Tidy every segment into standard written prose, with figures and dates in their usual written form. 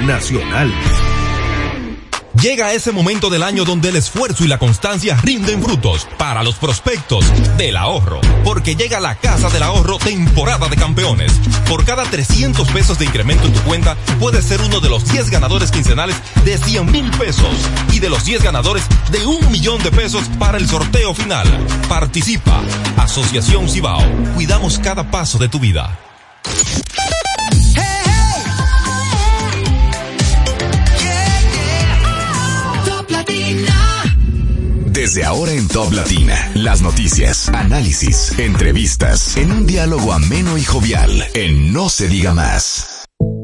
nacional. Llega ese momento del año donde el esfuerzo y la constancia rinden frutos para los prospectos del ahorro, porque llega la Casa del Ahorro temporada de campeones. Por cada 300 pesos de incremento en tu cuenta, puedes ser uno de los 10 ganadores quincenales de 100,000 pesos y de los 10 ganadores de 1,000,000 de pesos para el sorteo final. Participa. Asociación Cibao. Cuidamos cada paso de tu vida. Desde ahora en Top Latina, las noticias, análisis, entrevistas, en un diálogo ameno y jovial, en No se diga más.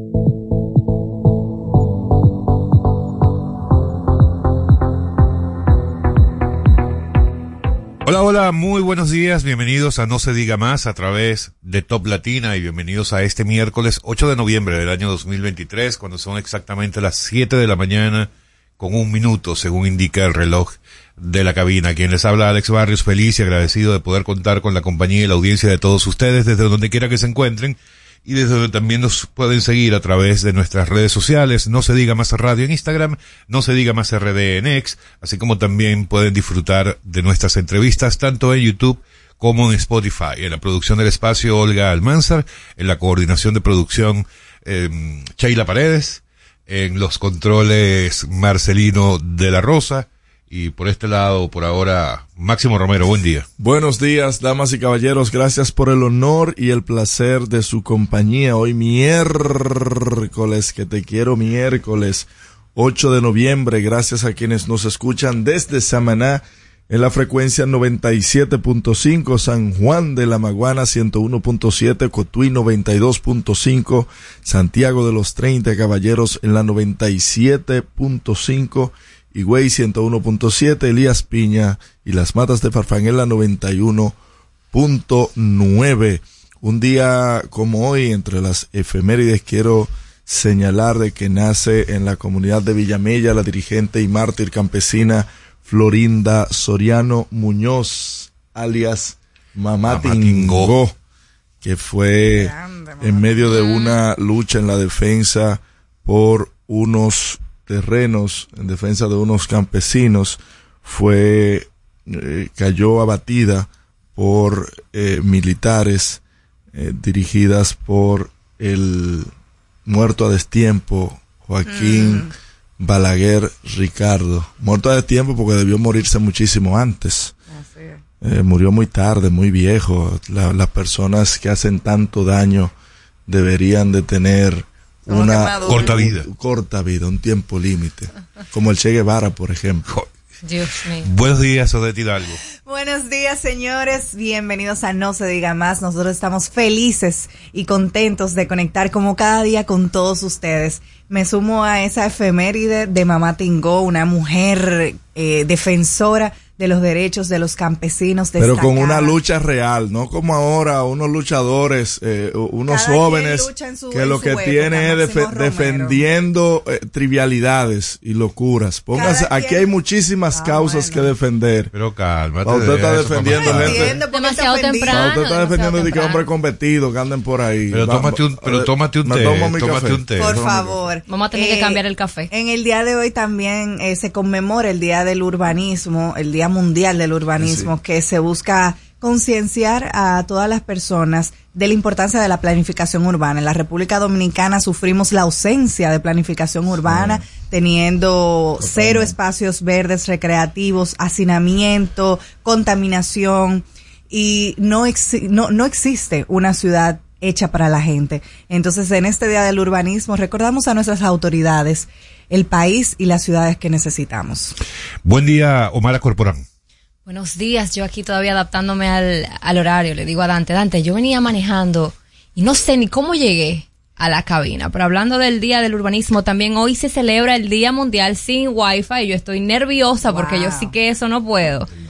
Hola, hola, muy buenos días, bienvenidos a No se diga más a través de Top Latina y bienvenidos a este miércoles 8 de noviembre del año 2023, cuando son exactamente las 7 de la mañana con 1 minuto, según indica el reloj de la cabina. Quien les habla, Alex Barrios, feliz y agradecido de poder contar con la compañía y la audiencia de todos ustedes desde donde quiera que se encuentren y desde donde también nos pueden seguir a través de nuestras redes sociales, No se diga más radio en Instagram, No se diga más RD en X, así como también pueden disfrutar de nuestras entrevistas tanto en YouTube como en Spotify. En la producción del espacio, Olga Almanzar, en la coordinación de producción, Sheila Paredes, en los controles, Marcelino de la Rosa, y por este lado, por ahora, Máximo Romero. Buen día. Buenos días, damas y caballeros. Gracias por el honor y el placer de su compañía. Hoy miércoles, que te quiero miércoles, 8 de noviembre. Gracias a quienes nos escuchan desde Samaná en la frecuencia 97.5, San Juan de la Maguana 101.7, Cotuí 92.5, Santiago de los 30 Caballeros en la 97.5, Higüey 101.7, Elías Piña y Las Matas de Farfán en la 91.9. Un día como hoy, entre las efemérides, quiero señalar de que nace en la comunidad de Villamella la dirigente y mártir campesina Florinda Soriano Muñoz, alias Mamá Tingó, que fue en medio de una lucha en la defensa por unos terrenos, en defensa de unos campesinos, cayó abatida por militares dirigidas por el muerto a destiempo Joaquín Balaguer Ricardo, muerto a destiempo porque debió morirse muchísimo antes. Murió muy tarde, muy viejo. Las personas que hacen tanto daño deberían de tener una corta vida, un tiempo límite, como el Che Guevara, por ejemplo. Dios mío. Buenos días, Odette Hidalgo. Buenos días, señores. Bienvenidos a No se diga más. Nosotros estamos felices y contentos de conectar como cada día con todos ustedes. Me sumo a esa efeméride de Mamá Tingó, una mujer defensora de los derechos de los campesinos destacada. Pero con una lucha real, no como ahora unos luchadores, unos cada jóvenes que lo que tienen es defendiendo trivialidades y locuras. Póngase, aquí hay muchísimas causas que defender. Pero cálmate. Usted está defendiendo gente. Demasiado temprano. Usted está defendiendo de que hombres competidos que anden por ahí. Pero tómate un té. Por favor. Vamos a tener que cambiar el café. En el día de hoy también se conmemora el Día del Urbanismo, el Día Mundial del Urbanismo, sí, que se busca concienciar a todas las personas de la importancia de la planificación urbana. En la República Dominicana sufrimos la ausencia de planificación urbana, teniendo cero espacios verdes recreativos, hacinamiento, contaminación, y no existe una ciudad hecha para la gente. Entonces, en este Día del Urbanismo recordamos a nuestras autoridades el país y las ciudades que necesitamos. Buen día, Omar Corporán. Buenos días, yo aquí todavía adaptándome al horario. Le digo a Dante, yo venía manejando y no sé ni cómo llegué a la cabina. Pero hablando del Día del Urbanismo, también hoy se celebra el Día Mundial sin Wi-Fi y yo estoy nerviosa porque yo sí que eso no puedo.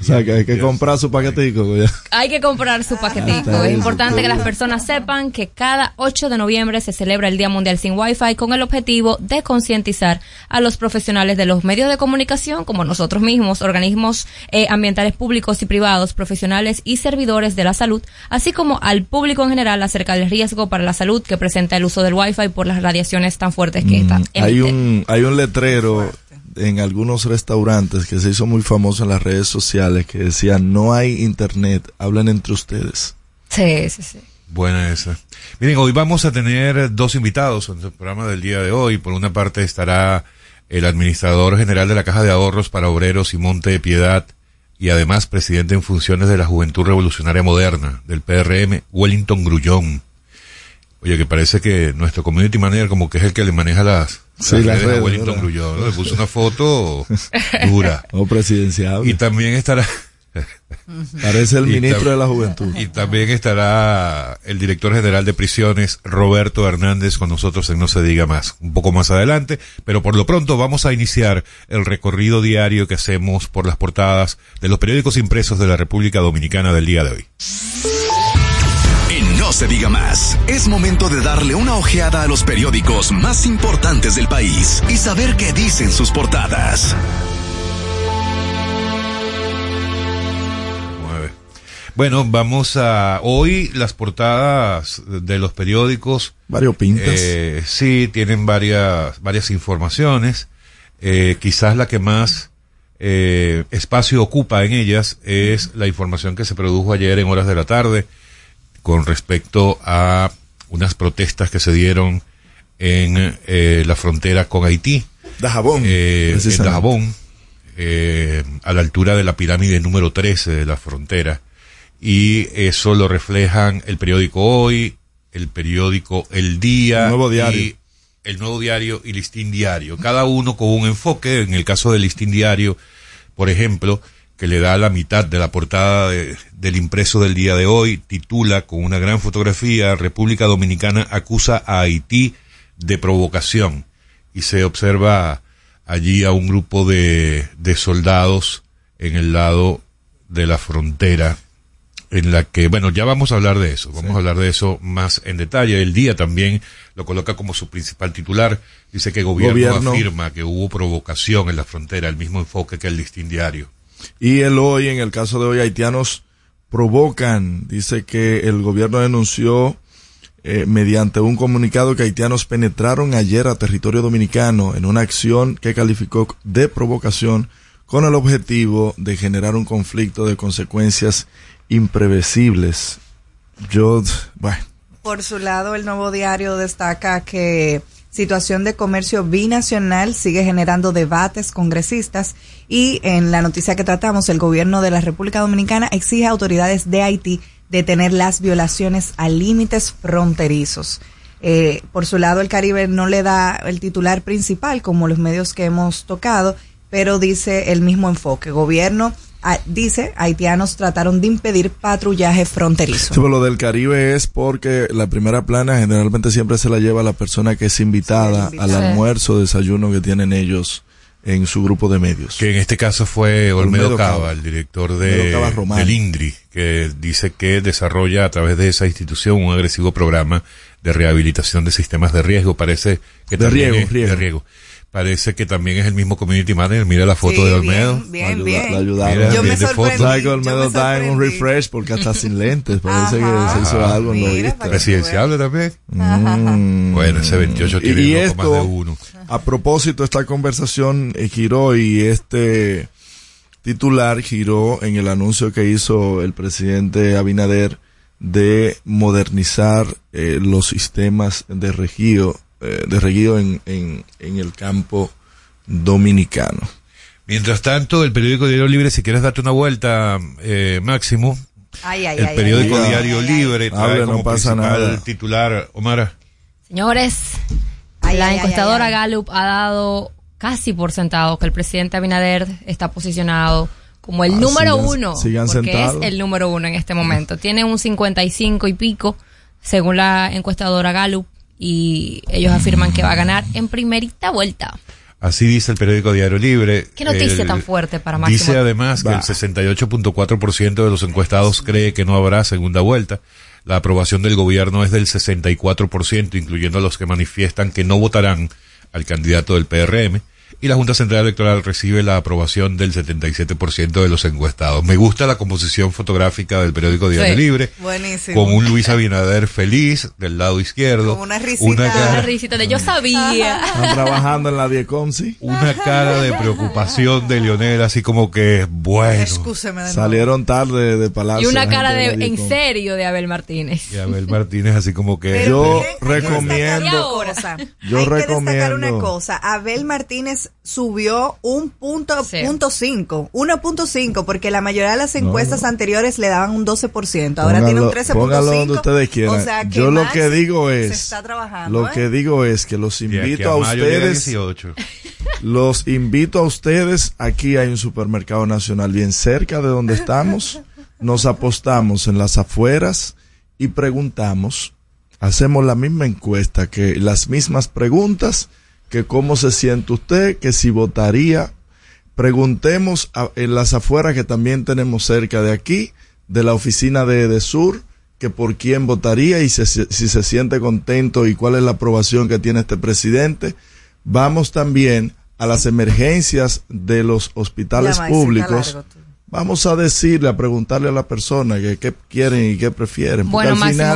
sea, que hay que comprar su paquetico. Hay que comprar su paquetico. Es importante que las personas sepan que cada 8 de noviembre se celebra el Día Mundial Sin Wi-Fi con el objetivo de concientizar a los profesionales de los medios de comunicación, como nosotros mismos, organismos ambientales públicos y privados, profesionales y servidores de la salud, así como al público en general acerca del riesgo para la salud que presenta el uso del Wi-Fi por las radiaciones tan fuertes que están emiten. Hay un letrero en algunos restaurantes que se hizo muy famoso en las redes sociales que decía: no hay internet, hablen entre ustedes. Sí. Buena esa. Miren, hoy vamos a tener 2 invitados en el programa del día de hoy. Por una parte estará el administrador general de la Caja de Ahorros para Obreros y Monte de Piedad, y además presidente en funciones de la Juventud Revolucionaria Moderna, del PRM, Wellington Grullón. Oye, que parece que nuestro community manager como que es el que le maneja las redes a Wellington Grullón, ¿no? Le puso una foto dura. Presidencial. Y también estará... Parece el ministro de la Juventud. Y también estará el director general de prisiones, Roberto Hernández, con nosotros en No Se Diga Más, un poco más adelante, pero por lo pronto vamos a iniciar el recorrido diario que hacemos por las portadas de los periódicos impresos de la República Dominicana del día de hoy. En No Se Diga Más, es momento de darle una ojeada a los periódicos más importantes del país y saber qué dicen sus portadas. Bueno, vamos a... Hoy las portadas de los periódicos... Variopintas. Sí, tienen varias informaciones. Quizás la que más espacio ocupa en ellas es la información que se produjo ayer en horas de la tarde con respecto a unas protestas que se dieron en la frontera con Haití. Dajabón. En Dajabón, a la altura de la pirámide número 13 de la frontera. Y eso lo reflejan el periódico Hoy, el periódico El Día, el Nuevo Diario. Y el Nuevo Diario y Listín Diario, cada uno con un enfoque. En el caso del Listín Diario, por ejemplo, que le da la mitad de la portada del impreso del día de hoy, titula con una gran fotografía: República Dominicana acusa a Haití de provocación, y se observa allí a un grupo de soldados en el lado de la frontera, en la que, bueno, ya vamos a hablar de eso, vamos a hablar de eso más en detalle. El Día también lo coloca como su principal titular, dice que gobierno afirma que hubo provocación en la frontera, el mismo enfoque que el Listín Diario. Y el Hoy, en el caso de hoy, haitianos provocan, dice que el gobierno denunció mediante un comunicado que haitianos penetraron ayer a territorio dominicano en una acción que calificó de provocación con el objetivo de generar un conflicto de consecuencias imprevisibles. Por su lado, el Nuevo Diario destaca que situación de comercio binacional sigue generando debates congresistas, y en la noticia que tratamos, el gobierno de la República Dominicana exige a autoridades de Haití detener las violaciones a límites fronterizos. Por su lado, el Caribe no le da el titular principal como los medios que hemos tocado, pero dice el mismo enfoque. Gobierno dice, haitianos trataron de impedir patrullaje fronterizo. Sí, pero lo del Caribe es porque la primera plana generalmente siempre se la lleva la persona que es invitada al almuerzo o desayuno que tienen ellos en su grupo de medios. Que en este caso fue Olmedo Cava, el director del INDRI, que dice que desarrolla a través de esa institución un agresivo programa de rehabilitación de sistemas de riesgo. Parece que de riego. Parece que también es el mismo community manager. Mira la foto de Olmedo. Bien. La ayudaron. Mira, yo me sorprendí. ¿Sabes que Olmedo está en un refresh porque hasta sin lentes? Parece que se hizo algo en lo visto. Presidenciable también. Bueno, ese 28 tiene un poco más de uno. A propósito, esta conversación giró, y este titular giró en el anuncio que hizo el presidente Abinader de modernizar los sistemas de reguío en el campo dominicano. Mientras tanto, el periódico Diario Libre, si quieres darte una vuelta, Máximo, el periódico Diario Libre trae como principal titular, Omara. Señores, la encuestadora Gallup ha dado casi por sentado que el presidente Abinader está posicionado como el número uno, porque sentados. Es el número uno en este momento. Tiene un 55 y pico, según la encuestadora Gallup, y ellos afirman que va a ganar en primerita vuelta. Así dice el periódico Diario Libre. ¿Qué noticia tan fuerte para Máximo? Dice además que el 68.4% de los encuestados cree que no habrá segunda vuelta. La aprobación del gobierno es del 64%, incluyendo a los que manifiestan que no votarán al candidato del PRM. Y la Junta Central Electoral recibe la aprobación del 77% de los encuestados. Me gusta la composición fotográfica del periódico Diario Libre. Buenísimo. Con un Luis Abinader feliz del lado izquierdo. Con una risita. Una risita de yo sabía. Están trabajando en la Diecom, sí. Una cara de preocupación de Leonel, así como que, bueno. Excúseme de nuevo. Salieron tarde de Palacio. Y una la cara gente de la en Diecom. serio de Abel Martínez. Y Abel Martínez así como que... Yo Hay que recomiendo... destacar una cosa. Yo Hay que recomiendo- destacar una cosa. Abel Martínez subió un punto, Sí. 1.5, porque la mayoría de las encuestas anteriores le daban un 12%. Ahora Póngalo- tiene un 13.5. póngalo donde ustedes quieran. O sea, que Yo lo Max que digo se es... está trabajando, Lo que digo es que los de aquí invito a mayo llega ustedes... 18. Los invito a ustedes, aquí hay un supermercado nacional bien cerca de donde estamos, nos apostamos en las afueras y preguntamos, hacemos la misma encuesta, que las mismas preguntas, que cómo se siente usted, que si votaría, preguntemos en las afueras que también tenemos cerca de aquí, de la oficina de Sur, que por quién votaría y si se siente contento y cuál es la aprobación que tiene este presidente. Vamos también a las emergencias de los hospitales públicos. Vamos a decirle, a preguntarle a la persona que qué quieren y qué prefieren. Porque Bueno, al Máximo,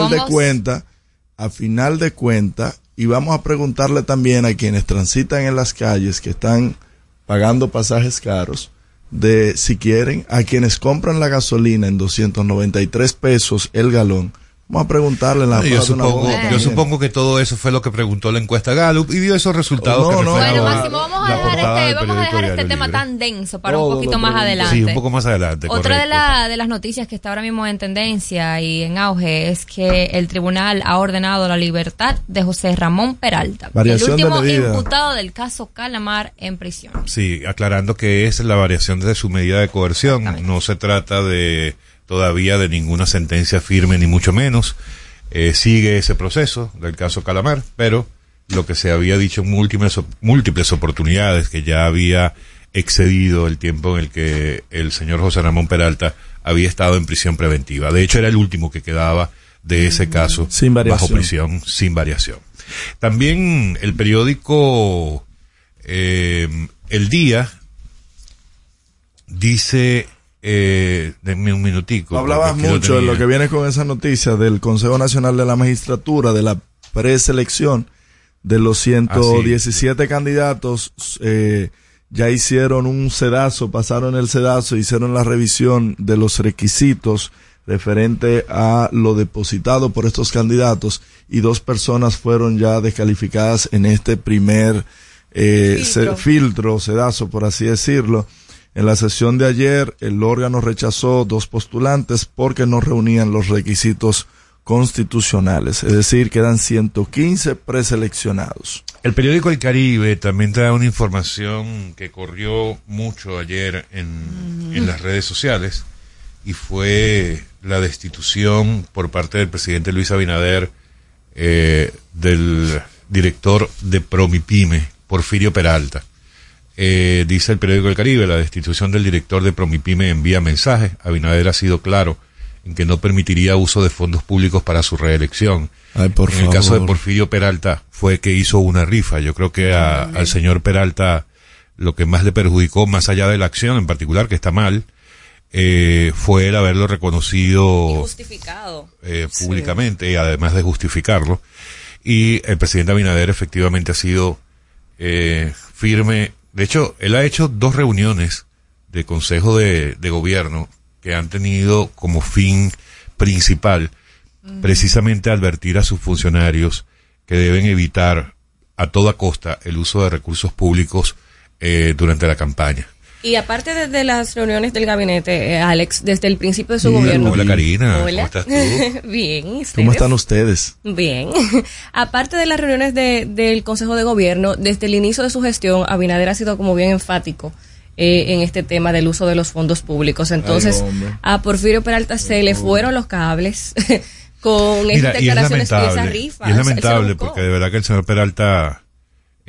final de cuenta, y vamos a preguntarle también a quienes transitan en las calles que están pagando pasajes caros, de si quieren, a quienes compran la gasolina en 293 pesos el galón, vamos a preguntarle en la Yo de una bomba también. supongo que todo eso fue lo que preguntó la encuesta Gallup y dio esos resultados que No, reflejaban Bueno, Máximo, vamos la a portada del dejar periódico este Diario tema Libre. tan denso para Todo un poquito lo más pregunto. adelante. Sí, un poco más adelante. Otra correcto. de las noticias que está ahora mismo en tendencia y en auge es que el tribunal ha ordenado la libertad de José Ramón Peralta, Variación el de último medida. imputado del caso Calamar en prisión. Sí, aclarando que es la variación de su medida de coerción. No se trata todavía de ninguna sentencia firme, ni mucho menos. Sigue ese proceso del caso Calamar, pero lo que se había dicho en múltiples oportunidades, que ya había excedido el tiempo en el que el señor José Ramón Peralta había estado en prisión preventiva. De hecho, era el último que quedaba de ese caso Sin variación. bajo prisión, sin variación. También el periódico El Día dice... denme un minutico. Hablabas porque aquí mucho de lo tenía. que viene con esa noticia del Consejo Nacional de la Magistratura, de la preselección de los 117 candidatos. Ya hicieron un sedazo, pasaron el sedazo, hicieron la revisión de los requisitos referente a lo depositado por estos candidatos y 2 personas fueron ya descalificadas en este primer filtro, sedazo, por así decirlo. En la sesión de ayer, el órgano rechazó 2 postulantes porque no reunían los requisitos constitucionales, es decir, quedan 115 preseleccionados. El periódico El Caribe también trae una información que corrió mucho ayer en las redes sociales y fue la destitución por parte del presidente Luis Abinader del director de Promipyme, Porfirio Peralta. Dice el periódico El Caribe, la destitución del director de Promipyme envía mensaje. Abinader ha sido claro en que no permitiría uso de fondos públicos para su reelección. Ay, por en el favor. caso de Porfirio Peralta fue que hizo una rifa. Yo creo que al señor Peralta lo que más le perjudicó, más allá de la acción en particular, que está mal, fue el haberlo reconocido Justificado. públicamente, además de justificarlo. Y el presidente Abinader efectivamente ha sido firme. De hecho, él ha hecho 2 reuniones de consejo de gobierno que han tenido como fin principal precisamente advertir a sus funcionarios que deben evitar a toda costa el uso de recursos públicos durante la campaña. Y aparte de las reuniones del gabinete, Alex, desde el principio de su Sí, gobierno. Hola Karina, Hola. ¿cómo estás tú? Bien, ¿y ustedes? ¿Cómo están ustedes? Bien. Aparte de las reuniones del Consejo de Gobierno, desde el inicio de su gestión, Abinader ha sido como bien enfático en este tema del uso de los fondos públicos. Entonces, Ay, hombre. a Porfirio Peralta se le fueron los cables con Mira, estas y es declaraciones y esa lamentable, rifa. y es Él se lo lamentable buscó. porque de verdad que el señor Peralta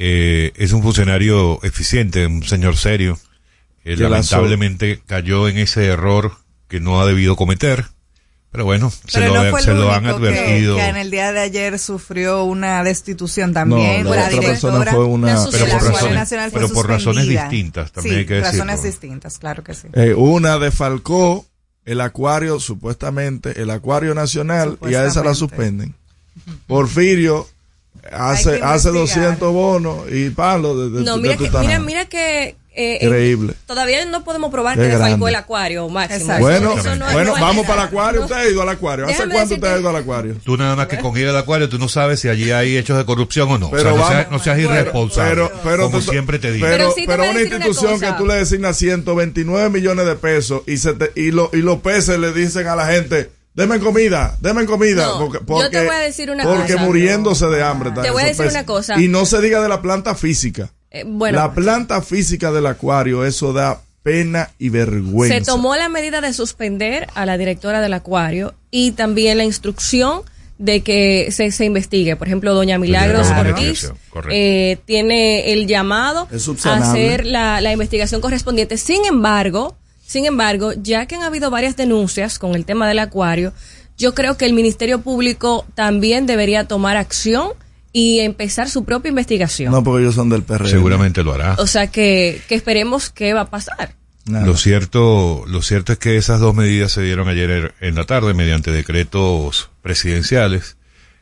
es un funcionario eficiente, un señor serio. Lamentablemente cayó en ese error que no ha debido cometer. Pero bueno, se lo han advertido. Que en el día de ayer sufrió una destitución también. La directora fue una... Pero por razones distintas, también hay que decirlo. Razones distintas, claro que sí. Una defalcó el acuario, supuestamente, el acuario nacional, y a esa la suspenden. Porfirio hace 200 bonos y palo mira que increíble. Todavía no podemos probar que defalcó el acuario, Máximo. Bueno, vamos para el acuario. Usted ha ido al acuario. ¿Hace cuánto usted ha ido al acuario? Tú nada más que con ir al acuario, tú no sabes si allí hay hechos de corrupción o no. Pero no seas irresponsable, como siempre te digo. Pero una institución que tú le designas 129 millones de pesos y los peces le dicen a la gente: Deme comida. No, yo te voy a decir una cosa. Porque muriéndose de hambre. Te voy a decir una cosa. Y no se diga de la planta física. La planta física del acuario, eso da pena y vergüenza. Se tomó la medida de suspender a la directora del acuario y también la instrucción de que se investigue. Por ejemplo, doña Milagros Ortiz tiene el llamado a hacer la investigación correspondiente. Sin embargo, ya que han habido varias denuncias con el tema del acuario, yo creo que el Ministerio Público también debería tomar acción y empezar su propia investigación. No, porque ellos son del PRM. Seguramente lo hará. O sea que esperemos qué va a pasar. Nada. Lo cierto es que esas dos medidas se dieron ayer en la tarde mediante decretos presidenciales.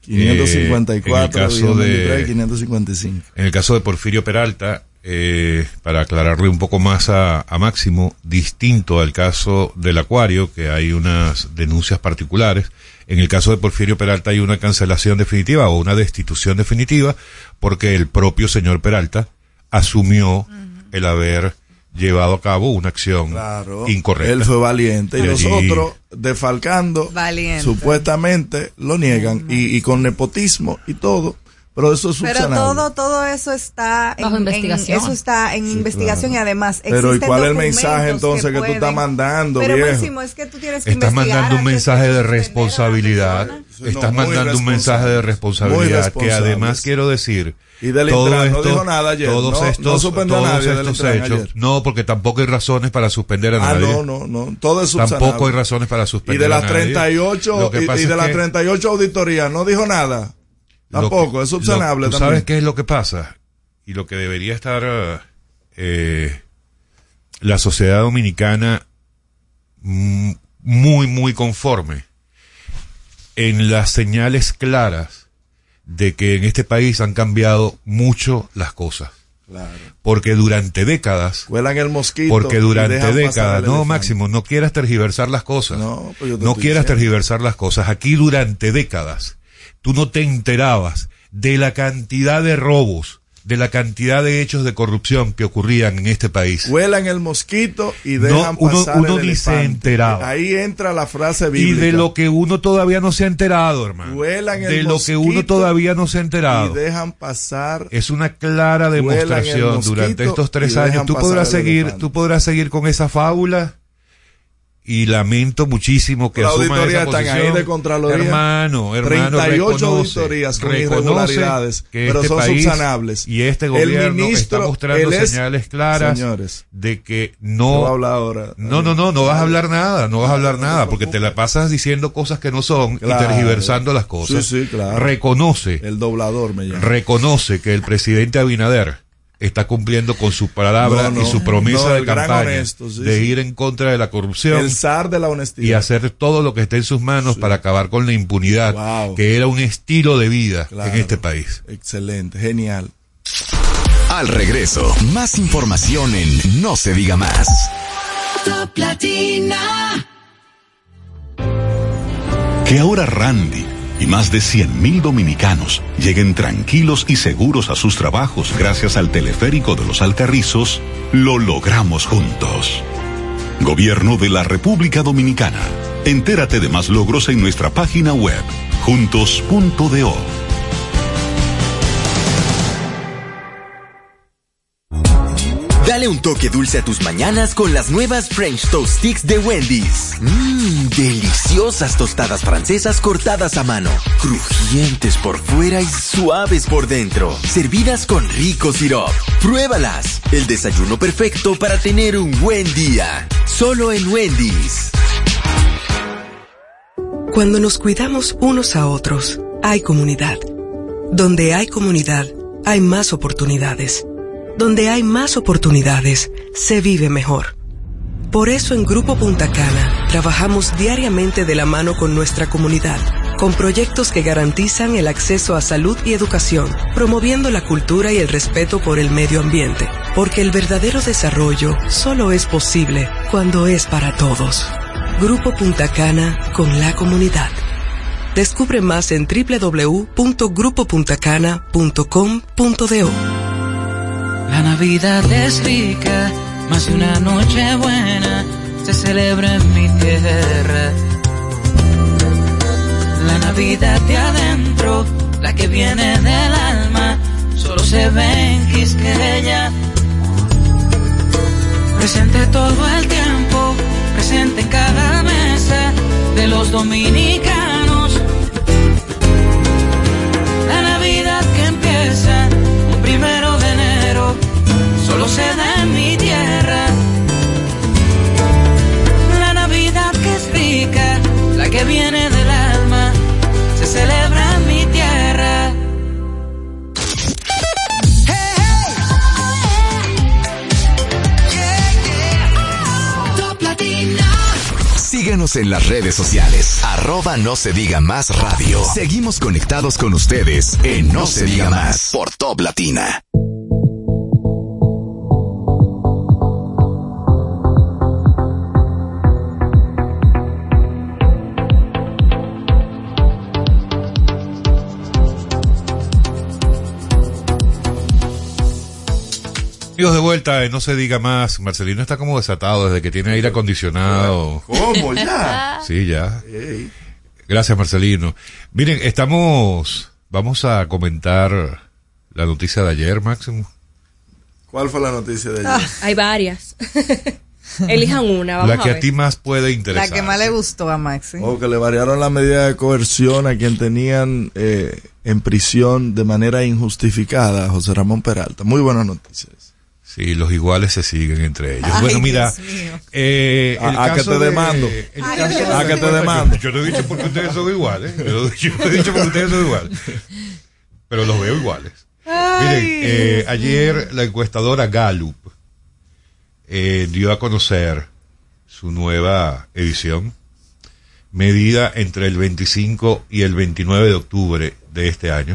554 y 555. En el caso de Porfirio Peralta, para aclararle un poco más a Máximo, distinto al caso del acuario, que hay unas denuncias particulares. En el caso de Porfirio Peralta hay una cancelación definitiva o una destitución definitiva porque el propio señor Peralta asumió el haber llevado a cabo una acción incorrecta. Él fue valiente y nosotros, defalcando, supuestamente lo niegan y con nepotismo y todo. Pero eso es subsanable. Pero todo eso está bajo investigación. Eso está en investigación, claro. Y además pero ¿y cuál es el mensaje entonces que tú estás mandando, pero viejo? Máximo, es que tú tienes que estás mandando un mensaje de responsabilidad. Estás mandando un mensaje de responsabilidad que además quiero decir. Y del Intran no dijo nada ayer. No suspendió a nadie del Intran hechos. Ayer. No, porque tampoco hay razones para suspender a nadie. No. Todo es subsanable. Tampoco hay razones para suspender a nadie. Y de las 38 auditorías no dijo nada. Tampoco, es subsanable. ¿Tú sabes qué es lo que pasa? Y lo que debería estar la sociedad dominicana muy, muy conforme en las señales claras de que en este país han cambiado mucho las cosas. Claro. Porque durante décadas... Cuelan el mosquito. Porque durante décadas... No, Máximo, no quieras tergiversar las cosas. No quieras tergiversar las cosas. Aquí durante décadas tú no te enterabas de la cantidad de robos, de la cantidad de hechos de corrupción que ocurrían en este país. Huelan el mosquito y dejan pasar uno el ni se enteraba. Ahí entra la frase bíblica. Y de lo que uno todavía no se ha enterado, hermano. Huelan el de lo que uno todavía no se ha enterado. Y dejan pasar. Es una clara demostración durante estos 3 años. Tú podrás seguir con esa fábula. Y lamento muchísimo que asuman esa posición. Están ahí de Contraloría. Hermano, 38 auditorías con irregularidades, pero son subsanables. Y este gobierno está mostrando señales claras, señores, de que no va a hablar ahora. No vas a hablar nada, porque te la pasas diciendo cosas que no son, claro, y tergiversando las cosas. Sí, claro. Reconoce. El doblador me llama. Reconoce que el presidente Abinader está cumpliendo con su palabra y su promesa de campaña de ir en contra de la corrupción, el zar de la honestidad, y hacer todo lo que esté en sus manos para acabar con la impunidad, que era un estilo de vida en este país. Excelente, genial. Al regreso, más información en No se diga más. Top Latina. Que ahora Randy y más de 100,000 dominicanos lleguen tranquilos y seguros a sus trabajos gracias al teleférico de los Alcarrizos, lo logramos juntos. Gobierno de la República Dominicana. Entérate de más logros en nuestra página web, juntos.do. Dale un toque dulce a tus mañanas con las nuevas French Toast Sticks de Wendy's. Deliciosas tostadas francesas cortadas a mano, crujientes por fuera y suaves por dentro, servidas con rico sirope. ¡Pruébalas! El desayuno perfecto para tener un buen día. Solo en Wendy's. Cuando nos cuidamos unos a otros, hay comunidad. Donde hay comunidad, hay más oportunidades. Donde hay más oportunidades, se vive mejor. Por eso en Grupo Punta Cana trabajamos diariamente de la mano con nuestra comunidad, con proyectos que garantizan el acceso a salud y educación, promoviendo la cultura y el respeto por el medio ambiente, porque el verdadero desarrollo solo es posible cuando es para todos. Grupo Punta Cana con la comunidad. Descubre más en www.grupopuntacana.com.do. La Navidad es rica, más de una noche buena se celebra en mi tierra. La Navidad de adentro, la que viene del alma, solo se ve en Quisqueya. Presente todo el tiempo, presente en cada mesa de los dominicanos. La Navidad que empieza un 1 de enero, solo se da en mi tierra. La Navidad que es rica, la que viene del alma, se celebra en mi tierra. Síguenos en las redes sociales, @No Se Diga Más Radio. Seguimos conectados con ustedes en No Se Diga Más por Top Latina. Amigos, de vuelta, No Se Diga Más. Marcelino está como desatado desde que tiene aire acondicionado. ¿Cómo? ¿Ya? Sí, ya. Hey. Gracias, Marcelino. Miren, vamos a comentar la noticia de ayer, Máximo. ¿Cuál fue la noticia de ayer? Hay varias. Elijan una, vamos a ver. La que a ti más puede interesar. La que más le gustó a Maxi. O que le variaron la medida de coerción a quien tenían en prisión de manera injustificada, a José Ramón Peralta. Muy buenas noticias. Sí, los iguales se siguen entre ellos. Ay, bueno, mira, a que te demando. A que te demando. Yo no he dicho porque ustedes son iguales. Yo no he dicho porque ustedes son iguales. Pero los veo iguales. Miren, ayer la encuestadora Gallup dio a conocer su nueva edición, medida entre el 25 y el 29 de octubre de este año.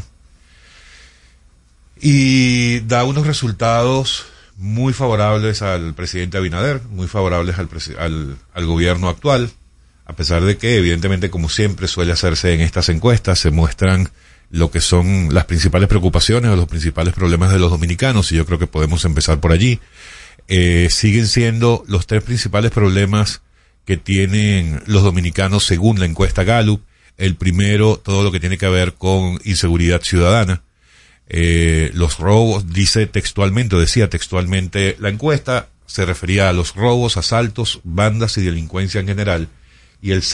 Y da unos resultados muy favorables al presidente Abinader, muy favorables al gobierno actual, a pesar de que, evidentemente, como siempre suele hacerse en estas encuestas, se muestran lo que son las principales preocupaciones o los principales problemas de los dominicanos, y yo creo que podemos empezar por allí. Siguen siendo los 3 principales problemas que tienen los dominicanos según la encuesta Gallup. El primero, todo lo que tiene que ver con inseguridad ciudadana. Los robos, decía textualmente la encuesta, se refería a los robos, asaltos, bandas y delincuencia en general, y el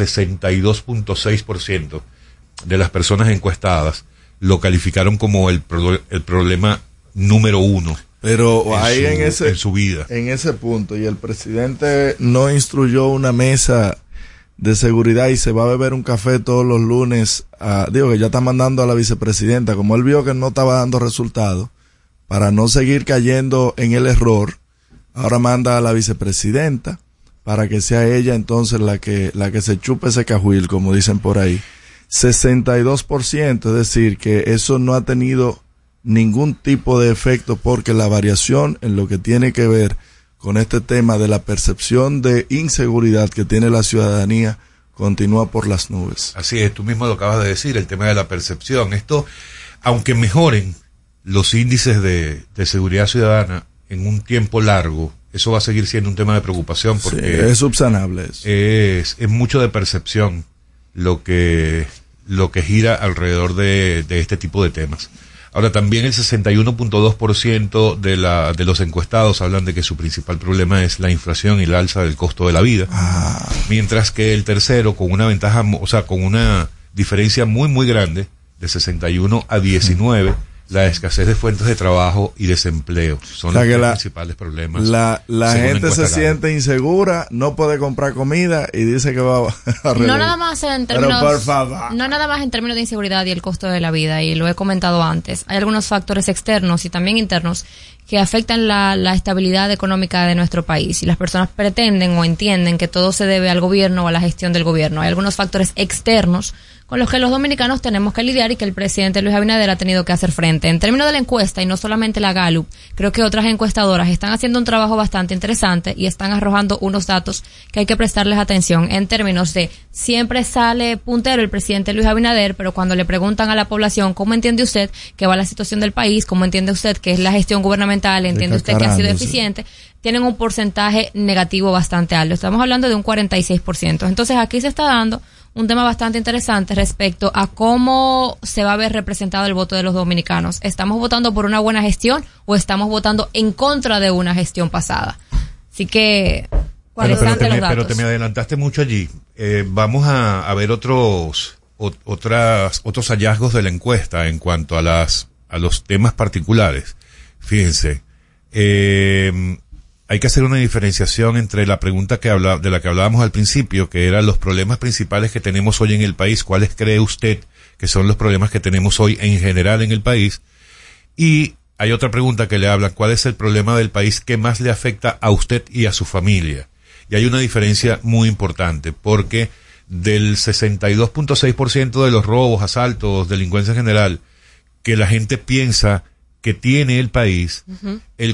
62.6% de las personas encuestadas lo calificaron como el problema número 1. Pero ahí en su vida. En ese punto, y el presidente no instruyó una mesa de seguridad y se va a beber un café todos los lunes, que ya está mandando a la vicepresidenta, como él vio que no estaba dando resultados, para no seguir cayendo en el error, ahora manda a la vicepresidenta para que sea ella entonces la que se chupe ese cajuil, como dicen por ahí. 62%, es decir, que eso no ha tenido ningún tipo de efecto, porque la variación en lo que tiene que ver con este tema de la percepción de inseguridad que tiene la ciudadanía continúa por las nubes. Así es, tú mismo lo acabas de decir, el tema de la percepción. Esto, aunque mejoren los índices de seguridad ciudadana en un tiempo largo, eso va a seguir siendo un tema de preocupación, porque sí, es subsanable eso. Es mucho de percepción lo que gira alrededor de este tipo de temas. Ahora, también el 61.2% de los encuestados hablan de que su principal problema es la inflación y el alza del costo de la vida. Mientras que el tercero, con una ventaja, o sea, con una diferencia muy, muy grande, de 61 a 19, la escasez de fuentes de trabajo y desempleo son los principales problemas. La gente se siente insegura, no puede comprar comida y dice que va a no nada más en términos, no nada más en términos de inseguridad y el costo de la vida, y lo he comentado antes. Hay algunos factores externos y también internos que afectan la estabilidad económica de nuestro país, y las personas pretenden o entienden que todo se debe al gobierno o a la gestión del gobierno. Hay algunos factores externos con los que los dominicanos tenemos que lidiar y que el presidente Luis Abinader ha tenido que hacer frente. En términos de la encuesta, y no solamente la Gallup, creo que otras encuestadoras están haciendo un trabajo bastante interesante y están arrojando unos datos que hay que prestarles atención en términos de siempre sale puntero el presidente Luis Abinader, pero cuando le preguntan a la población cómo entiende usted que va la situación del país, cómo entiende usted que es la gestión gubernamental, entiende usted que ha sido eficiente, tienen un porcentaje negativo bastante alto. Estamos hablando de un 46%. Entonces aquí se está dando un tema bastante interesante respecto a cómo se va a ver representado el voto de los dominicanos. ¿Estamos votando por una buena gestión o estamos votando en contra de una gestión pasada? Así que, interesante los datos. Pero te me adelantaste mucho allí. Vamos a ver otros hallazgos de la encuesta en cuanto a los temas particulares. Fíjense, hay que hacer una diferenciación entre la pregunta de la que hablábamos al principio, que eran los problemas principales que tenemos hoy en el país. ¿Cuáles cree usted que son los problemas que tenemos hoy en general en el país? Y hay otra pregunta que le habla, ¿cuál es el problema del país que más le afecta a usted y a su familia? Y hay una diferencia muy importante, porque del 62.6% de los robos, asaltos, delincuencia en general, que la gente piensa que tiene el país, el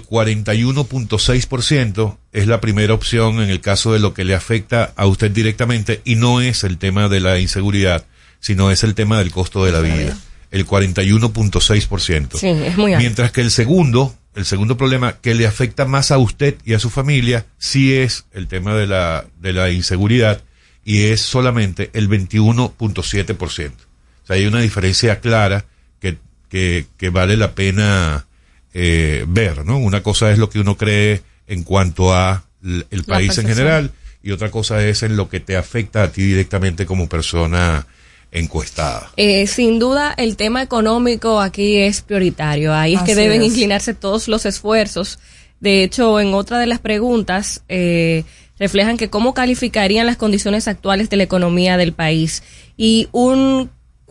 41.6% es la primera opción en el caso de lo que le afecta a usted directamente, y no es el tema de la inseguridad, sino es el tema del costo de la vida, el 41.6%. Sí, es muy alto. Mientras que el segundo problema que le afecta más a usted y a su familia sí es el tema de la inseguridad, y es solamente el 21.7%. O sea, hay una diferencia clara que vale la pena ver, ¿no? Una cosa es lo que uno cree en cuanto a el país en general, y otra cosa es en lo que te afecta a ti directamente como persona encuestada. Sin duda el tema económico aquí es prioritario, ahí es que deben inclinarse todos los esfuerzos. De hecho, en otra de las preguntas reflejan que cómo calificarían las condiciones actuales de la economía del país, y un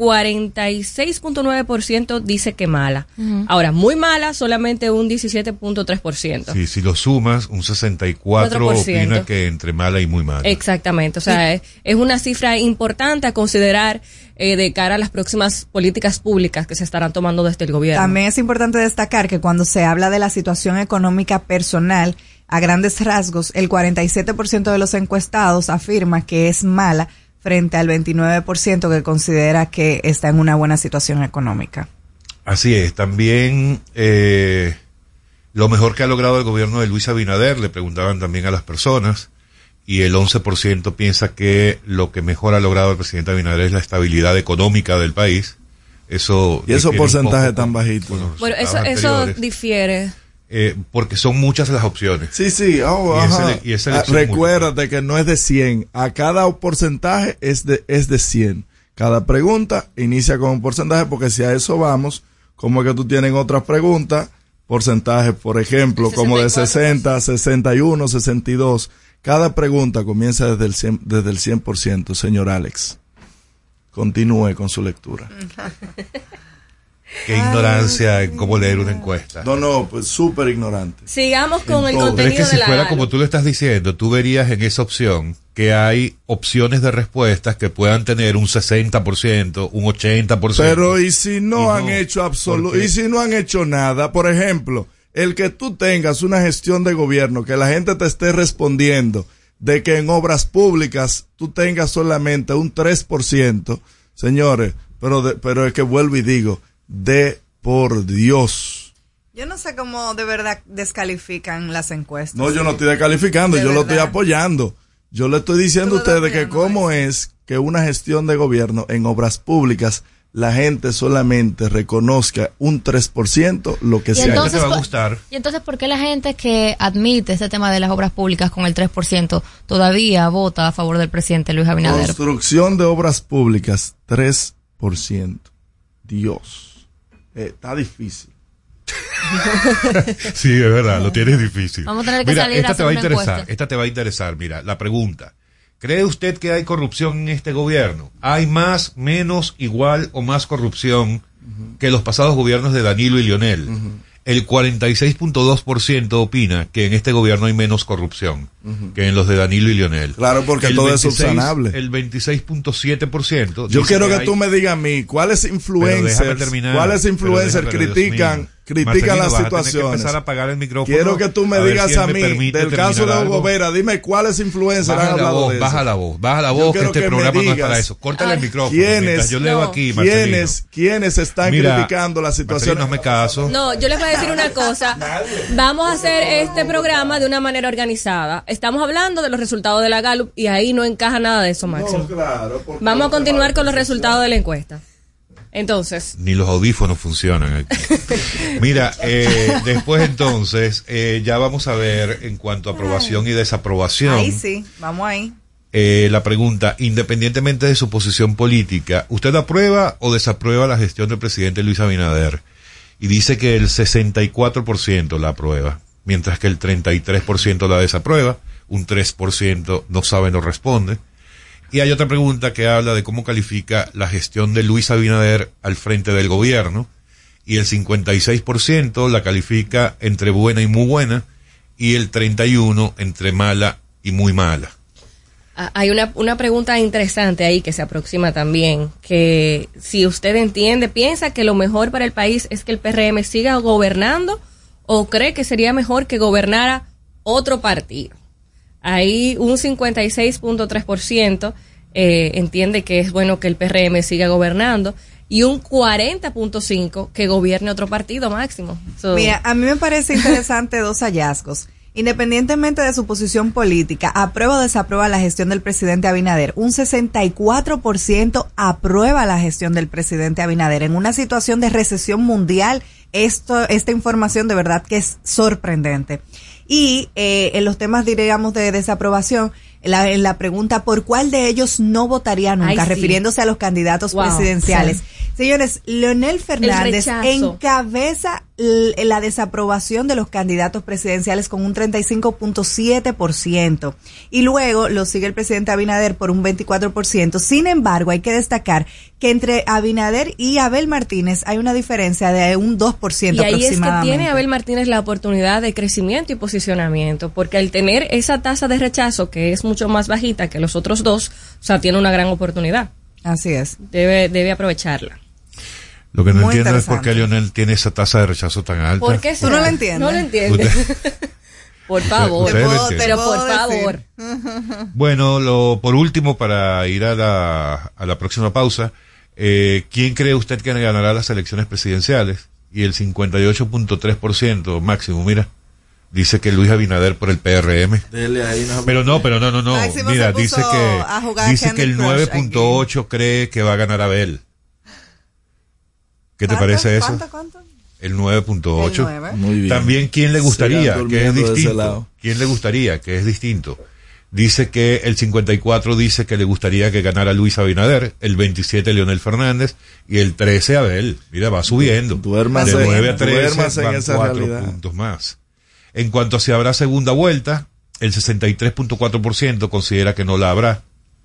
46.9% dice que mala. Ahora, muy mala, solamente un 17.3%. Sí, si lo sumas, un 64% opina que entre mala y muy mala. Exactamente, o sea, es una cifra importante a considerar de cara a las próximas políticas públicas que se estarán tomando desde el gobierno. También es importante destacar que cuando se habla de la situación económica personal, a grandes rasgos, el 47% de los encuestados afirma que es mala, frente al 29% que considera que está en una buena situación económica. Así es. También lo mejor que ha logrado el gobierno de Luis Abinader, le preguntaban también a las personas, y el 11% piensa que lo que mejor ha logrado el presidente Abinader es la estabilidad económica del país. Eso y esos porcentajes tan bajitos. Bueno, eso difiere. Porque son muchas las opciones. Sí. Recuérdate que no es de 100. A cada porcentaje es de 100. Cada pregunta inicia con un porcentaje, porque si a eso vamos, como es que tú tienes otras preguntas, porcentajes, por ejemplo, como de 60, 61, 62. Cada pregunta comienza desde el 100%, señor Alex. Continúe con su lectura. Qué ignorancia en cómo leer una encuesta. No, pues súper ignorante. Sigamos con el contenido. Pero es que si de fuera la como tú lo estás diciendo, tú verías en esa opción que hay opciones de respuestas que puedan tener un 60%, un 80%. Pero ¿y si no han hecho y si no han hecho nada? Por ejemplo, el que tú tengas una gestión de gobierno, que la gente te esté respondiendo de que en obras públicas tú tengas solamente un 3%, señores, pero es que vuelvo y digo, por Dios. Yo no sé cómo de verdad descalifican las encuestas. No, yo no estoy descalificando, yo lo estoy apoyando. Yo le estoy diciendo a ustedes que cómo es que una gestión de gobierno en obras públicas la gente solamente reconozca un 3% lo que sea. Entonces te va a gustar. Y entonces, ¿por qué la gente que admite este tema de las obras públicas con el 3% todavía vota a favor del presidente Luis Abinader? Construcción de obras públicas, 3%. Dios. Está difícil. Sí, es verdad, lo tienes difícil. Vamos a tener que salir a hacer una encuesta. Esta te va a interesar. Mira, la pregunta. ¿Cree usted que hay corrupción en este gobierno? ¿Hay más, menos, igual o más corrupción que los pasados gobiernos de Danilo y Lionel? El 46.2% opina que en este gobierno hay menos corrupción que en los de Danilo y Lionel. Claro, porque todo es subsanable. El 26.7%. Yo quiero que tú me digas a mí, ¿cuáles influencers critican las situaciones? Quiero que tú me digas a mí, del caso de Hugo Vera, dime cuáles influencers han hablado de eso. Baja la voz, que este programa no es para eso. Córtale el micrófono. Yo leo aquí, ¿Quiénes están criticando la situación? No me caso. No, yo les voy a decir una cosa. Vamos a hacer este programa de una manera organizada. Estamos hablando de los resultados de la Gallup y ahí no encaja nada de eso, Máximo. Vamos a continuar con los resultados de la encuesta. Entonces. Ni los audífonos funcionan aquí. Mira, después entonces, ya vamos a ver en cuanto a aprobación y desaprobación. Ahí sí, vamos ahí. La pregunta, independientemente de su posición política, ¿usted aprueba o desaprueba la gestión del presidente Luis Abinader? Y dice que el 64% la aprueba, mientras que el 33% la desaprueba, un 3% no sabe, no responde. Y hay otra pregunta que habla de cómo califica la gestión de Luis Abinader al frente del gobierno, y el 56% la califica entre buena y muy buena, y el 31% entre mala y muy mala. Hay una pregunta interesante ahí que se aproxima también, que si usted piensa que lo mejor para el país es que el PRM siga gobernando, o cree que sería mejor que gobernara otro partido. Ahí un 56.3% entiende que es bueno que el PRM siga gobernando, y un 40.5% que gobierne otro partido, Máximo. Mira, a mí me parece interesante dos hallazgos. Independientemente de su posición política, aprueba o desaprueba la gestión del presidente Abinader. Un 64% aprueba la gestión del presidente Abinader. En una situación de recesión mundial, esta información de verdad que es sorprendente. Y en los temas, diríamos, de desaprobación, en la pregunta ¿por cuál de ellos no votaría nunca? Sí. Refiriéndose a los candidatos presidenciales. Sí. Señores, Leonel Fernández encabeza la desaprobación de los candidatos presidenciales con un 35.7%. Y luego lo sigue el presidente Abinader por un 24%. Sin embargo, hay que destacar que entre Abinader y Abel Martínez hay una diferencia de un 2% aproximadamente. Y ahí es que tiene Abel Martínez la oportunidad de crecimiento y posicionamiento, porque al tener esa tasa de rechazo que es mucho más bajita que los otros dos, o sea, tiene una gran oportunidad. Así es. Debe aprovecharla. Lo que no entiendo es por qué Leonel tiene esa tasa de rechazo tan alta. ¿Por qué? ¿Tú no lo entiendes? No lo entiendes. Por favor. Pero por favor. Bueno, por último, para ir a la próxima pausa, ¿quién cree usted que ganará las elecciones presidenciales? Y el 58.3% Máximo, mira, dice que Luis Abinader por el PRM. Pero no. Máximo, mira, dice que el 9.8% cree que va a ganar Abel. ¿Qué te parece eso? ¿Cuánto? El 9.8. Muy bien. También, ¿quién le gustaría que es distinto? ¿Quién le gustaría que es distinto? Dice que el 54% dice que le gustaría que ganara Luis Abinader, el 27% Leonel Fernández y el 13% Abel. Mira, va subiendo. De 9 a 13 van 4 puntos más. En cuanto a si habrá segunda vuelta, el 63.4% considera que no la habrá.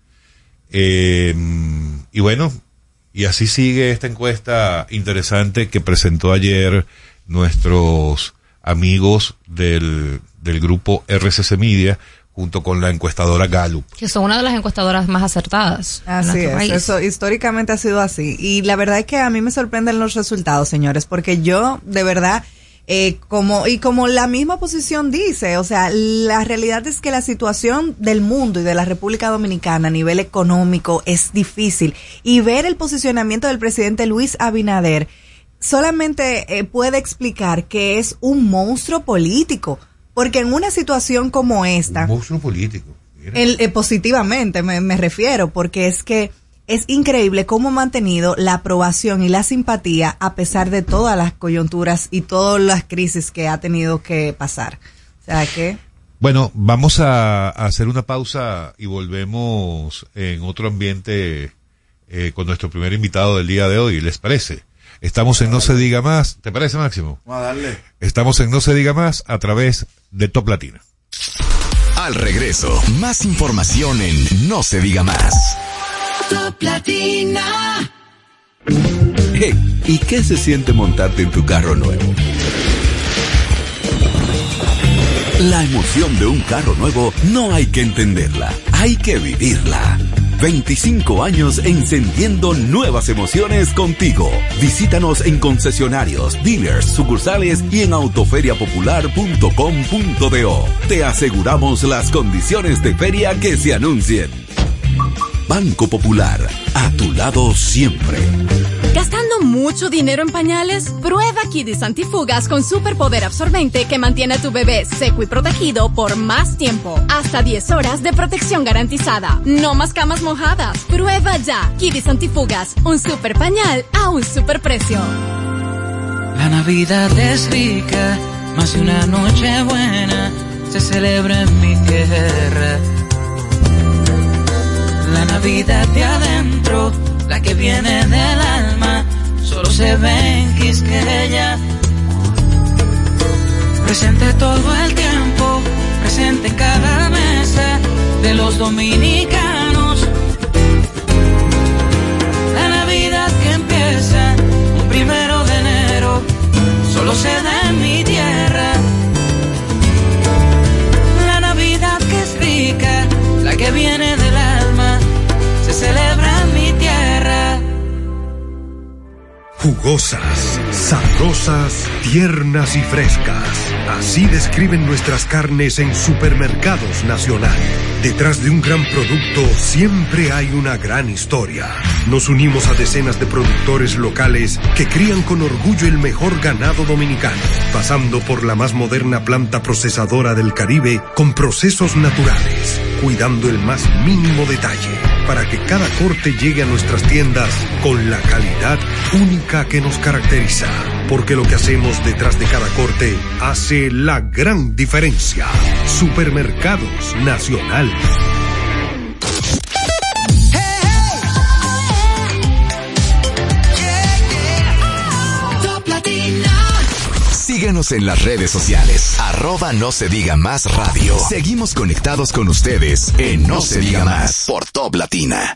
Y bueno, y así sigue esta encuesta interesante que presentó ayer nuestros amigos del grupo RCC Media junto con la encuestadora Gallup. Que son una de las encuestadoras más acertadas. Así es, eso históricamente ha sido así. Y la verdad es que a mí me sorprenden los resultados, señores, porque yo, de verdad, como la misma posición dice, o sea, la realidad es que la situación del mundo y de la República Dominicana a nivel económico es difícil, y ver el posicionamiento del presidente Luis Abinader solamente puede explicar que es un monstruo político, porque en una situación como esta... Un monstruo político. Positivamente me refiero, porque es que es increíble cómo ha mantenido la aprobación y la simpatía a pesar de todas las coyunturas y todas las crisis que ha tenido que pasar. O sea que... Bueno, vamos a hacer una pausa y volvemos en otro ambiente con nuestro primer invitado del día de hoy. ¿Les parece? Estamos en No Se Diga Más. ¿Te parece, Máximo? Vamos a darle. Estamos en No Se Diga Más a través de Top Latina. Al regreso, más información en No Se Diga Más. Top Latina. Hey, ¿y qué se siente montarte en tu carro nuevo? La emoción de un carro nuevo no hay que entenderla, hay que vivirla. 25 años encendiendo nuevas emociones contigo. Visítanos en concesionarios, dealers, sucursales y en autoferiapopular.com.do. Te aseguramos las condiciones de feria que se anuncien. Banco Popular, a tu lado siempre. ¿Gastando mucho dinero en pañales? Prueba Kidis Antifugas con superpoder absorbente que mantiene a tu bebé seco y protegido por más tiempo. Hasta 10 horas de protección garantizada. No más camas mojadas. Prueba ya Kidis Antifugas, un super pañal a un super precio. La Navidad es rica, más de una noche buena se celebra en mi tierra. La Navidad de adentro, la que viene del alma, solo se ve en Quisqueya. Presente todo el tiempo, presente en cada mesa de los dominicanos. La Navidad que empieza un 1 de enero, solo se da en mi tierra. La Navidad que es rica, la que viene del alma, se celebra en mi tierra. Jugosas, sabrosas, tiernas y frescas. Así describen nuestras carnes en Supermercados Nacional. Detrás de un gran producto siempre hay una gran historia. Nos unimos a decenas de productores locales que crían con orgullo el mejor ganado dominicano, pasando por la más moderna planta procesadora del Caribe con procesos naturales, cuidando el más mínimo detalle para que cada corte llegue a nuestras tiendas con la calidad única que nos caracteriza. Porque lo que hacemos detrás de cada corte hace la gran diferencia. Supermercados Nacional. Síguenos en las redes sociales, @No Se Diga Más Radio. Seguimos conectados con ustedes en No Se Diga Más por Top Latina.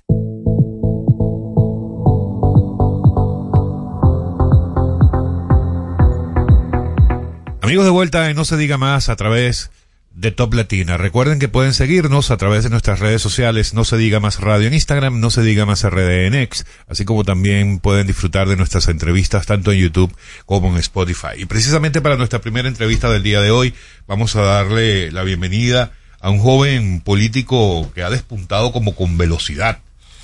Amigos, de vuelta en No Se Diga Más a través de Top Latina. Recuerden que pueden seguirnos a través de nuestras redes sociales, No Se Diga Más Radio en Instagram, No Se Diga Más RD en X, así como también pueden disfrutar de nuestras entrevistas tanto en YouTube como en Spotify. Y precisamente para nuestra primera entrevista del día de hoy, vamos a darle la bienvenida a un joven político que ha despuntado como con velocidad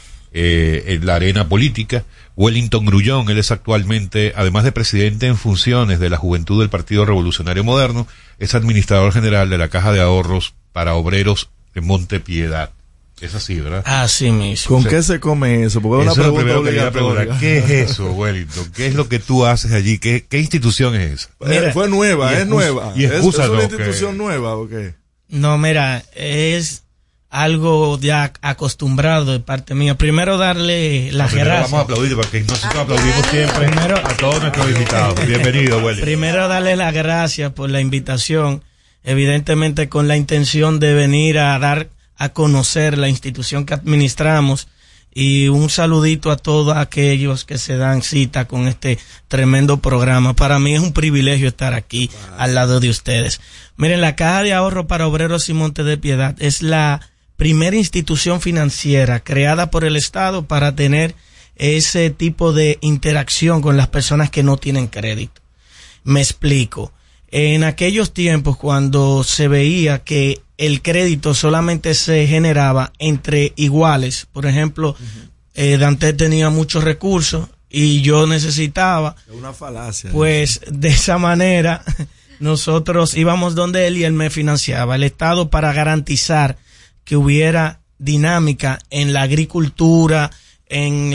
en la arena política, Wellington Grullón. Él es actualmente, además de presidente en funciones de la Juventud del Partido Revolucionario Moderno, es administrador general de la Caja de Ahorros para Obreros de Montepiedad. Es así, ¿verdad? Así mismo. ¿Con qué se come eso? Porque es una pregunta obligatoria. ¿Qué es eso, Wellington? ¿Qué es lo que tú haces allí? ¿Qué institución es esa? Mira, fue nueva, es nueva. Y ¿Es una institución nueva o qué? No, mira, es algo ya acostumbrado de parte mía. Primero darle las gracias. Vamos a aplaudir porque nosotros aplaudimos siempre a todos nuestros invitados. Bienvenido, Wellington. Primero darle las gracias por la invitación, evidentemente con la intención de venir a dar a conocer la institución que administramos, y un saludito a todos aquellos que se dan cita con este tremendo programa. Para mí es un privilegio estar aquí al lado de ustedes. Miren, la Caja de Ahorro para Obreros y Monte de Piedad es la primera institución financiera creada por el Estado para tener ese tipo de interacción con las personas que no tienen crédito. Me explico. En aquellos tiempos, cuando se veía que el crédito solamente se generaba entre iguales, por ejemplo, Dante tenía muchos recursos y yo necesitaba, una falacia, pues de esa manera nosotros íbamos donde él y él me financiaba. El Estado, para garantizar que hubiera dinámica en la agricultura, en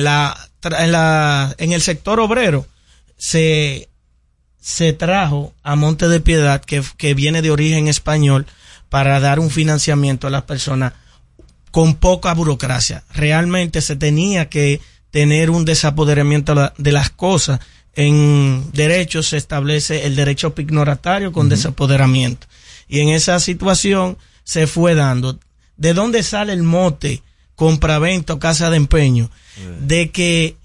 el sector obrero se trajo a Monte de Piedad, que viene de origen español, para dar un financiamiento a las personas con poca burocracia. Realmente se tenía que tener un desapoderamiento de las cosas. En derecho se establece el derecho pignoratario con desapoderamiento. Y en esa situación se fue dando. ¿De dónde sale el mote compraventa o casa de empeño? De que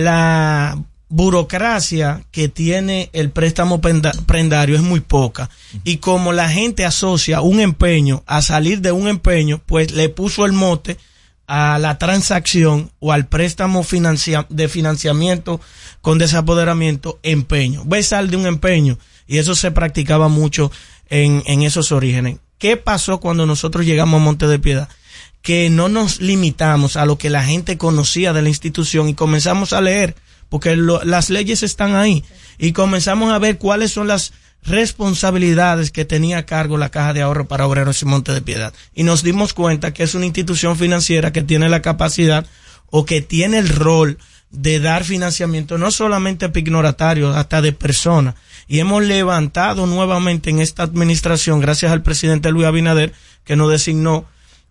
la burocracia que tiene el préstamo prendario es muy poca, y como la gente asocia un empeño a salir de un empeño, pues le puso el mote a la transacción o al préstamo de financiamiento con desapoderamiento empeño. Ve, sal de un empeño, y eso se practicaba mucho en esos orígenes. ¿Qué pasó cuando nosotros llegamos a Monte de Piedad? Que no nos limitamos a lo que la gente conocía de la institución y comenzamos a leer, porque las leyes están ahí, y comenzamos a ver cuáles son las responsabilidades que tenía a cargo la Caja de Ahorro para Obreros y Monte de Piedad. Y nos dimos cuenta que es una institución financiera que tiene la capacidad o que tiene el rol de dar financiamiento no solamente pignoratario, hasta de personas. Y hemos levantado nuevamente en esta administración, gracias al presidente Luis Abinader, que nos designó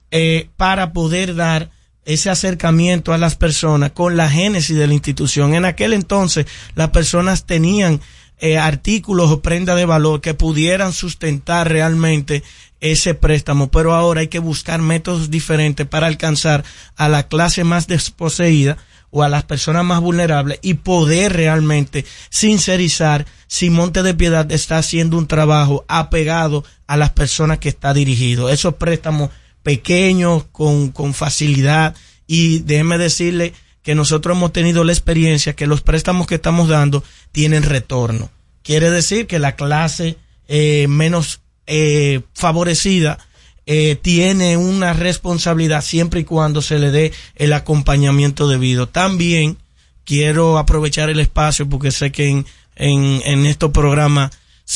para poder dar ese acercamiento a las personas con la génesis de la institución. En aquel entonces las personas tenían artículos o prendas de valor que pudieran sustentar realmente ese préstamo, pero ahora hay que buscar métodos diferentes para alcanzar a la clase más desposeída o a las personas más vulnerables y poder realmente sincerizar si Monte de Piedad está haciendo un trabajo apegado a las personas que está dirigido. Esos préstamos pequeños, con facilidad, y déjeme decirle que nosotros hemos tenido la experiencia que los préstamos que estamos dando tienen retorno. Quiere decir que la clase menos favorecida tiene una responsabilidad siempre y cuando se le dé el acompañamiento debido. También quiero aprovechar el espacio porque sé que en estos programas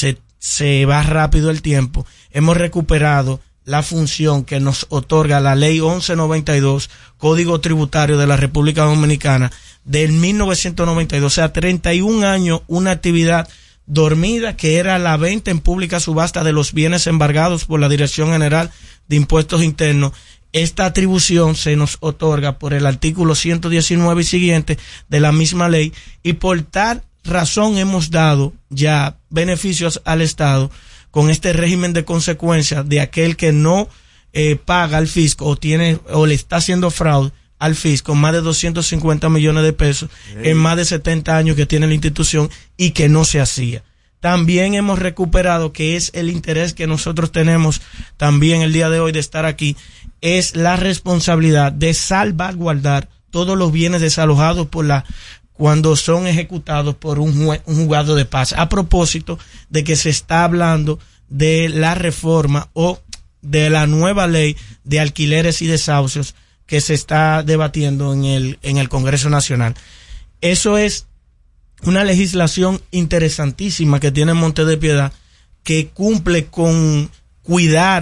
se va rápido el tiempo. Hemos recuperado la función que nos otorga la ley 1192, Código Tributario de la República Dominicana, del 1992, o sea, 31 años, una actividad dormida, que era la venta en pública subasta de los bienes embargados por la Dirección General de Impuestos Internos. Esta atribución se nos otorga por el artículo 119 y siguiente de la misma ley, y por tal razón hemos dado ya beneficios al Estado con este régimen de consecuencias de aquel que no paga al fisco o le está haciendo fraude al fisco más de 250 millones de pesos en más de 70 años que tiene la institución y que no se hacía. También hemos recuperado, que es el interés que nosotros tenemos también el día de hoy de estar aquí, es la responsabilidad de salvaguardar todos los bienes desalojados cuando son ejecutados por un juzgado de paz. A propósito de que se está hablando de la reforma o de la nueva ley de alquileres y desahucios que se está debatiendo en el Congreso Nacional. Eso es una legislación interesantísima que tiene Monte de Piedad, que cumple con cuidar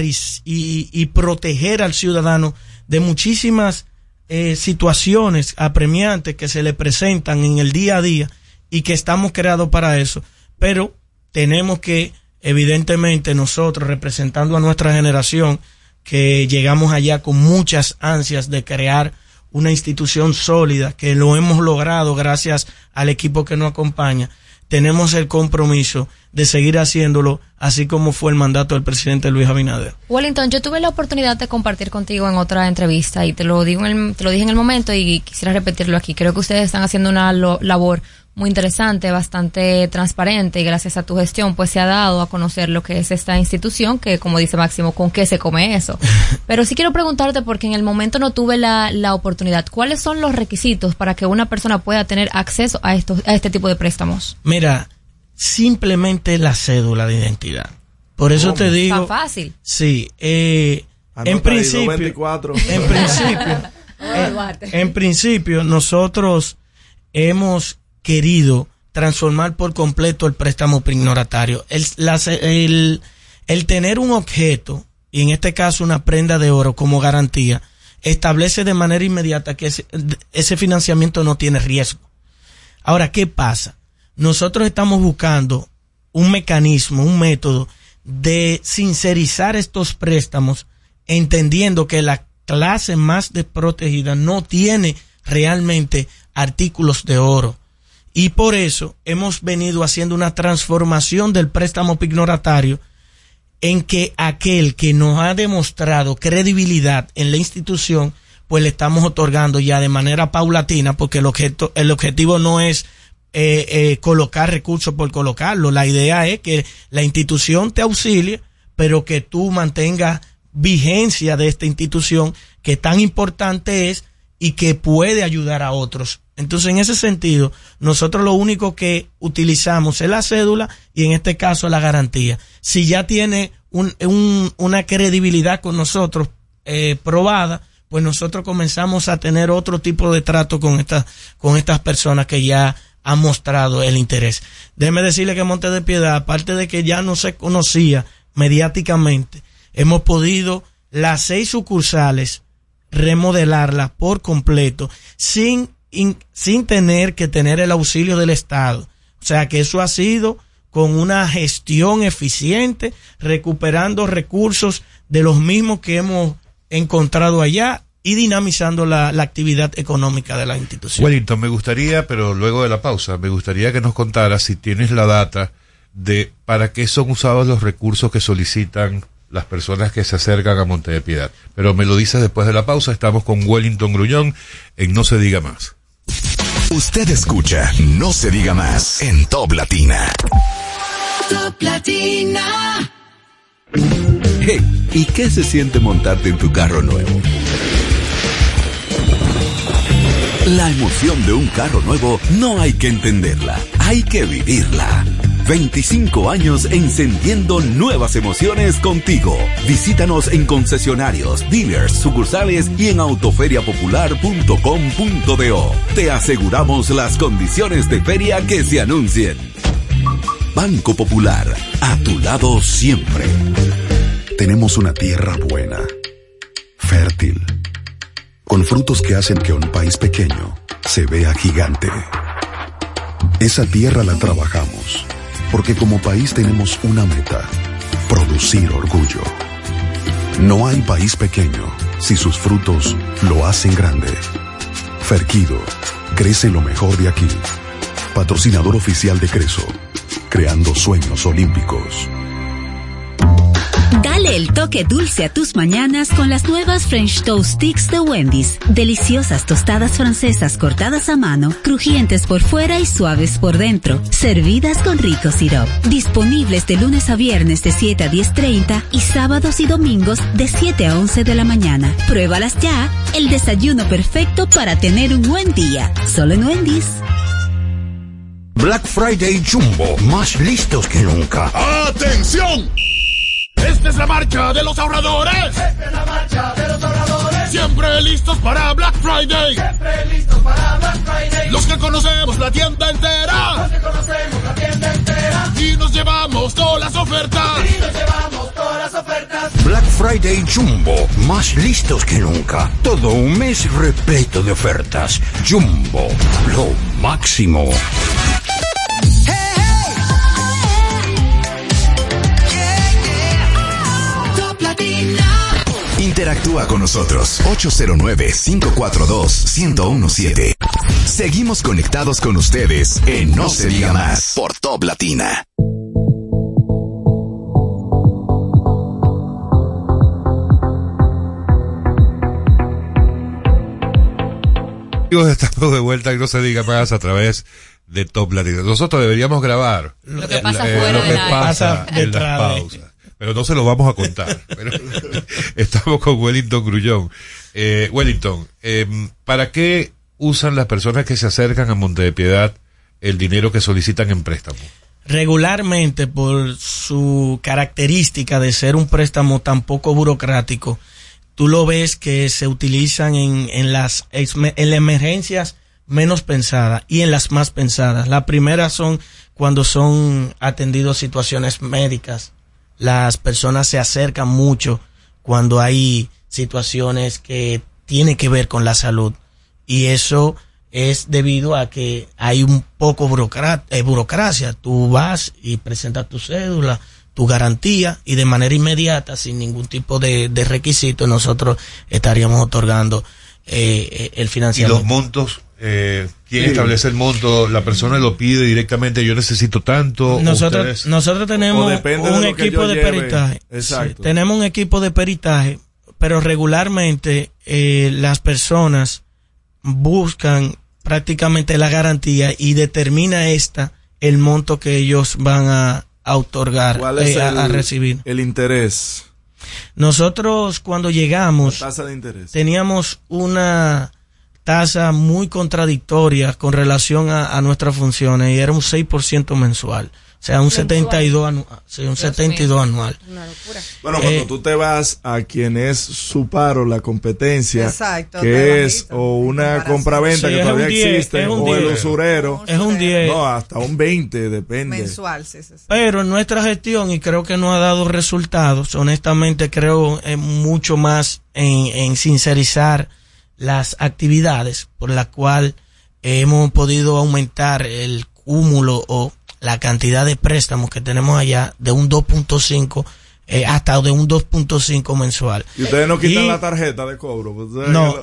y proteger al ciudadano de muchísimas situaciones apremiantes que se le presentan en el día a día, y que estamos creados para eso. Pero tenemos que, evidentemente, nosotros, representando a nuestra generación, que llegamos allá con muchas ansias de crear una institución sólida, que lo hemos logrado gracias al equipo que nos acompaña, tenemos el compromiso de seguir haciéndolo, así como fue el mandato del presidente Luis Abinader. Wellington, yo tuve la oportunidad de compartir contigo en otra entrevista y te lo dije en el momento y quisiera repetirlo aquí. Creo que ustedes están haciendo una labor muy interesante, bastante transparente, y gracias a tu gestión pues se ha dado a conocer lo que es esta institución, que como dice Máximo, ¿con qué se come eso? Pero sí quiero preguntarte, porque en el momento no tuve la oportunidad, ¿cuáles son los requisitos para que una persona pueda tener acceso a este tipo de préstamos? Mira, simplemente la cédula de identidad. Por eso ¿cómo? Te digo. Tan fácil. Sí, en principio nosotros hemos querido transformar por completo el préstamo pignoratario. El tener un objeto, y en este caso una prenda de oro como garantía, establece de manera inmediata que ese financiamiento no tiene riesgo. Ahora, ¿qué pasa? Nosotros estamos buscando un mecanismo, un método de sincerizar estos préstamos, entendiendo que la clase más desprotegida no tiene realmente artículos de oro. Y por eso hemos venido haciendo una transformación del préstamo pignoratario en que aquel que nos ha demostrado credibilidad en la institución, pues le estamos otorgando ya de manera paulatina, porque el objetivo no es colocar recursos por colocarlo. La idea es que la institución te auxilie, pero que tú mantengas vigencia de esta institución que tan importante es y que puede ayudar a otros. Entonces, en ese sentido, nosotros lo único que utilizamos es la cédula y en este caso la garantía. Si ya tiene una credibilidad con nosotros probada, pues nosotros comenzamos a tener otro tipo de trato con estas personas que ya han mostrado el interés. Déjeme decirle que Monte de Piedad, aparte de que ya no se conocía mediáticamente, hemos podido las 6 sucursales remodelarlas por completo sin tener que tener el auxilio del Estado. O sea que eso ha sido con una gestión eficiente, recuperando recursos de los mismos que hemos encontrado allá y dinamizando la actividad económica de la institución. Wellington, me gustaría, pero luego de la pausa, me gustaría que nos contaras si tienes la data de para qué son usados los recursos que solicitan las personas que se acercan a Monte de Piedad. Pero me lo dices después de la pausa. Estamos con Wellington Grullón en No Se Diga Más. Usted escucha No Se Diga Más en Top Latina. Top Latina. Hey, ¿y qué se siente montarte en tu carro nuevo? La emoción de un carro nuevo no hay que entenderla, hay que vivirla. 25 años encendiendo nuevas emociones contigo. Visítanos en concesionarios, dealers, sucursales y en autoferiapopular.com.do. Te aseguramos las condiciones de feria que se anuncien. Banco Popular, a tu lado siempre. Tenemos una tierra buena, fértil, con frutos que hacen que un país pequeño se vea gigante. Esa tierra la trabajamos, porque como país tenemos una meta: producir orgullo. No hay país pequeño si sus frutos lo hacen grande. Ferquido, crece lo mejor de aquí. Patrocinador oficial de Creso, creando sueños olímpicos. Dale el toque dulce a tus mañanas con las nuevas French Toast Sticks de Wendy's. Deliciosas tostadas francesas cortadas a mano, crujientes por fuera y suaves por dentro, servidas con rico sirope. Disponibles de lunes a viernes de 7 a 10:30 y sábados y domingos de 7 a 11 de la mañana. Pruébalas ya, el desayuno perfecto para tener un buen día. Solo en Wendy's. Black Friday Jumbo, más listos que nunca. ¡Atención! Esta es la marcha de los ahorradores. Esta es la marcha de los ahorradores. Siempre listos para Black Friday. Siempre listos para Black Friday. Los que conocemos la tienda entera. Los que conocemos la tienda entera. Y nos llevamos todas las ofertas. Y nos llevamos todas las ofertas. Black Friday Jumbo, más listos que nunca. Todo un mes repleto de ofertas. Jumbo, lo máximo. Interactúa con nosotros. 809-542-1017. Seguimos conectados con ustedes en No Se Diga Más por Top Latina. Estamos de vuelta y No Se Diga Más a través de Top Latina. Nosotros deberíamos grabar lo que pasa fuera lo que pasa en las pausas. Pero no se lo vamos a contar. Pero estamos con Wellington Grullón. Wellington, ¿para qué usan las personas que se acercan a Monte de Piedad el dinero que solicitan en préstamo? Regularmente, por su característica de ser un préstamo tan poco burocrático, tú lo ves que se utilizan en las emergencias menos pensadas y en las más pensadas. La primera son cuando son atendidos situaciones médicas. Las personas se acercan mucho cuando hay situaciones que tiene que ver con la salud. Y eso es debido a que hay un poco burocracia. Tú vas y presentas tu cédula, tu garantía, y de manera inmediata, sin ningún tipo de requisito, nosotros estaríamos otorgando el financiamiento. ¿Y los montos? ¿Quién establece el monto? ¿La persona lo pide directamente? ¿Yo necesito tanto? Nosotros tenemos un equipo de peritaje. Exacto. Sí, tenemos un equipo de peritaje, pero regularmente las personas buscan prácticamente la garantía y determina el monto que ellos van a otorgar, ¿cuál es a recibir. El interés. Nosotros cuando llegamos, la tasa de interés, teníamos una tasa muy contradictoria con relación a nuestras funciones, y era un 6% mensual. O sea, un 72 anual. Sí, un 72 anual. Una locura. Bueno, cuando tú te vas a quien es su paro, la competencia, exacto, que es o una compraventa que todavía existe, o el usurero, es un 10. No, hasta un 20, depende. Mensual, sí. Pero en nuestra gestión, y creo que nos ha dado resultados, honestamente creo mucho más en sincerizar las actividades por la cual hemos podido aumentar el cúmulo o la cantidad de préstamos que tenemos allá de un 2.5 hasta de un 2.5 mensual. ¿Y ustedes no quitan la tarjeta de cobro? Pues no.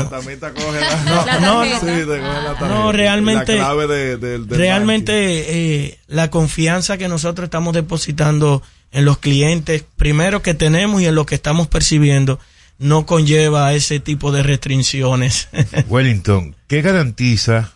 No, realmente, la clave realmente la confianza que nosotros estamos depositando en los clientes, primero que tenemos y en lo que estamos percibiendo, no conlleva ese tipo de restricciones. Wellington, ¿qué garantiza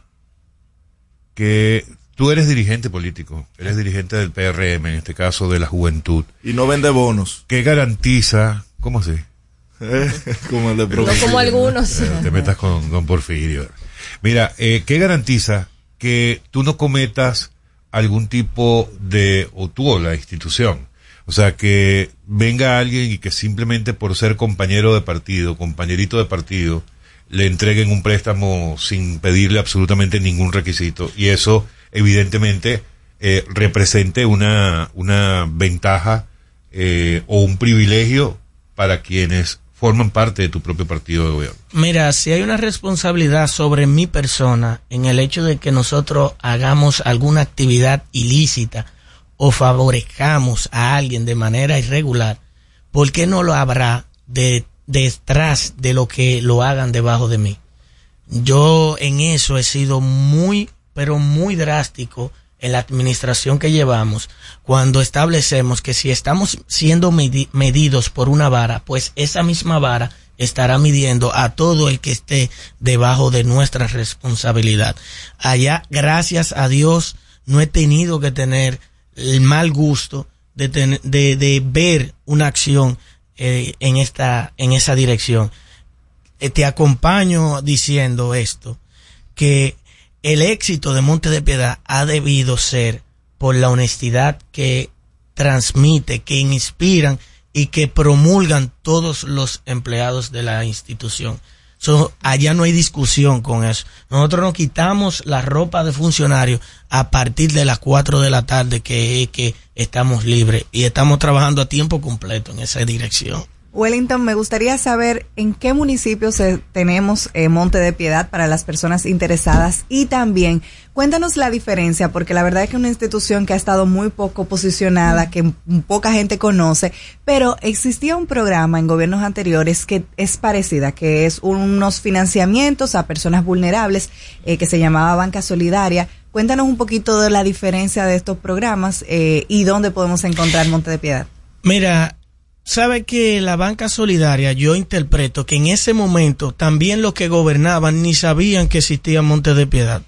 que tú eres dirigente político, eres dirigente del PRM, en este caso de la juventud? Y no vende bonos. ¿Qué garantiza? ¿Cómo así? Como el de Porfirio. No como algunos. Te metas con Porfirio. Mira, ¿qué garantiza que tú no cometas algún tipo o tú o la institución? O sea, que venga alguien y que simplemente por ser compañero de partido, compañerito de partido, le entreguen un préstamo sin pedirle absolutamente ningún requisito, y eso evidentemente represente una ventaja o un privilegio para quienes forman parte de tu propio partido de gobierno. Mira, si hay una responsabilidad sobre mi persona en el hecho de que nosotros hagamos alguna actividad ilícita o favorezcamos a alguien de manera irregular, ¿por qué no lo habrá detrás de lo que lo hagan debajo de mí? Yo en eso he sido muy, pero muy drástico en la administración que llevamos, cuando establecemos que si estamos siendo medidos por una vara, pues esa misma vara estará midiendo a todo el que esté debajo de nuestra responsabilidad. Allá, gracias a Dios, no he tenido que tener el mal gusto de ver una acción en esa dirección. Te acompaño diciendo esto, que el éxito de Monte de Piedad ha debido ser por la honestidad que transmite, que inspiran y que promulgan todos los empleados de la institución. Allá no hay discusión con eso. Nosotros nos quitamos la ropa de funcionario a partir de las 4 de la tarde, que estamos libres, y estamos trabajando a tiempo completo en esa dirección. Wellington, me gustaría saber en qué municipios tenemos Monte de Piedad para las personas interesadas, y también cuéntanos la diferencia, porque la verdad es que es una institución que ha estado muy poco posicionada, que poca gente conoce, pero existía un programa en gobiernos anteriores que es parecida, que es unos financiamientos a personas vulnerables, que se llamaba Banca Solidaria. Cuéntanos un poquito de la diferencia de estos programas y dónde podemos encontrar Monte de Piedad. Mira, sabe que la Banca Solidaria, yo interpreto que en ese momento también los que gobernaban ni sabían que existía Monte de Piedad.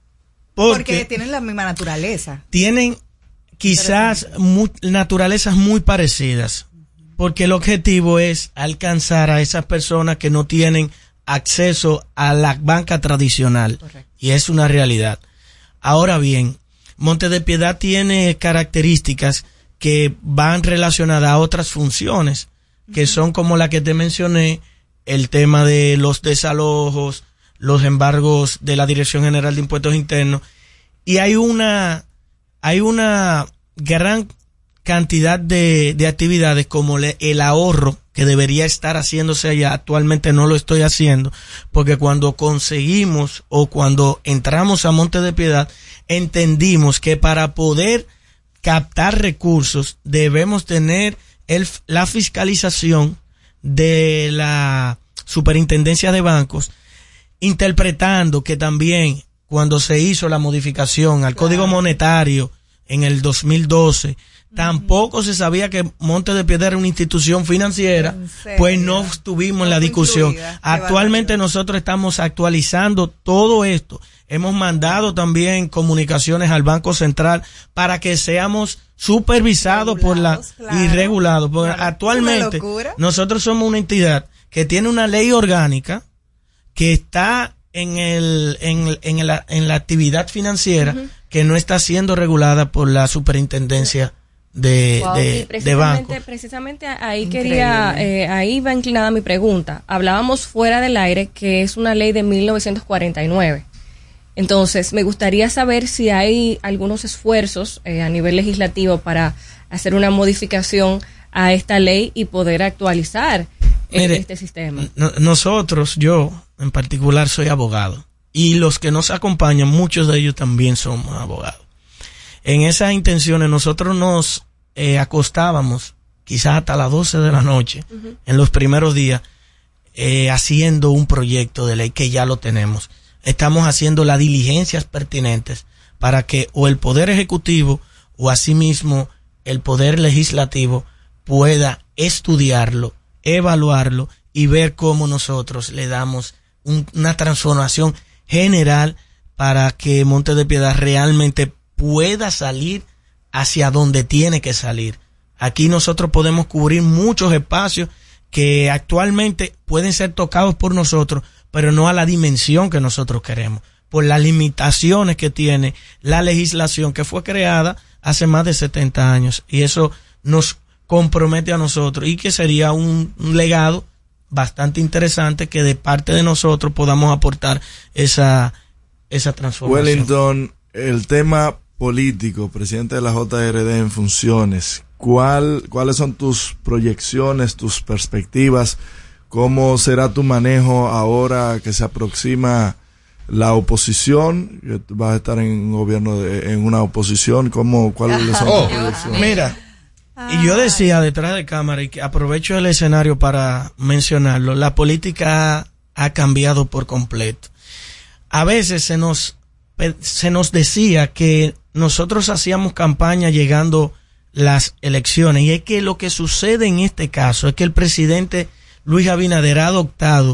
Porque tienen la misma naturaleza. Tienen quizás naturalezas muy parecidas, porque el objetivo es alcanzar a esas personas que no tienen acceso a la banca tradicional. Correcto. Y es una realidad. Ahora bien, Monte de Piedad tiene características que van relacionadas a otras funciones, que son como la que te mencioné, el tema de los desalojos, los embargos de la Dirección General de Impuestos Internos, y hay una gran cantidad de actividades como el ahorro que debería estar haciéndose allá, actualmente no lo estoy haciendo, porque cuando conseguimos o cuando entramos a Monte de Piedad, entendimos que para poder captar recursos debemos tener la fiscalización de la Superintendencia de Bancos, interpretando que también cuando se hizo la modificación al Código Monetario en el 2012, tampoco se sabía que Monte de Piedad era una institución financiera, pues no estuvimos en la discusión. Actualmente nosotros estamos actualizando todo esto. Hemos mandado también comunicaciones al Banco Central para que seamos supervisados y regulados. Porque actualmente nosotros somos una entidad que tiene una ley orgánica que está en la actividad financiera que no está siendo regulada por la Superintendencia de bancos. Precisamente ahí ahí va inclinada mi pregunta. Hablábamos fuera del aire que es una ley de 1949. Entonces, me gustaría saber si hay algunos esfuerzos a nivel legislativo para hacer una modificación a esta ley y poder actualizar este sistema. Nosotros, yo en particular, soy abogado y los que nos acompañan, muchos de ellos también somos abogados. En esas intenciones nosotros nos acostábamos quizás hasta las 12 de la noche en los primeros días haciendo un proyecto de ley que ya lo tenemos. Estamos haciendo las diligencias pertinentes para que o el Poder Ejecutivo o asimismo el Poder Legislativo pueda estudiarlo, evaluarlo y ver cómo nosotros le damos una transformación general para que Monte de Piedad realmente pueda salir hacia donde tiene que salir. Aquí nosotros podemos cubrir muchos espacios que actualmente pueden ser tocados por nosotros, pero no a la dimensión que nosotros queremos, por las limitaciones que tiene la legislación que fue creada hace más de 70 años. Y eso nos compromete a nosotros y que sería un legado bastante interesante que de parte de nosotros podamos aportar esa transformación. Wellington, el tema político, presidente de la JRD en funciones, ¿cuáles son tus proyecciones, tus perspectivas? ¿Cómo será tu manejo ahora que se aproxima la oposición? Que vas a estar en un gobierno, en una oposición. ¿Cuáles son tus proyecciones? Mira, y yo decía detrás de cámara, y que aprovecho el escenario para mencionarlo, la política ha cambiado por completo. A veces se nos decía que nosotros hacíamos campaña llegando las elecciones, y es que lo que sucede en este caso es que el presidente Luis Abinader ha adoptado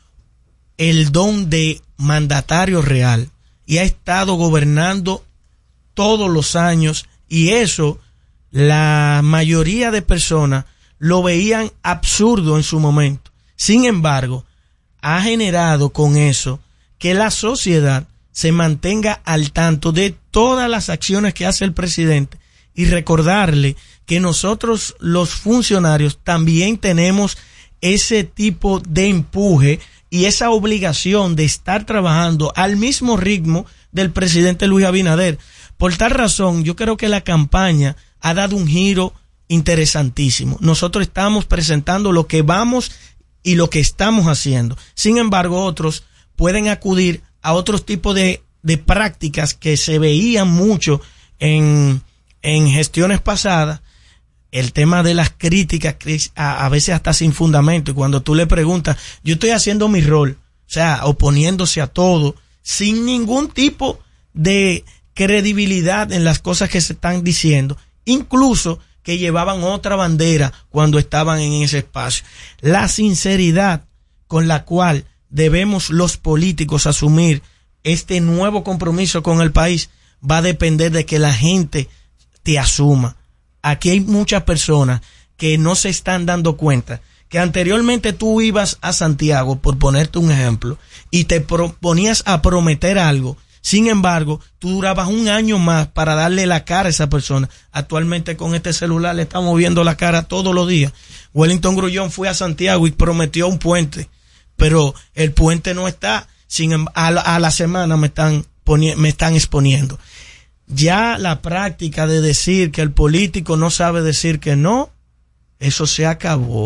el don de mandatario real y ha estado gobernando todos los años, y eso la mayoría de personas lo veían absurdo en su momento. Sin embargo, ha generado con eso que la sociedad se mantenga al tanto de todas las acciones que hace el presidente, y recordarle que nosotros los funcionarios también tenemos ese tipo de empuje y esa obligación de estar trabajando al mismo ritmo del presidente Luis Abinader. Por tal razón, yo creo que la campaña ha dado un giro interesantísimo. Nosotros estamos presentando lo que vamos y lo que estamos haciendo. Sin embargo, otros pueden acudir a otros tipos de prácticas que se veían mucho en gestiones pasadas. El tema de las críticas a veces hasta sin fundamento, y cuando tú le preguntas, yo estoy haciendo mi rol, o sea, oponiéndose a todo, sin ningún tipo de credibilidad en las cosas que se están diciendo, incluso que llevaban otra bandera cuando estaban en ese espacio. La sinceridad con la cual debemos los políticos asumir este nuevo compromiso con el país va a depender de que la gente te asuma. Aquí hay muchas personas que no se están dando cuenta que anteriormente tú ibas a Santiago, por ponerte un ejemplo, y te ponías a prometer algo. Sin embargo, tú durabas un año más para darle la cara a esa persona. Actualmente con este celular le estamos viendo la cara todos los días. Wellington Grullón fue a Santiago y prometió un puente, pero el puente no está. A la semana me están exponiendo. Ya la práctica de decir que el político no sabe decir que no, eso se acabó.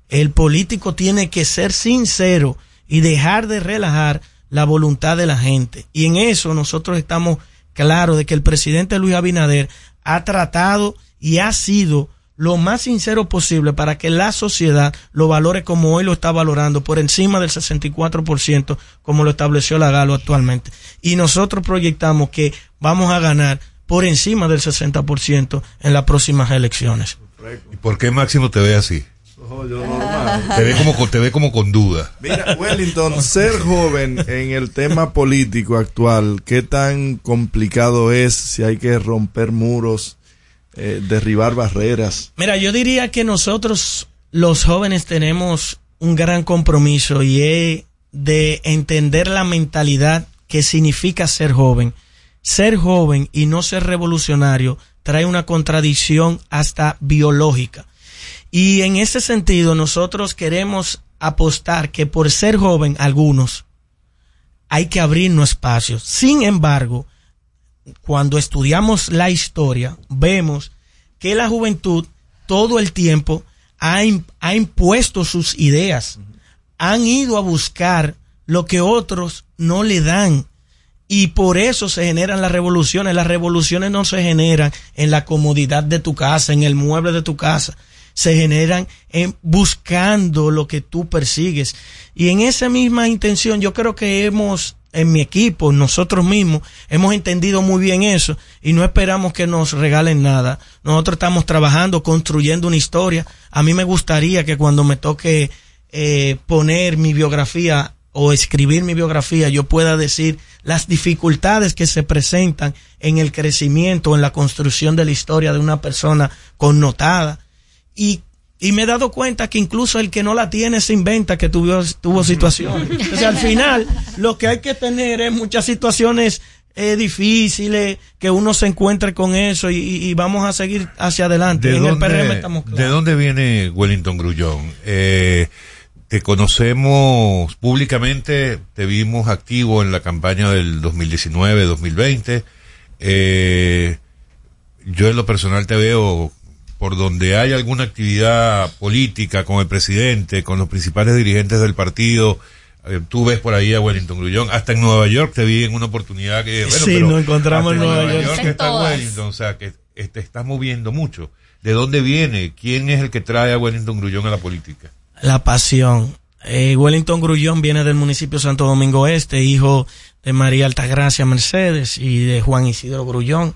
El político tiene que ser sincero y dejar de relajar la voluntad de la gente. Y en eso nosotros estamos claros de que el presidente Luis Abinader ha tratado y ha sido lo más sincero posible para que la sociedad lo valore como hoy lo está valorando, por encima del 64%, como lo estableció la Galo actualmente. Y nosotros proyectamos que vamos a ganar por encima del 60% en las próximas elecciones. ¿Y por qué Máximo te ve así? Te ve como con duda. Mira, Wellington, ser joven en el tema político actual, ¿qué tan complicado es? Si hay que romper muros, derribar barreras. Mira, yo diría que nosotros los jóvenes tenemos un gran compromiso y es de entender la mentalidad que significa ser joven. Ser joven y no ser revolucionario trae una contradicción hasta biológica. Y en ese sentido nosotros queremos apostar que por ser joven algunos hay que abrirnos espacios. Sin embargo, cuando estudiamos la historia vemos que la juventud todo el tiempo ha impuesto sus ideas, han ido a buscar lo que otros no le dan. Y por eso se generan las revoluciones. Las revoluciones no se generan en la comodidad de tu casa, en el mueble de tu casa. Se generan buscando lo que tú persigues. Y en esa misma intención yo creo que en mi equipo, nosotros mismos, hemos entendido muy bien eso y no esperamos que nos regalen nada. Nosotros estamos trabajando, construyendo una historia. A mí me gustaría que cuando me toque poner mi biografía o escribir mi biografía, yo pueda decir las dificultades que se presentan en el crecimiento, en la construcción de la historia de una persona connotada. Y me he dado cuenta que incluso el que no la tiene se inventa que tuvo situaciones. Entonces, al final, lo que hay que tener es muchas situaciones difíciles, que uno se encuentre con eso y vamos a seguir hacia adelante. En el PRM estamos claros. ¿De dónde viene Wellington Grullón? Te conocemos públicamente, te vimos activo en la campaña del 2019-2020. Yo en lo personal te veo por donde hay alguna actividad política con el presidente, con los principales dirigentes del partido. Tú ves por ahí a Wellington Grullón, hasta en Nueva York te vi en una oportunidad que... Bueno, sí, nos encontramos en Nueva York. Que está Wellington, o sea, que te estás moviendo mucho. ¿De dónde viene? ¿Quién es el que trae a Wellington Grullón a la política? La pasión. Wellington Grullón viene del municipio de Santo Domingo Este, hijo de María Altagracia Mercedes y de Juan Isidro Grullón.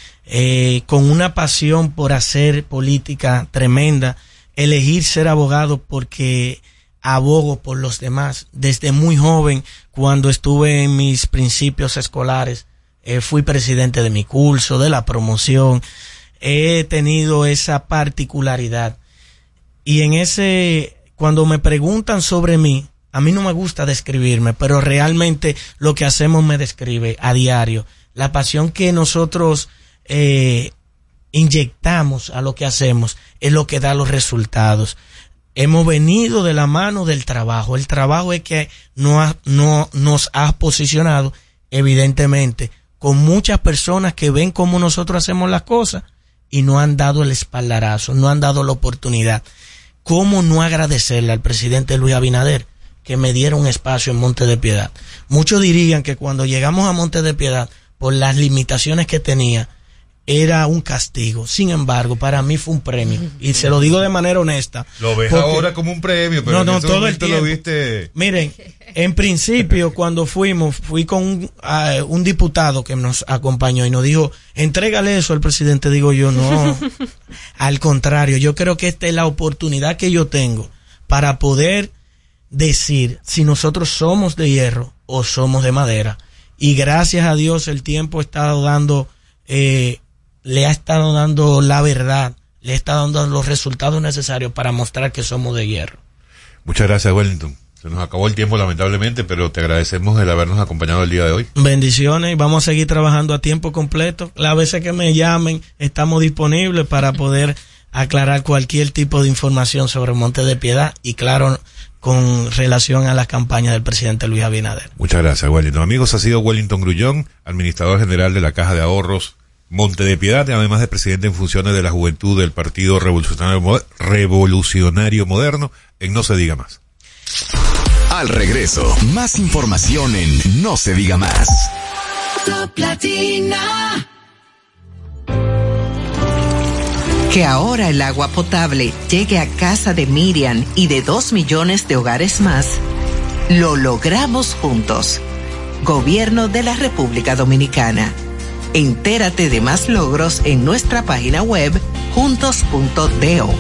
Con una pasión por hacer política tremenda, elegir ser abogado porque abogo por los demás. Desde muy joven, cuando estuve en mis principios escolares, fui presidente de mi curso, de la promoción, he tenido esa particularidad. Y cuando me preguntan sobre mí, a mí no me gusta describirme, pero realmente lo que hacemos me describe a diario. La pasión que nosotros inyectamos a lo que hacemos es lo que da los resultados. Hemos venido de la mano del trabajo. El trabajo es que nos ha posicionado, evidentemente, con muchas personas que ven cómo nosotros hacemos las cosas y no han dado el espaldarazo, no han dado la oportunidad. ¿Cómo no agradecerle al presidente Luis Abinader que me diera un espacio en Monte de Piedad? Muchos dirían que cuando llegamos a Monte de Piedad, por las limitaciones que tenía, era un castigo. Sin embargo, para mí fue un premio. Y se lo digo de manera honesta. Lo ves ahora como un premio, pero no, todo el tiempo lo viste. Miren, en principio, cuando fui con un diputado que nos acompañó y nos dijo, entrégale eso al presidente. Digo yo, no. Al contrario, yo creo que esta es la oportunidad que yo tengo para poder decir si nosotros somos de hierro o somos de madera. Y gracias a Dios el tiempo ha estado dando... le ha estado dando la verdad, le ha estado dando los resultados necesarios para mostrar que somos de hierro. Muchas gracias, Wellington. Se nos acabó el tiempo lamentablemente, pero te agradecemos el habernos acompañado el día de hoy. Bendiciones y vamos a seguir trabajando a tiempo completo. Las veces que me llamen estamos disponibles para poder aclarar cualquier tipo de información sobre Monte de Piedad y claro, con relación a las campañas del presidente Luis Abinader. Muchas gracias, Wellington. Amigos, ha sido Wellington Grullón, administrador general de la Caja de Ahorros Monte de Piedad, además de presidente en funciones de la Juventud del Partido Revolucionario Moderno, en No se diga más. Al regreso, más información en No se diga más. Top Latina. Que ahora el agua potable llegue a casa de Miriam y de 2 millones de hogares más, lo logramos juntos. Gobierno de la República Dominicana. Entérate de más logros en nuestra página web juntos.do.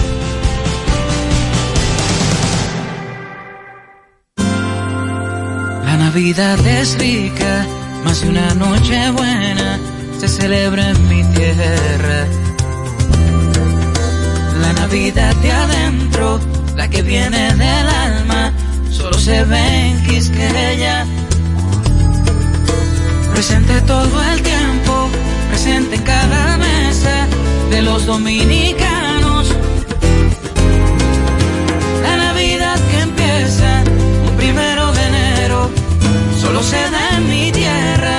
La Navidad es rica, más de una noche buena se celebra en mi tierra. La Navidad de adentro, la que viene del alma, solo se ve en Quisqueya. Presente todo el tiempo, presente en cada mesa de los dominicanos. La Navidad que empieza un 1 de enero, solo se da en mi tierra.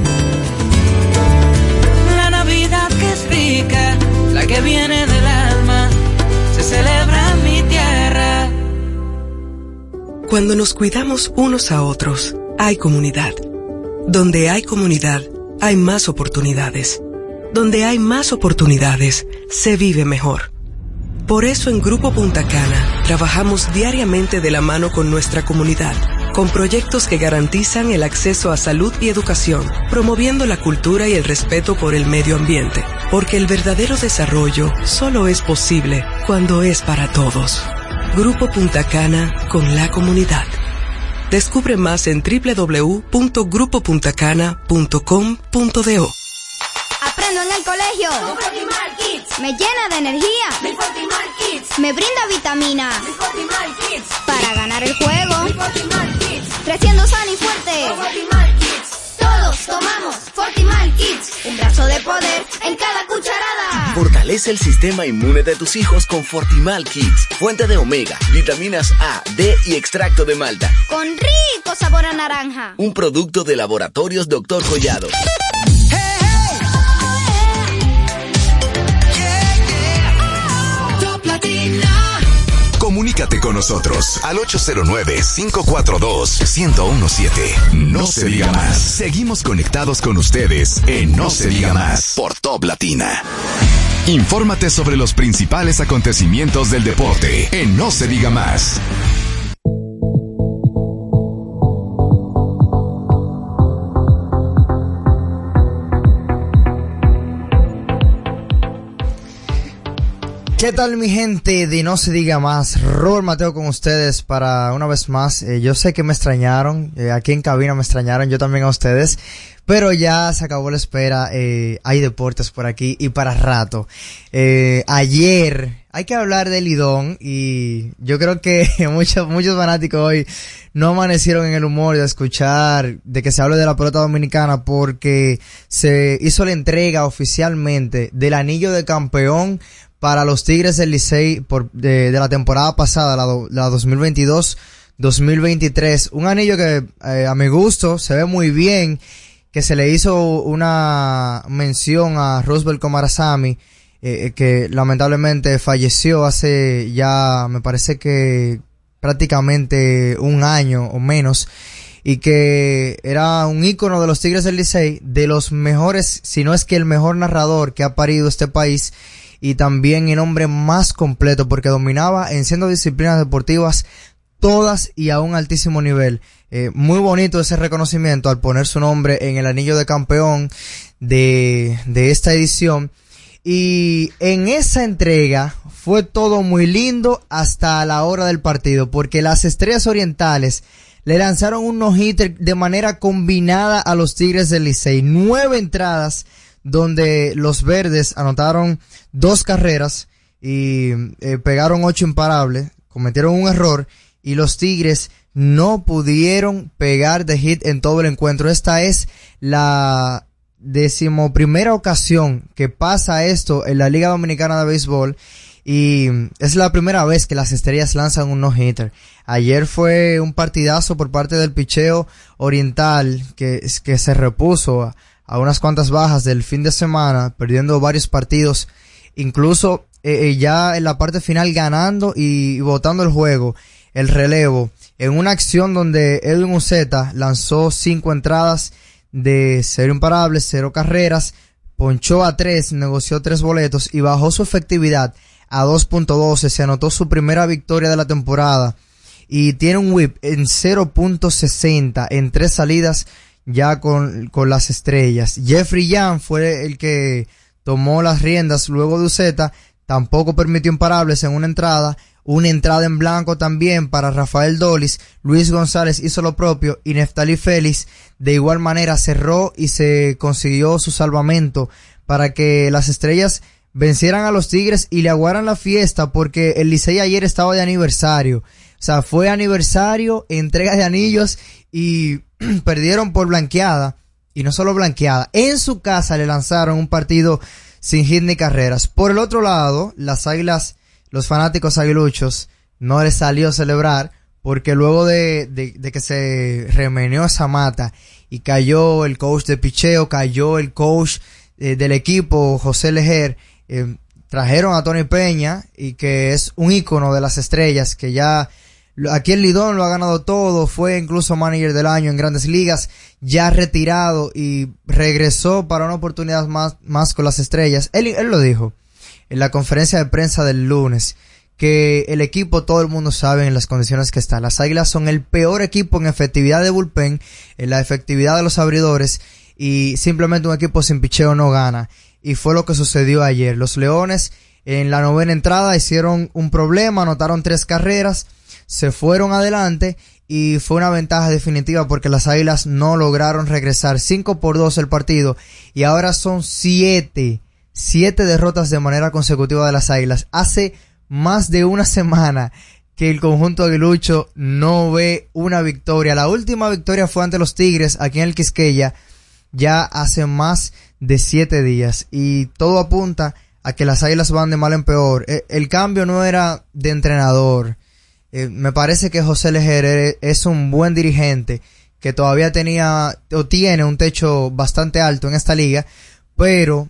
La Navidad que es rica, la que viene del alma, se celebra en mi tierra. Cuando nos cuidamos unos a otros, hay comunidad. Donde hay comunidad, hay más oportunidades. Donde hay más oportunidades, se vive mejor. Por eso en Grupo Punta Cana trabajamos diariamente de la mano con nuestra comunidad, con proyectos que garantizan el acceso a salud y educación, promoviendo la cultura y el respeto por el medio ambiente, porque el verdadero desarrollo solo es posible cuando es para todos. Grupo Punta Cana con la comunidad. Descubre más en www.grupopuntacana.com.do. Aprendo en el colegio. Con Fortimal Kids. Me llena de energía. Mi Fortimal Kids. Me brinda vitamina. Mi Fortimal Kids. Para ganar el juego. Mi Fortimal Kids. Creciendo sano y fuerte. Con Fortimal Kids. Todos tomamos Fortimal Kids. Un brazo de poder en cada cucharada. Fortalece el sistema inmune de tus hijos con Fortimal Kids. Fuente de omega, vitaminas A, D y extracto de malta. Con rico sabor a naranja. Un producto de Laboratorios Dr. Collado. Comunícate con nosotros al 809-542-1017. No se diga más. Seguimos conectados con ustedes en No se diga más por Top Latina. Infórmate sobre los principales acontecimientos del deporte en No se diga más. ¿Qué tal mi gente de No se diga más? Robert Mateo con ustedes para una vez más. Yo sé que me extrañaron, aquí en cabina me extrañaron, yo también a ustedes, pero ya se acabó la espera, hay deportes por aquí y para rato. Ayer hay que hablar del Lidón y yo creo que muchos fanáticos hoy no amanecieron en el humor de escuchar de que se hable de la pelota dominicana porque se hizo la entrega oficialmente del anillo de campeón para los Tigres del Licey de la temporada pasada, la 2022-2023. Un anillo que a mi gusto se ve muy bien, que se le hizo una mención a Roosevelt Comarazami, que lamentablemente falleció hace ya, me parece que prácticamente un año o menos, y que era un ícono de los Tigres del Licey, de los mejores, si no es que el mejor narrador que ha parido este país, y también el hombre más completo porque dominaba en 100 disciplinas deportivas todas y a un altísimo nivel. Muy bonito ese reconocimiento al poner su nombre en el anillo de campeón de esta edición. Y en esa entrega fue todo muy lindo hasta la hora del partido porque las Estrellas Orientales le lanzaron un no-hitter de manera combinada a los Tigres del Licey. 9 entradas donde los verdes anotaron 2 carreras y pegaron 8 imparables, cometieron un error y los Tigres no pudieron pegar de hit en todo el encuentro. Esta es la 11ª ocasión que pasa esto en la Liga Dominicana de Béisbol y es la primera vez que las Estrellas lanzan un no-hitter. Ayer fue un partidazo por parte del picheo oriental que se repuso a unas cuantas bajas del fin de semana, perdiendo varios partidos, incluso ya en la parte final ganando y botando el juego, el relevo, en una acción donde Edwin Uceta lanzó 5 entradas de 0 imparables, 0 carreras, ponchó a 3, negoció 3 boletos y bajó su efectividad a 2.12, se anotó su primera victoria de la temporada y tiene un whip en 0.60 en 3 salidas ya con las estrellas. Jeffrey Young fue el que tomó las riendas luego de Uceta, tampoco permitió imparables en una entrada en blanco también para Rafael Dolis. Luis González hizo lo propio y Neftali Félix de igual manera cerró y se consiguió su salvamento para que las estrellas vencieran a los Tigres y le aguaran la fiesta, porque el Licey ayer estaba de aniversario. O sea, fue aniversario, entrega de anillos y perdieron por blanqueada. Y no solo blanqueada, en su casa le lanzaron un partido sin hit ni carreras. Por el otro lado, las Águilas, los fanáticos aguiluchos, no les salió a celebrar, porque luego de que se remeneó esa mata y cayó el coach de picheo, cayó el coach del equipo, José Lejer, trajeron a Tony Peña, y que es un ícono de las estrellas, que ya aquí en Lidón lo ha ganado todo, fue incluso manager del año en Grandes Ligas, ya retirado y regresó para una oportunidad más con las estrellas. Él lo dijo en la conferencia de prensa del lunes, que el equipo, todo el mundo sabe en las condiciones que está. Las Águilas son el peor equipo en efectividad de bullpen, en la efectividad de los abridores, y simplemente un equipo sin picheo no gana. Y fue lo que sucedió ayer. Los Leones en la 9ª entrada hicieron un problema, anotaron 3 carreras, se fueron adelante y fue una ventaja definitiva porque las Águilas no lograron regresar. 5-2 el partido y ahora son 7 derrotas de manera consecutiva de las Águilas. Hace más de una semana que el conjunto aguilucho no ve una victoria. La última victoria fue ante los Tigres aquí en el Quisqueya, ya hace más de 7 días, y todo apunta a que las Águilas van de mal en peor. El cambio no era de entrenador. Me parece que José Lejer es un buen dirigente que todavía tiene un techo bastante alto en esta liga, pero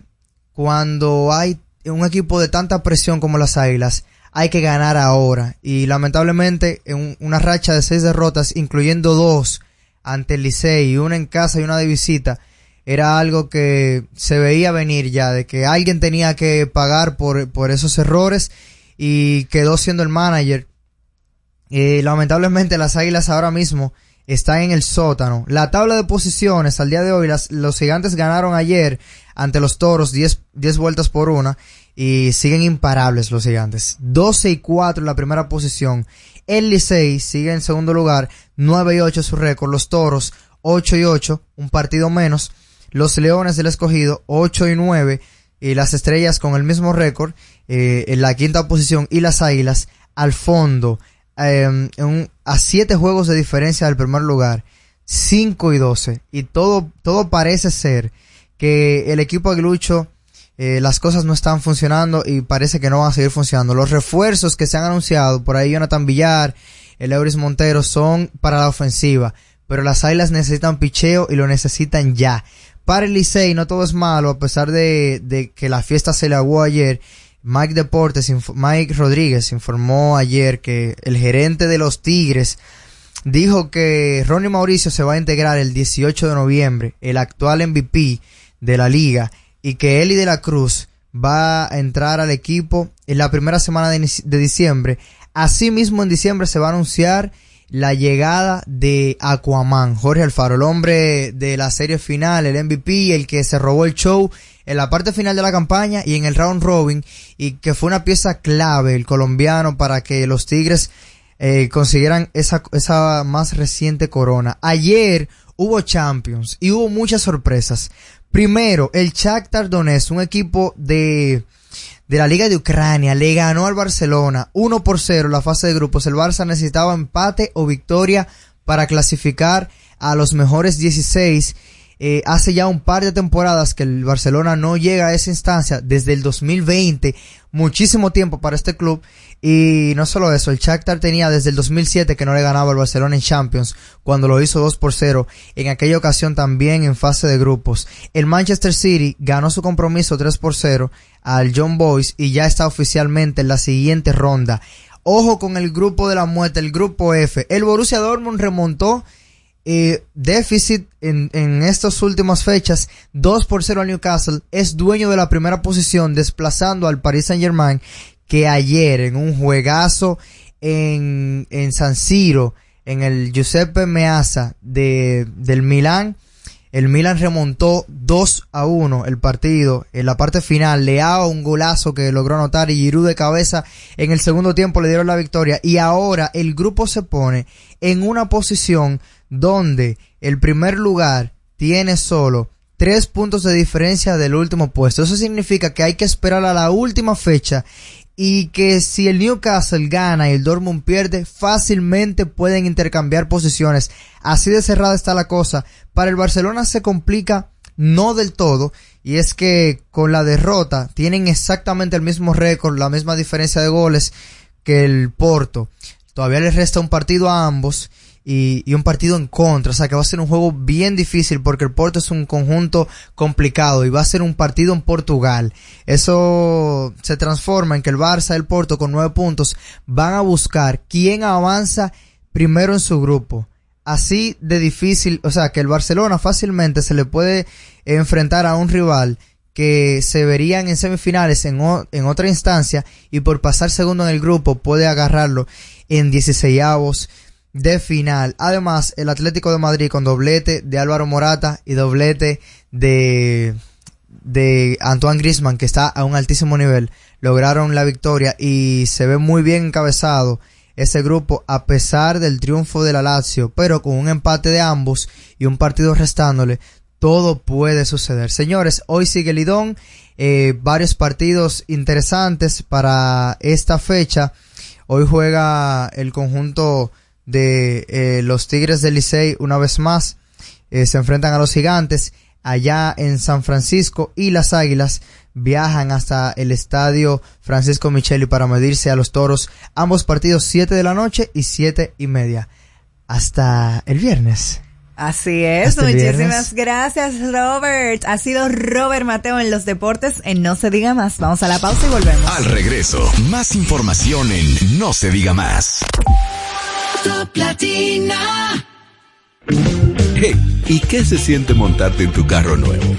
cuando hay un equipo de tanta presión como las Águilas, hay que ganar ahora, y lamentablemente en una racha de 6 derrotas, incluyendo 2 ante el Licey y una en casa y una de visita, era algo que se veía venir ya, de que alguien tenía que pagar por esos errores, y quedó siendo el manager. Lamentablemente las Águilas ahora mismo están en el sótano. La tabla de posiciones al día de hoy, los Gigantes ganaron ayer ante los Toros 10 vueltas por 1 y siguen imparables los Gigantes. 12-4 en la primera posición. El Licey sigue en segundo lugar, 9-8 su récord. Los Toros 8-8, un partido menos. Los Leones del Escogido 8-9 y las Estrellas con el mismo récord en la quinta posición, y las Águilas al fondo a 7 juegos de diferencia del primer lugar, 5-12, y todo parece ser que el equipo aguilucho, las cosas no están funcionando y parece que no van a seguir funcionando. Los refuerzos que se han anunciado, por ahí Jonathan Villar, el Euris Montero, son para la ofensiva, pero las Águilas necesitan picheo y lo necesitan ya. Para el Licey no todo es malo, a pesar de que la fiesta se le aguó ayer. Mike Rodríguez informó ayer que el gerente de los Tigres dijo que Ronnie Mauricio se va a integrar el 18 de noviembre, el actual MVP de la liga, y que Eli de la Cruz va a entrar al equipo en la primera semana de diciembre. Asimismo, en diciembre se va a anunciar la llegada de Aquaman, Jorge Alfaro, el hombre de la serie final, el MVP, el que se robó el show en la parte final de la campaña y en el round robin, y que fue una pieza clave, el colombiano, para que los Tigres consiguieran esa más reciente corona. Ayer hubo Champions y hubo muchas sorpresas. Primero, el Shakhtar Donetsk, un equipo de la Liga de Ucrania, le ganó al Barcelona 1-0 en la fase de grupos. El Barça necesitaba empate o victoria para clasificar a los mejores 16. hace ya un par de temporadas que el Barcelona no llega a esa instancia, desde el 2020, muchísimo tiempo para este club. Y no solo eso, el Shakhtar tenía desde el 2007 que no le ganaba al Barcelona en Champions, cuando lo hizo 2-0, en aquella ocasión también en fase de grupos. El Manchester City ganó su compromiso 3-0 al Young Boys y ya está oficialmente en la siguiente ronda. Ojo con el grupo de la muerte, el grupo F. El Borussia Dortmund remontó déficit en estas últimas fechas, 2-0 al Newcastle, es dueño de la primera posición, desplazando al Paris Saint-Germain, que ayer en un juegazo en San Siro, en el Giuseppe Meazza del Milán, el Milan remontó 2-1 el partido. En la parte final, Leao un golazo que logró anotar y Giroud de cabeza en el segundo tiempo le dieron la victoria. Y ahora el grupo se pone en una posición donde el primer lugar tiene solo 3 puntos de diferencia del último puesto. Eso significa que hay que esperar a la última fecha y que si el Newcastle gana y el Dortmund pierde, fácilmente pueden intercambiar posiciones. Así de cerrada está la cosa. Para el Barcelona se complica no del todo, y es que con la derrota tienen exactamente el mismo récord, la misma diferencia de goles que el Porto. Todavía les resta un partido a ambos y un partido en contra, o sea que va a ser un juego bien difícil porque el Porto es un conjunto complicado y va a ser un partido en Portugal. Eso se transforma en que el Barça y el Porto con 9 puntos van a buscar quién avanza primero en su grupo. Así de difícil, o sea que el Barcelona fácilmente se le puede enfrentar a un rival que se verían en semifinales en otra instancia, y por pasar segundo en el grupo puede agarrarlo en 16avos de final. Además, el Atlético de Madrid con doblete de Álvaro Morata y doblete de Antoine Griezmann, que está a un altísimo nivel, lograron la victoria y se ve muy bien encabezado ese grupo a pesar del triunfo de la Lazio, pero con un empate de ambos y un partido restándole, todo puede suceder. Señores, hoy sigue el Lidón, varios partidos interesantes para esta fecha. Hoy juega el conjunto de los Tigres del Licey una vez más, se enfrentan a los Gigantes allá en San Francisco, y las Águilas viajan hasta el estadio Francisco Micheli para medirse a los Toros, ambos partidos 7 de la noche y 7:30. Hasta el viernes. Así es, muchísimas gracias, Robert. Ha sido Robert Mateo en los deportes en No Se Diga Más. Vamos a la pausa y volvemos. Al regreso, más información en No Se Diga Más. Top Latina. Hey, ¿y qué se siente montarte en tu carro nuevo?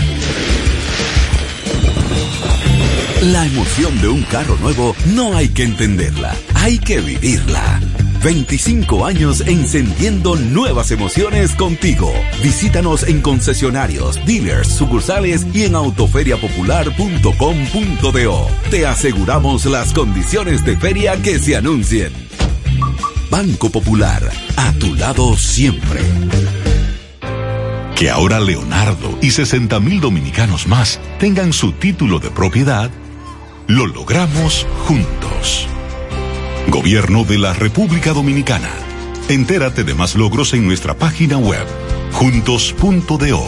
La emoción de un carro nuevo no hay que entenderla, hay que vivirla. 25 años encendiendo nuevas emociones contigo. Visítanos en concesionarios, dealers, sucursales y en autoferiapopular.com.do. Te aseguramos las condiciones de feria que se anuncien. Banco Popular, a tu lado siempre. Que ahora Leonardo y 60,000 dominicanos más tengan su título de propiedad, lo logramos juntos. Gobierno de la República Dominicana. Entérate de más logros en nuestra página web, juntos.do.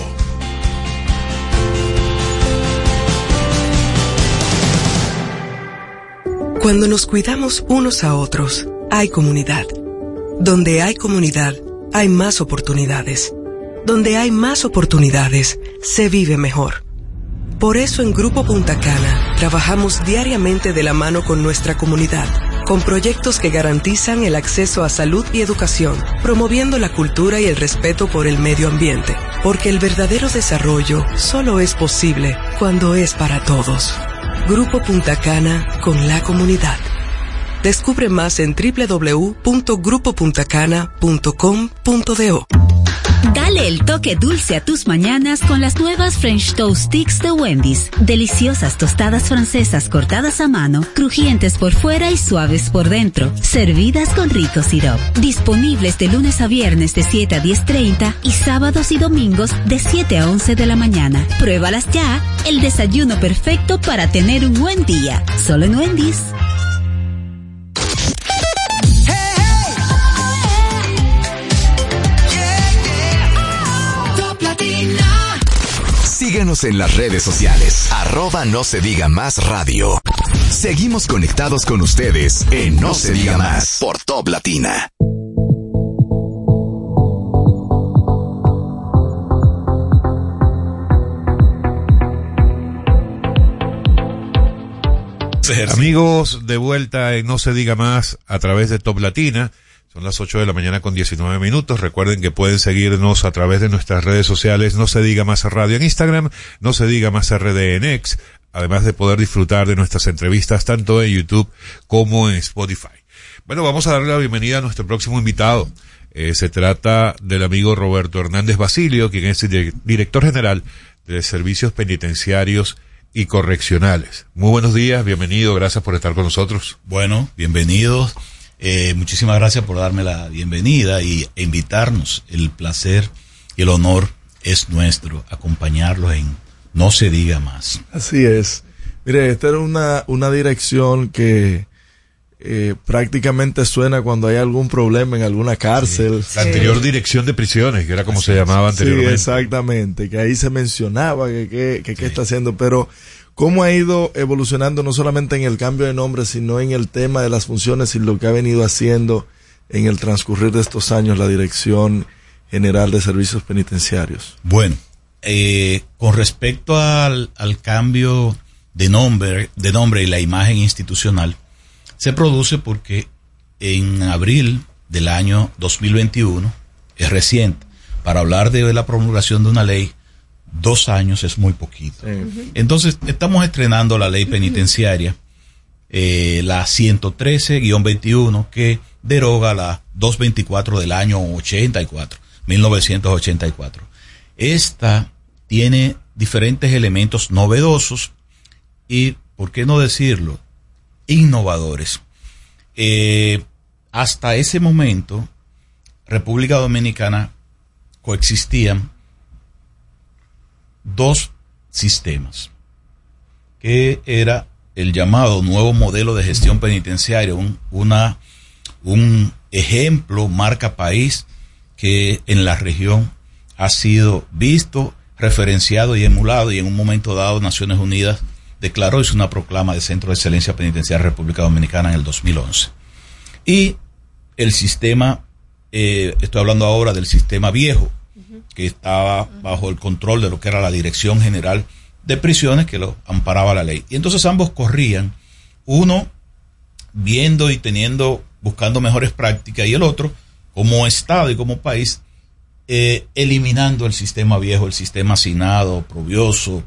Cuando nos cuidamos unos a otros, hay comunidad. Donde hay comunidad, hay más oportunidades. Donde hay más oportunidades, se vive mejor. Por eso en Grupo Punta Cana trabajamos diariamente de la mano con nuestra comunidad, con proyectos que garantizan el acceso a salud y educación, promoviendo la cultura y el respeto por el medio ambiente, porque el verdadero desarrollo solo es posible cuando es para todos. Grupo Punta Cana con la comunidad. Descubre más en www.grupopuntacana.com.do. Dale el toque dulce a tus mañanas con las nuevas French Toast Sticks de Wendy's. Deliciosas tostadas francesas cortadas a mano, crujientes por fuera y suaves por dentro, servidas con rico sirope. Disponibles de lunes a viernes de 7 a 10:30 y sábados y domingos de 7 a 11 de la mañana. Pruébalas ya, el desayuno perfecto para tener un buen día. Solo en Wendy's. Síguenos en las redes sociales, @NoSeDigaMásRadio. Seguimos conectados con ustedes en No Se Diga Más por Top Latina. Amigos, de vuelta en No Se Diga Más a través de Top Latina. Son las 8 de la mañana con 19 minutos. Recuerden que pueden seguirnos a través de nuestras redes sociales, No Se Diga Más Radio en Instagram, No Se Diga Más RD en X, además de poder disfrutar de nuestras entrevistas tanto en YouTube como en Spotify. Bueno, vamos a darle la bienvenida a nuestro próximo invitado. Se trata del amigo Roberto Hernández Basilio, quien es director general de Servicios Penitenciarios y Correccionales. Muy buenos días, bienvenido, gracias por estar con nosotros. Bueno, bienvenidos. Muchísimas gracias por darme la bienvenida e invitarnos. El placer y el honor es nuestro, acompañarlos en No Se Diga Más. Así es. Mire, esta era una dirección que prácticamente suena cuando hay algún problema en alguna cárcel. La anterior dirección de prisiones, que era como se llamaba anteriormente. Sí, exactamente, que ahí se mencionaba que está haciendo, pero cómo ha ido evolucionando no solamente en el cambio de nombre, sino en el tema de las funciones y lo que ha venido haciendo en el transcurrir de estos años la Dirección General de Servicios Penitenciarios. Bueno, con respecto al cambio de nombre y la imagen institucional, se produce porque en abril del año 2021, es reciente, para hablar de la promulgación de una ley, 2 años es muy poquito. Entonces, estamos estrenando la ley penitenciaria, la 113-21, que deroga la 224 del año 1984. Esta tiene diferentes elementos novedosos y, ¿por qué no decirlo?, innovadores. Hasta ese momento, República Dominicana coexistían 2 sistemas, que era el llamado nuevo modelo de gestión penitenciaria, un ejemplo, marca país, que en la región ha sido visto, referenciado y emulado, y en un momento dado Naciones Unidas declaró, hizo una proclama de Centro de Excelencia Penitenciaria República Dominicana en el 2011. Y el sistema, estoy hablando ahora del sistema viejo, que estaba bajo el control de lo que era la Dirección General de Prisiones, que lo amparaba la ley. Y entonces ambos corrían, uno viendo y buscando mejores prácticas, y el otro, como Estado y como país, eliminando el sistema viejo, el sistema hacinado, oprobioso,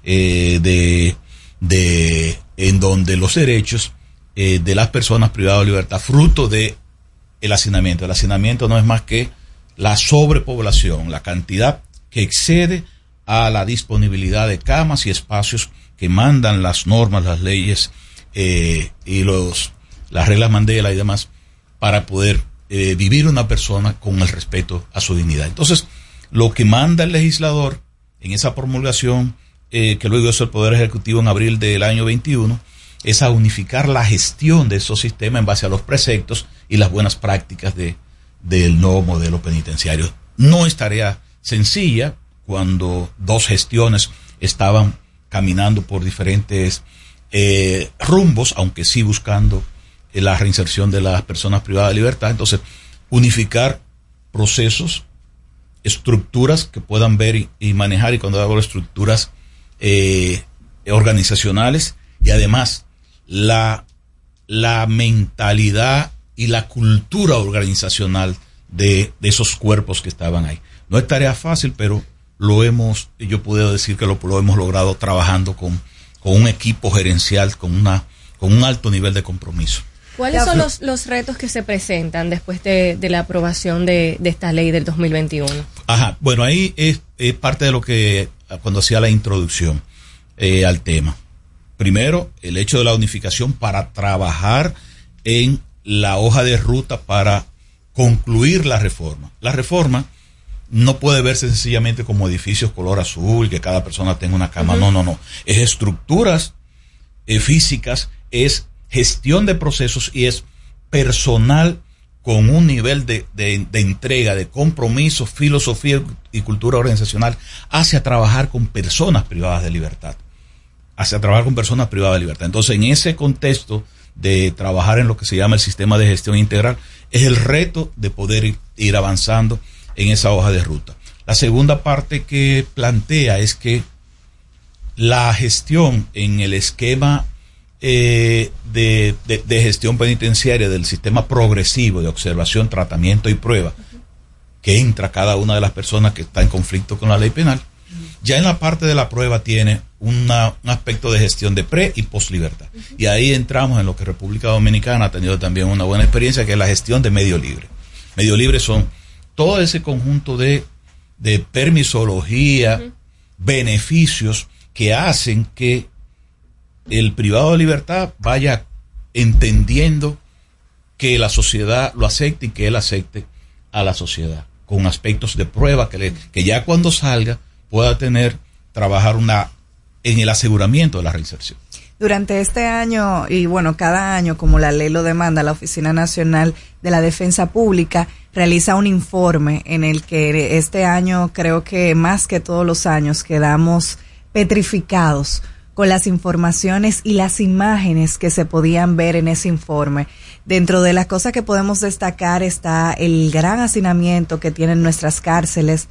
en donde los derechos de las personas privadas de libertad, fruto de el hacinamiento. El hacinamiento no es más que la sobrepoblación, la cantidad que excede a la disponibilidad de camas y espacios que mandan las normas, las leyes y las reglas Mandela y demás, para poder vivir una persona con el respeto a su dignidad. Entonces, lo que manda el legislador en esa promulgación, que luego hizo el Poder Ejecutivo en abril del año 21, es a unificar la gestión de esos sistemas en base a los preceptos y las buenas prácticas del nuevo modelo penitenciario. No es tarea sencilla cuando 2 gestiones estaban caminando por diferentes rumbos, aunque sí buscando la reinserción de las personas privadas de libertad. Entonces, unificar procesos, estructuras que puedan ver y manejar, y cuando hablo de estructuras organizacionales, y además la mentalidad y la cultura organizacional de esos cuerpos que estaban ahí. No es tarea fácil, pero yo puedo decir que lo hemos logrado trabajando con un equipo gerencial, con un alto nivel de compromiso. ¿Cuáles son los retos que se presentan después de la aprobación de esta ley del 2021? Ajá, bueno, ahí es parte de lo que cuando hacía la introducción al tema. Primero, el hecho de la unificación para trabajar en la hoja de ruta para concluir la reforma. La reforma no puede verse sencillamente como edificios color azul, que cada persona tenga una cama. No. Es estructuras físicas, es gestión de procesos y es personal con un nivel de entrega, de compromiso, filosofía y cultura organizacional hacia trabajar con personas privadas de libertad. Entonces, en ese contexto de trabajar en lo que se llama el sistema de gestión integral, es el reto de poder ir avanzando en esa hoja de ruta. La segunda parte que plantea es que la gestión en el esquema de gestión penitenciaria del sistema progresivo de observación, tratamiento y prueba, que entra cada una de las personas que está en conflicto con la ley penal, ya en la parte de la prueba tiene un aspecto de gestión de pre y post libertad. Y ahí entramos en lo que República Dominicana ha tenido también una buena experiencia, que es la gestión de medio libre. Medio libre son todo ese conjunto de permisología, beneficios que hacen que el privado de libertad vaya entendiendo que la sociedad lo acepte y que él acepte a la sociedad, con aspectos de prueba que ya cuando salga pueda trabajar en el aseguramiento de la reinserción. Durante este año, y bueno, cada año, como la ley lo demanda, la Oficina Nacional de la Defensa Pública realiza un informe en el que este año, creo que más que todos los años, quedamos petrificados con las informaciones y las imágenes que se podían ver en ese informe. Dentro de las cosas que podemos destacar está el gran hacinamiento que tienen nuestras cárceles,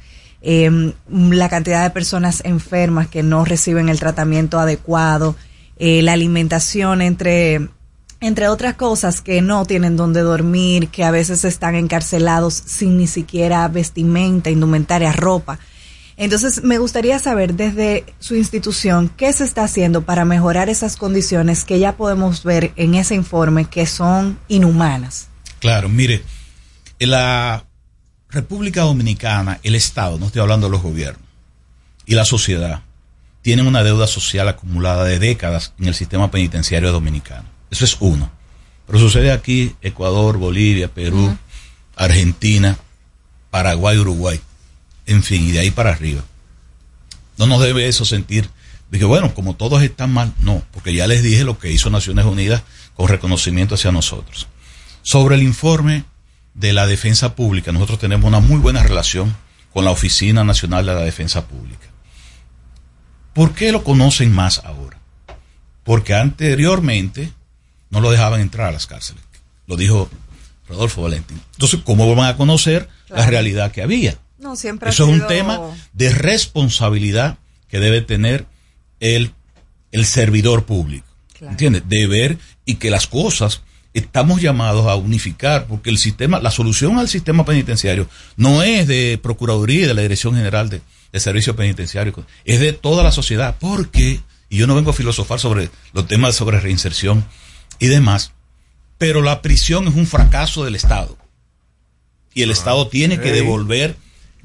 la cantidad de personas enfermas que no reciben el tratamiento adecuado, la alimentación, entre otras cosas, que no tienen donde dormir, que a veces están encarcelados sin ni siquiera vestimenta, indumentaria, ropa. Entonces, me gustaría saber desde su institución qué se está haciendo para mejorar esas condiciones que ya podemos ver en ese informe, que son inhumanas. Claro, mire, en la República Dominicana, el Estado, no estoy hablando de los gobiernos, y la sociedad, tienen una deuda social acumulada de décadas en el sistema penitenciario dominicano. Eso es uno. Pero sucede aquí, Ecuador, Bolivia, Perú, Argentina, Paraguay, Uruguay. En fin, y de ahí para arriba. No nos debe eso sentir, dije, bueno, como todos están mal, no, porque ya les dije lo que hizo Naciones Unidas con reconocimiento hacia nosotros. Sobre el informe de la defensa pública, nosotros tenemos una muy buena relación con la Oficina Nacional de la Defensa Pública. ¿Por qué lo conocen más ahora? Porque anteriormente no lo dejaban entrar a las cárceles, lo dijo Rodolfo Valentín. Entonces, ¿cómo van a conocer la realidad que había? No, siempre eso es un tema de responsabilidad que debe tener el servidor público. Claro. ¿Entiendes? De ver y que las cosas estamos llamados a unificar, porque el sistema, la solución al sistema penitenciario no es de Procuraduría y de la Dirección General de Servicios Penitenciarios, es de toda la sociedad, porque, y yo no vengo a filosofar sobre los temas sobre reinserción y demás, pero la prisión es un fracaso del Estado. Y el Estado tiene que devolver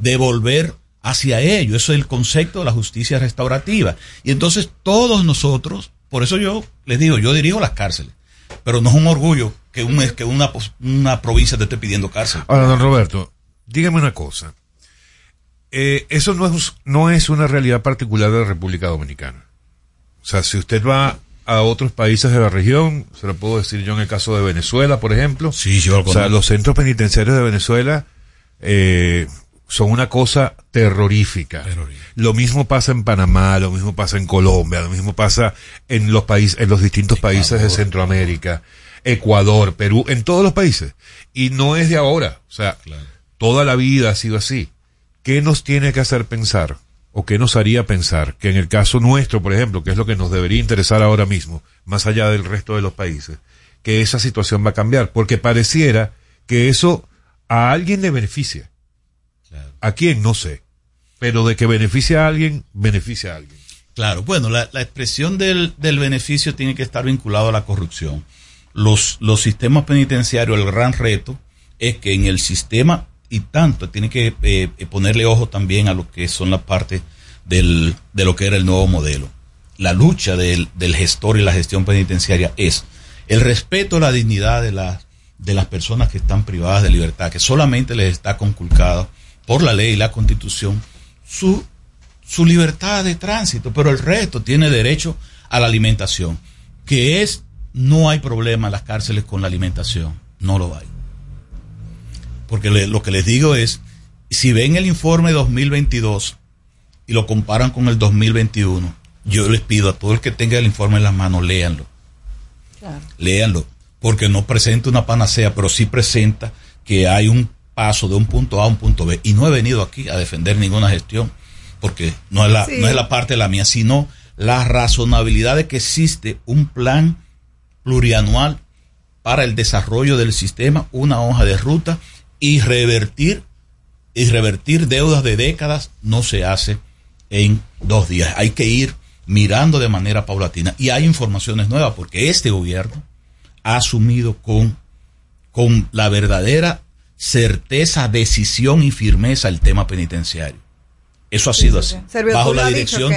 hacia ello. Eso es el concepto de la justicia restaurativa. Y entonces todos nosotros, por eso yo les digo, yo dirijo las cárceles, pero no es un orgullo que una provincia te esté pidiendo cárcel. Ahora, don Roberto, dígame una cosa. Eso no es una realidad particular de la República Dominicana. O sea, si usted va a otros países de la región, se lo puedo decir yo en el caso de Venezuela, por ejemplo. Sí, yo lo conozco. O sea, los centros penitenciarios de Venezuela son una cosa terrorífica. Lo mismo pasa en Panamá, lo mismo pasa en Colombia, lo mismo pasa en los distintos países de Centroamérica, Ecuador, Perú, en todos los países. Y no es de ahora. O sea, toda la vida ha sido así. ¿Qué nos tiene que hacer pensar? ¿O qué nos haría pensar que en el caso nuestro, por ejemplo, que es lo que nos debería interesar ahora mismo, más allá del resto de los países, que esa situación va a cambiar? Porque pareciera que eso a alguien le beneficia. Claro. ¿A quién? No sé. Pero de que beneficia a alguien, beneficia a alguien. Claro, bueno, la expresión del beneficio tiene que estar vinculado a la corrupción. Los sistemas penitenciarios, el gran reto es que en el sistema, y tanto, tiene que ponerle ojo también a lo que son las partes de lo que era el nuevo modelo. La lucha del gestor y la gestión penitenciaria es el respeto a la dignidad de las personas que están privadas de libertad, que solamente les está conculcado por la ley y la Constitución su libertad de tránsito, pero el resto tiene derecho a la alimentación, no hay problema en las cárceles con la alimentación, no lo hay. porque lo que les digo es, si ven el informe 2022 y lo comparan con el 2021, yo les pido a todo el que tenga el informe en las manos, léanlo. Claro. Léanlo, porque no presenta una panacea, pero sí presenta que hay un paso de un punto A a un punto B. Y no he venido aquí a defender ninguna gestión, porque no es la parte de la mía, sino la razonabilidad de que existe un plan plurianual para el desarrollo del sistema, una hoja de ruta, y revertir deudas de décadas no se hace en 2 días. Hay que ir mirando de manera paulatina. Y hay informaciones nuevas, porque este gobierno ha asumido con la verdadera certeza, decisión y firmeza el tema penitenciario. Eso ha sido así. Bajo la dirección,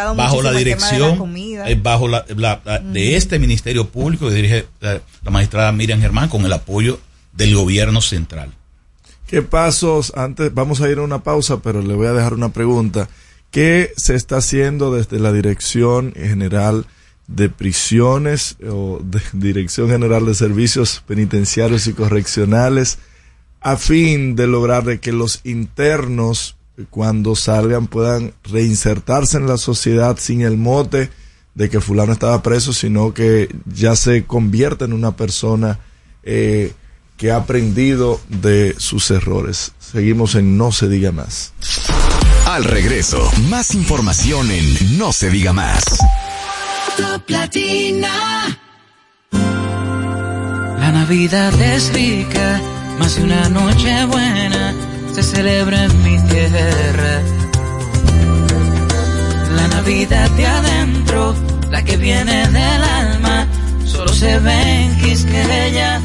de este Ministerio Público que dirige la magistrada Miriam Germán, con el apoyo del gobierno central. ¿Qué pasos antes? Vamos a ir a una pausa, pero le voy a dejar una pregunta. ¿Qué se está haciendo desde la Dirección General de Prisiones o de Dirección General de Servicios Penitenciarios y Correccionales a fin de lograr de que los internos, cuando salgan, puedan reinsertarse en la sociedad sin el mote de que fulano estaba preso, sino que ya se convierta en una persona que ha aprendido de sus errores? Seguimos en No se diga más. Al regreso, más información en No se diga más. Top Latina. La Navidad es rica, más de una noche buena se celebra en mi tierra. La Navidad de adentro, la que viene del alma, solo se ve en Quisqueya.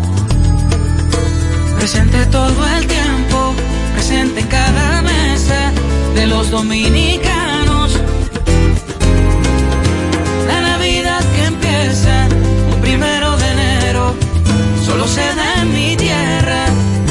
Presente todo el tiempo, presente en cada mesa de los dominicanos. La Navidad que empieza un 1 de enero, solo se da en mi tierra.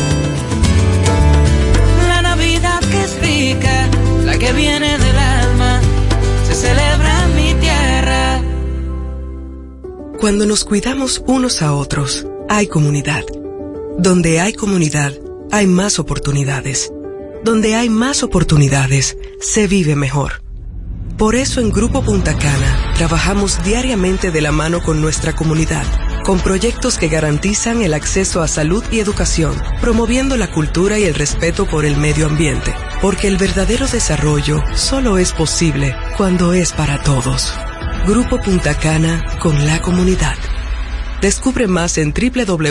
La Navidad que es rica, la que viene del alma, se celebra en mi tierra. Cuando nos cuidamos unos a otros, hay comunidad. Donde hay comunidad, hay más oportunidades. Donde hay más oportunidades, se vive mejor. Por eso en Grupo Punta Cana trabajamos diariamente de la mano con nuestra comunidad, con proyectos que garantizan el acceso a salud y educación, promoviendo la cultura y el respeto por el medio ambiente, porque el verdadero desarrollo solo es posible cuando es para todos. Grupo Punta Cana con la comunidad. Descubre más en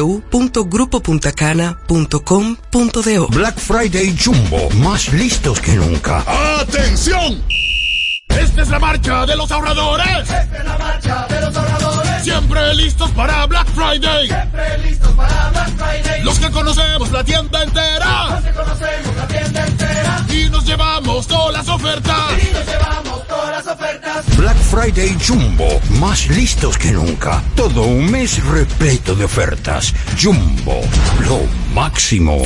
www.grupopuntacana.com.do. Black Friday Jumbo, más listos que nunca. ¡Atención! Esta es la marcha de los ahorradores. Esta es la marcha de los ahorradores. Siempre listos para Black Friday. Siempre listos para Black Friday. Los que conocemos la tienda entera. Los que conocemos la tienda entera. Y nos llevamos todas las ofertas. Y nos llevamos todas las ofertas. Black Friday Jumbo, más listos que nunca. Todo un mes repleto de ofertas. Jumbo, lo máximo.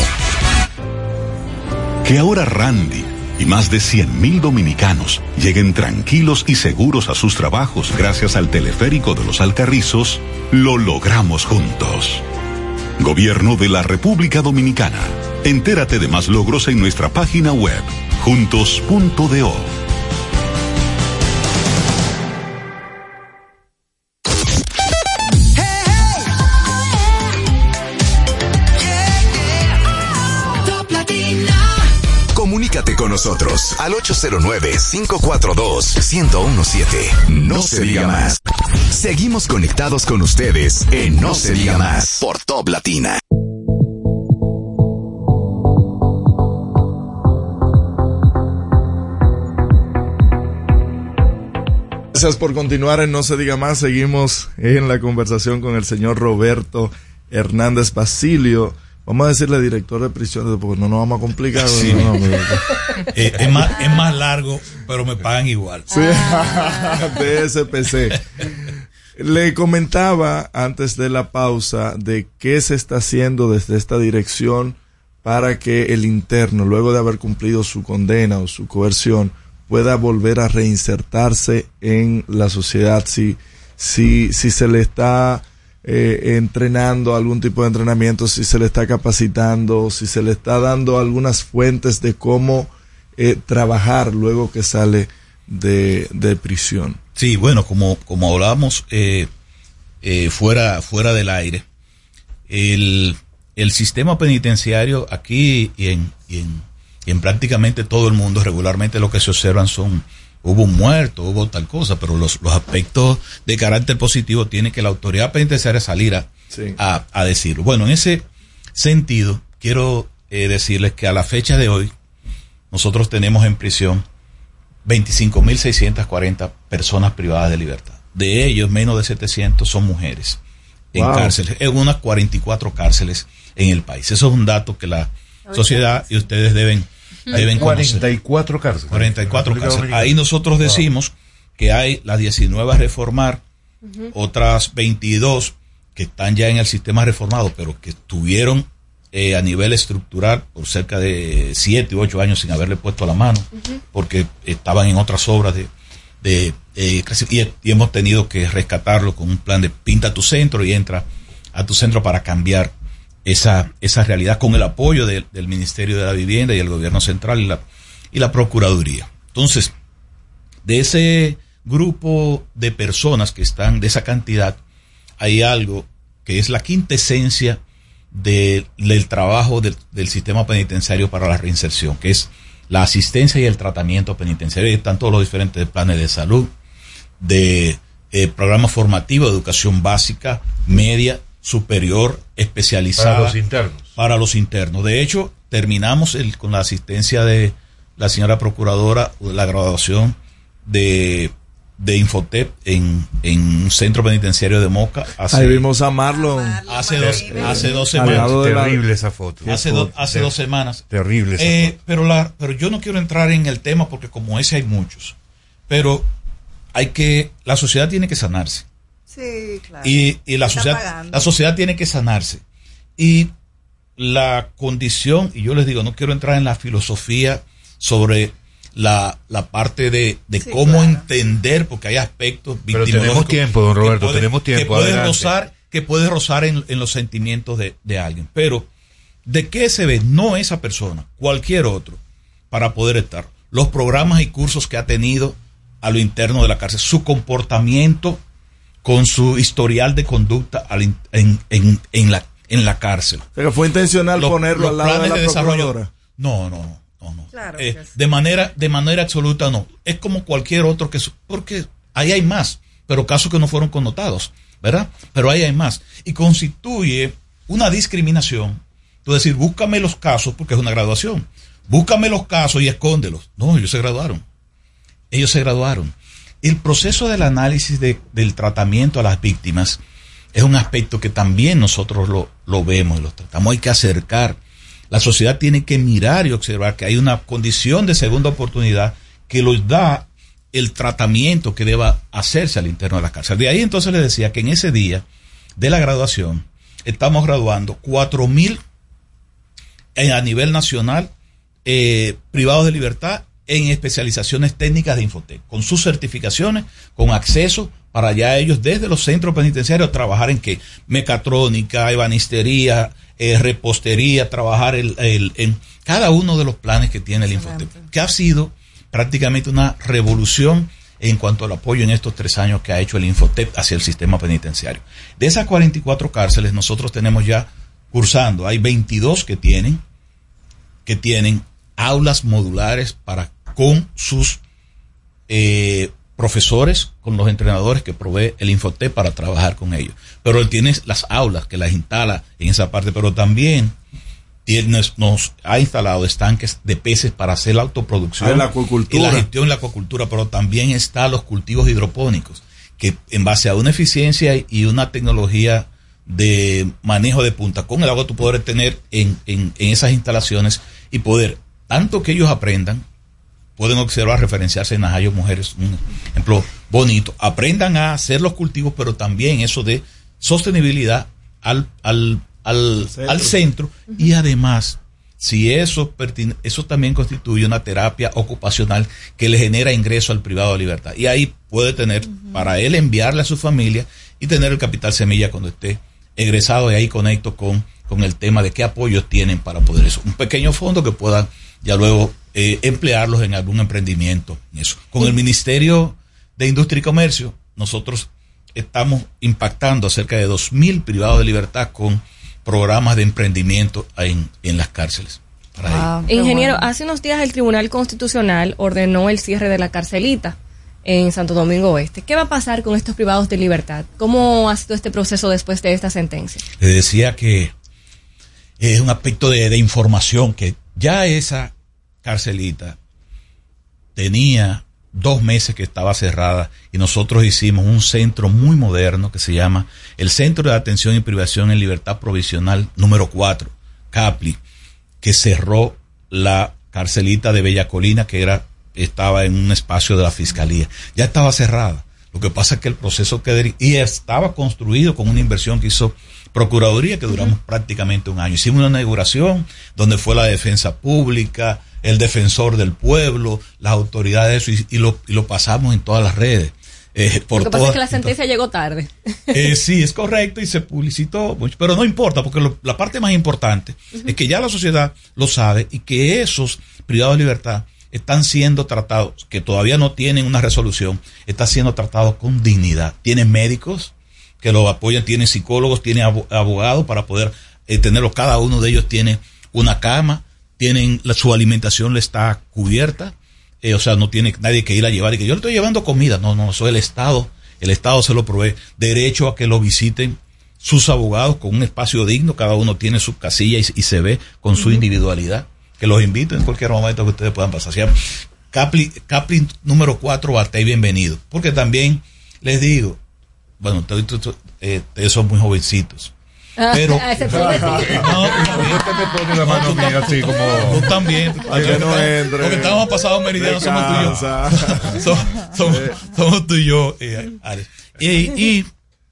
Que ahora Randy y más de 100,000 dominicanos lleguen tranquilos y seguros a sus trabajos gracias al teleférico de los Alcarrizos, lo logramos juntos. Gobierno de la República Dominicana. Entérate de más logros en nuestra página web, juntos.do. Comunícate con nosotros al 809-542-1017. No se diga más. Seguimos conectados con ustedes en No se diga más por Top Latina. Gracias por continuar en No se diga más. Seguimos en la conversación con el señor Roberto Hernández Basilio. Vamos a decirle director de prisiones porque no nos vamos a complicar. Sí. Es más largo, pero me pagan igual. Sí, DSPC. Le comentaba antes de la pausa de qué se está haciendo desde esta dirección para que el interno, luego de haber cumplido su condena o su coerción, pueda volver a reinsertarse en la sociedad. Si se le está entrenando, algún tipo de entrenamiento, si se le está capacitando, si se le está dando algunas fuentes de cómo trabajar luego que sale de prisión. Sí, bueno, como hablábamos fuera del aire, el sistema penitenciario aquí y en prácticamente todo el mundo, regularmente lo que se observan hubo un muerto, hubo tal cosa, pero los aspectos de carácter positivo tiene que la autoridad penitenciaria salir a decirlo. Bueno, en ese sentido, quiero decirles que a la fecha de hoy, nosotros tenemos en prisión 25.640 personas privadas de libertad. De ellos, menos de 700 son mujeres en cárceles, en unas 44 cárceles en el país. Eso es un dato que la sociedad y ustedes deben conocer. 44 cárceles. 44 cárceles. Ahí nosotros decimos que hay las 19 a reformar, otras 22 que están ya en el sistema reformado, pero que estuvieron a nivel estructural por cerca de 7 u 8 años sin haberle puesto la mano, porque estaban en otras obras y hemos tenido que rescatarlo con un plan de pinta tu centro y entra a tu centro para cambiar esa realidad, con el apoyo del Ministerio de la Vivienda y el Gobierno Central y la Procuraduría. Entonces, de ese grupo de personas que están, de esa cantidad, hay algo que es la quintesencia del trabajo del sistema penitenciario para la reinserción, que es la asistencia y el tratamiento penitenciario. Y están todos los diferentes planes de salud, de programas formativos, de educación básica, media, superior, especializada. Para los internos. De hecho, terminamos con la asistencia de la señora procuradora, la graduación de Infotep en un centro penitenciario de Moca. Ahí vimos a Marlon. Hace 2 semanas. Terrible esa foto. Hace 2 semanas. Terrible esa foto. Pero yo no quiero entrar en el tema porque como ese hay muchos. Pero la sociedad tiene que sanarse. Sí, claro. Y la sociedad tiene que sanarse. Y la condición, y yo les digo, no quiero entrar en la filosofía sobre la parte de cómo entender, porque hay aspectos victimológicos. Pero tenemos tiempo, don Roberto, tenemos tiempo. Que puede rozar en los sentimientos de alguien. Pero, ¿de qué se ve? No esa persona, cualquier otro, para poder estar. Los programas y cursos que ha tenido a lo interno de la cárcel, su comportamiento con su historial de conducta en la cárcel. Pero fue intencional ponerlo al lado de la procuradora. No. Claro de manera absoluta no. Es como cualquier otro porque ahí hay más, pero casos que no fueron connotados, ¿verdad? Pero ahí hay más. Y constituye una discriminación. Tú decir, búscame los casos, porque es una graduación. Búscame los casos y escóndelos. No, ellos se graduaron. El proceso del análisis del tratamiento a las víctimas es un aspecto que también nosotros lo vemos y lo tratamos. Hay que acercar. La sociedad tiene que mirar y observar que hay una condición de segunda oportunidad que los da el tratamiento que deba hacerse al interno de la cárcel. De ahí entonces les decía que en ese día de la graduación estamos graduando 4.000 a nivel nacional privados de libertad en especializaciones técnicas de Infotep, con sus certificaciones, con acceso para ya ellos desde los centros penitenciarios trabajar en qué, mecatrónica, ebanistería, repostería, trabajar en cada uno de los planes que tiene el Infotep, que ha sido prácticamente una revolución en cuanto al apoyo en estos 3 años que ha hecho el Infotep hacia el sistema penitenciario. De esas 44 cárceles nosotros tenemos ya cursando, hay 22 que tienen aulas modulares con sus profesores, con los entrenadores que provee el Infotep para trabajar con ellos. Pero él tiene las aulas que las instala en esa parte, pero también nos ha instalado estanques de peces para hacer la autoproducción la acuicultura. Y la gestión en la acuicultura, pero también está los cultivos hidropónicos, que en base a una eficiencia y una tecnología de manejo de punta con el agua tú poder tener en esas instalaciones y poder, tanto que ellos aprendan, pueden observar, referenciarse en Najayo Mujeres, un ejemplo bonito, aprendan a hacer los cultivos, pero también eso de sostenibilidad al centro. Y además, si eso también constituye una terapia ocupacional que le genera ingreso al privado de libertad. Y ahí puede tener para él enviarle a su familia y tener el capital semilla cuando esté egresado, y ahí conecto con el tema de qué apoyos tienen para poder eso. Un pequeño fondo que puedan ya luego emplearlos en algún emprendimiento. Eso. Con el Ministerio de Industria y Comercio, nosotros estamos impactando a cerca de 2.000 privados de libertad con programas de emprendimiento en las cárceles. Ingeniero, hace unos días el Tribunal Constitucional ordenó el cierre de la carcelita en Santo Domingo Oeste. ¿Qué va a pasar con estos privados de libertad? ¿Cómo ha sido este proceso después de esta sentencia? Le decía que es un aspecto de información, que ya esa carcelita tenía 2 meses que estaba cerrada, y nosotros hicimos un centro muy moderno que se llama el Centro de Atención y Privación en Libertad Provisional número 4, CAPLI, que cerró la carcelita de Bella Colina, que estaba en un espacio de la Fiscalía. Ya estaba cerrada. Lo que pasa es que el proceso y estaba construido con una inversión que hizo Procuraduría, que duramos prácticamente un año. Hicimos una inauguración donde fue la Defensa Pública, el Defensor del Pueblo, las autoridades, y lo pasamos en todas las redes. Lo que pasa es que la sentencia llegó tarde. Sí, es correcto, y se publicitó mucho, pero no importa, porque la parte más importante es que ya la sociedad lo sabe, y que esos privados de libertad están siendo tratados, que todavía no tienen una resolución, están siendo tratados con dignidad. Tienen médicos que los apoyan, tienen psicólogos, tienen abogados para poder tenerlos. Cada uno de ellos tiene una cama, su alimentación le está cubierta, o sea, no tiene nadie que ir a llevar y que yo le estoy llevando comida. No, eso es el Estado se lo provee. Derecho a que lo visiten sus abogados con un espacio digno, cada uno tiene su casilla y se ve con su individualidad. Que los invito en cualquier momento que ustedes puedan pasar. O sea, Capli número 4, bate y bienvenido. Porque también les digo, bueno, ustedes son muy jovencitos. Pero tú también, porque estamos pasados meridianos, somos tú y yo. Somos tú y yo, Alex. Y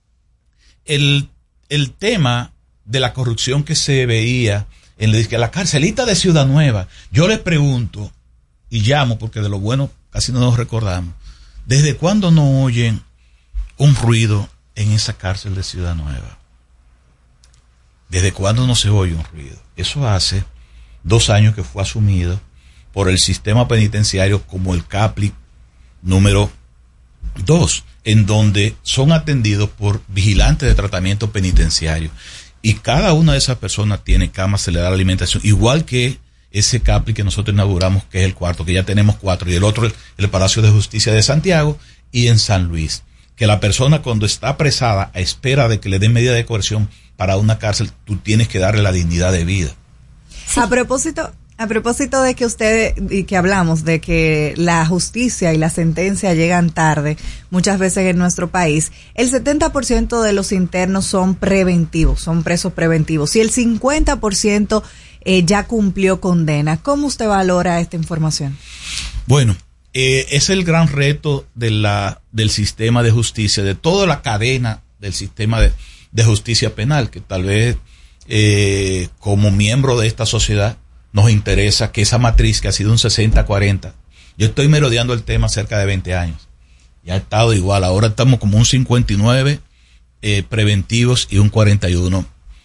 el tema de la corrupción que se veía en la carcelita de Ciudad Nueva, yo les pregunto y llamo, porque de lo bueno casi no nos recordamos, ¿desde cuándo no oyen un ruido en esa cárcel de Ciudad Nueva? ¿Desde cuándo no se oye un ruido? Eso hace 2 años que fue asumido por el sistema penitenciario como el CAPLI número 2, en donde son atendidos por vigilantes de tratamiento penitenciario. Y cada una de esas personas tiene cama, se le da la alimentación, igual que ese CAPLI que nosotros inauguramos, que es el 4, que ya tenemos 4, y el otro, el Palacio de Justicia de Santiago y en San Luis. Que la persona, cuando está apresada a espera de que le den medida de coerción para una cárcel, tú tienes que darle la dignidad de vida. Sí. A propósito de que ustedes, y que hablamos de que la justicia y la sentencia llegan tarde muchas veces en nuestro país, el 70% de los internos son preventivos, son presos preventivos, y el 50% ya cumplió condena. ¿Cómo usted valora esta información? Bueno, es el gran reto del sistema de justicia, de toda la cadena del sistema de justicia penal, que tal vez como miembro de esta sociedad nos interesa que esa matriz, que ha sido un 60-40, yo estoy merodeando el tema cerca de 20 años, ya ha estado igual, ahora estamos como un 59 preventivos y un 41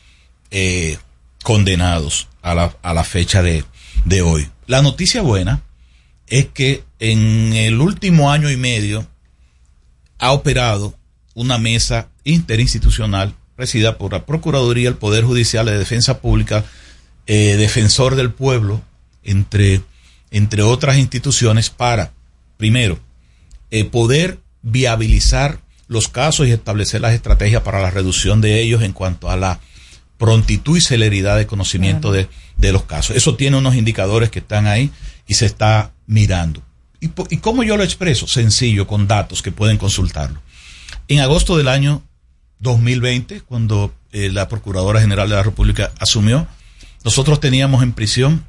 condenados a la fecha de hoy. La noticia buena es que en el último año y medio ha operado una mesa interinstitucional presidida por la Procuraduría, el Poder Judicial, de Defensa Pública, Defensor del Pueblo, entre otras instituciones, para, primero, poder viabilizar los casos y establecer las estrategias para la reducción de ellos en cuanto a la prontitud y celeridad de conocimiento de los casos. Eso tiene unos indicadores que están ahí y se está mirando. ¿Y cómo yo lo expreso? Sencillo, con datos que pueden consultarlo. En agosto del año 2020, cuando la Procuradora General de la República asumió, nosotros teníamos en prisión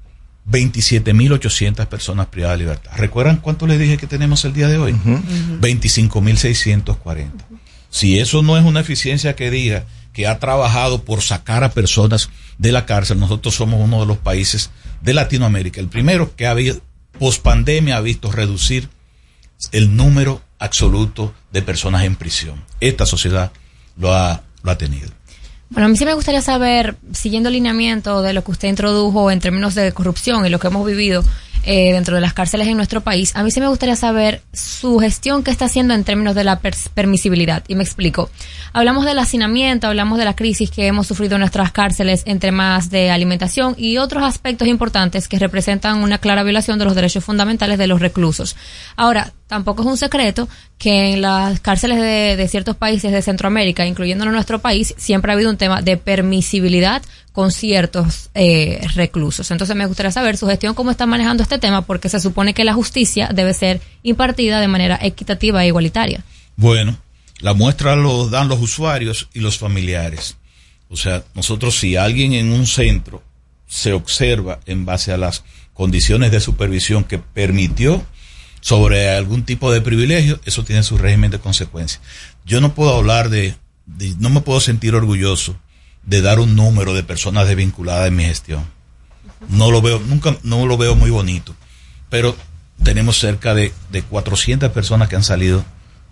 27.800 personas privadas de libertad. ¿Recuerdan cuánto les dije que tenemos el día de hoy? 25.640. Si eso no es una eficiencia que diga que ha trabajado por sacar a personas de la cárcel, nosotros somos uno de los países de Latinoamérica, el primero que ha habido pospandemia, ha visto reducir el número absoluto de personas en prisión. Esta sociedad lo ha tenido. Bueno, a mí sí me gustaría saber, siguiendo el lineamiento de lo que usted introdujo en términos de corrupción y lo que hemos vivido dentro de las cárceles en nuestro país, a mí sí me gustaría saber su gestión que está haciendo en términos de la permisibilidad. Y me explico. Hablamos del hacinamiento, hablamos de la crisis que hemos sufrido en nuestras cárceles en temas de alimentación y otros aspectos importantes que representan una clara violación de los derechos fundamentales de los reclusos. Ahora, tampoco es un secreto que en las cárceles de ciertos países de Centroamérica, incluyéndonos nuestro país, siempre ha habido un tema de permisibilidad con ciertos reclusos. Entonces me gustaría saber su gestión, cómo está manejando este tema, porque se supone que la justicia debe ser impartida de manera equitativa e igualitaria. Bueno, la muestra lo dan los usuarios y los familiares. O sea, nosotros, si alguien en un centro se observa en base a las condiciones de supervisión que permitió sobre algún tipo de privilegio, eso tiene su régimen de consecuencias. Yo no puedo hablar no me puedo sentir orgulloso de dar un número de personas desvinculadas en mi gestión. No lo veo muy bonito, pero tenemos cerca de 400 personas que han salido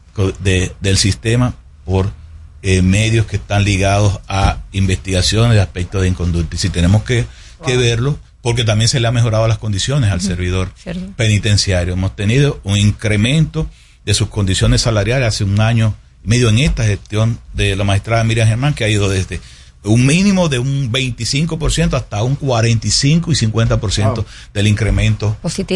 del sistema por medios que están ligados a investigaciones de aspectos de inconducta. Y si tenemos que verlo, porque también se le ha mejorado las condiciones al servidor penitenciario. Hemos tenido un incremento de sus condiciones salariales hace 1 año y medio en esta gestión de la magistrada Miriam Germán, que ha ido desde un mínimo de un 25% hasta un 45 y 50% del incremento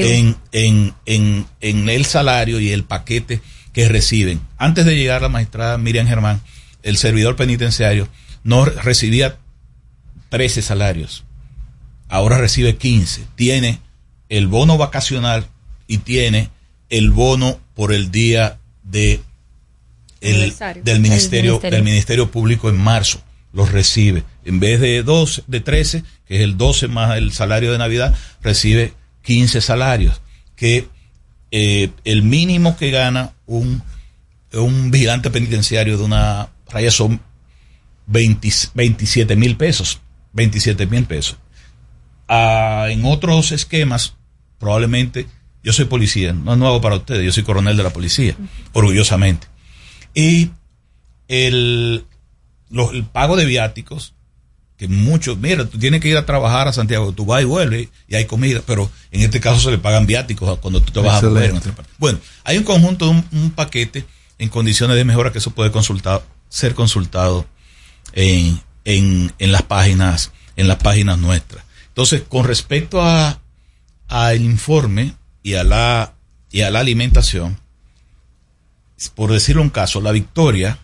en el salario y el paquete que reciben. Antes de llegar la magistrada Miriam Germán, el servidor penitenciario no recibía 13 salarios. Ahora recibe 15. Tiene el bono vacacional y tiene el bono por el día del Ministerio Público en marzo. Los recibe. En vez de 13, que es el 12 más el salario de Navidad, recibe 15 salarios. Que el mínimo que gana un vigilante penitenciario de una raya son 27,000 pesos. 27,000 pesos. En otros esquemas, probablemente, yo soy policía, no es nuevo para ustedes, yo soy coronel de la policía, orgullosamente. Y el pago de viáticos, que muchos, mira, tú tienes que ir a trabajar a Santiago, tú vas y vuelves y hay comida, pero en este caso se le pagan viáticos cuando tú te vas a mover. Bueno, hay un conjunto, un paquete en condiciones de mejora que eso puede ser consultado en las páginas nuestras. Entonces, con respecto al informe y a la alimentación, por decirlo un caso, La Victoria